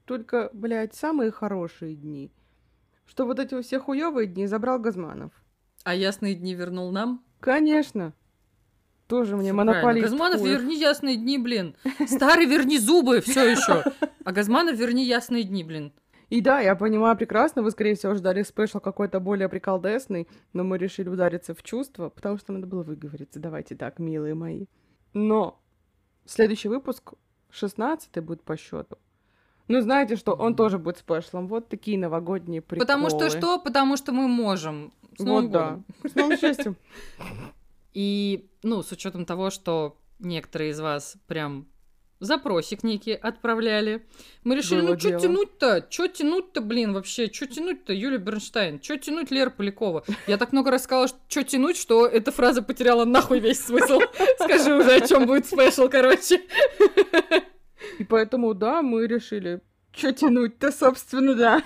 Только, блядь, самые хорошие дни. Что вот эти все хуёвые дни забрал Газманов. А ясные дни вернул нам? Конечно. Тоже мне Всё монополист. правильно. Газманов, хуев. верни ясные дни, блин. Старый, верни зубы, все еще. А Газманов, верни ясные дни, блин. И да, я понимаю прекрасно, вы, скорее всего, ждали спешл какой-то более приколдесный, но мы решили удариться в чувства, потому что надо было выговориться. Давайте так, милые мои. Но следующий выпуск, шестнадцатый, будет по счету. Ну, знаете, что он тоже будет спешлом. Вот такие новогодние приколы. Потому что что? Потому что мы можем. С Новым Вот да. годом. С новым счастьем. И, ну, с учетом того, что некоторые из вас прям запросик некий отправляли, мы решили, Было ну, что дело. тянуть-то? Что тянуть-то, блин, вообще? Что тянуть-то, Юлия Бернштейн? Что тянуть, Лера Полякова? Я так много раз сказала, что тянуть, что эта фраза потеряла нахуй весь смысл. Скажи уже, о чем будет спешл, короче. И поэтому, да, мы решили, что тянуть-то, собственно, да.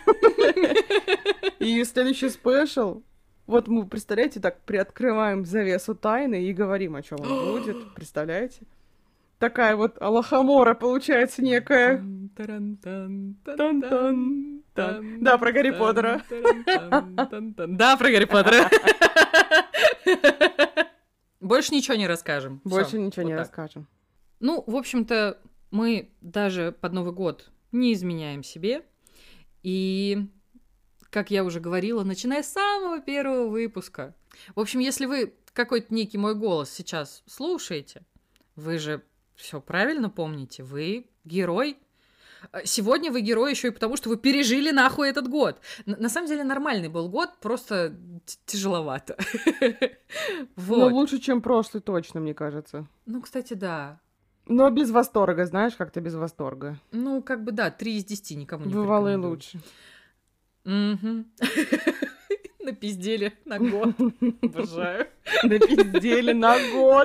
И следующий спешл, вот мы, представляете, так приоткрываем завесу тайны и говорим, о чем он будет, представляете? Такая вот алахамора получается некая. Тан-тан, тан. Да, про Гарри Поттера. Да, про Гарри Поттера. Больше ничего не расскажем. Больше Всё, ничего вот не так. расскажем. Ну, в общем-то, мы даже под Новый год не изменяем себе. И, как я уже говорила, начиная с самого первого выпуска. В общем, если вы какой-то некий мой голос сейчас слушаете, вы же все правильно помните, вы герой. Сегодня вы герой еще и потому, что вы пережили нахуй этот год. Н- на самом деле нормальный был год, просто т- тяжеловато. Ну, Вот. лучше, чем прошлый, точно, мне кажется. Ну, кстати, да. Но без восторга, знаешь, как-то без восторга. Ну, как бы да, три из десяти никому не Бывало и порекомендую. лучше. Мгм. Напиздели на год. Обожаю. Напиздели на год.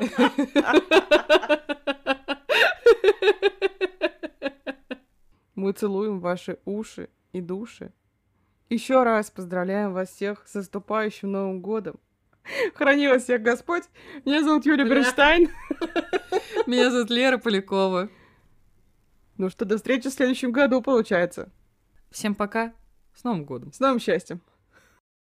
Мы целуем ваши уши и души. Еще раз поздравляем вас всех с наступающим Новым годом. Храни вас всех Господь. Меня зовут Юлия Бля. Бернштейн. Меня зовут Лера Полякова. Ну что, до встречи в следующем году, получается. Всем пока. С Новым годом. С новым счастьем.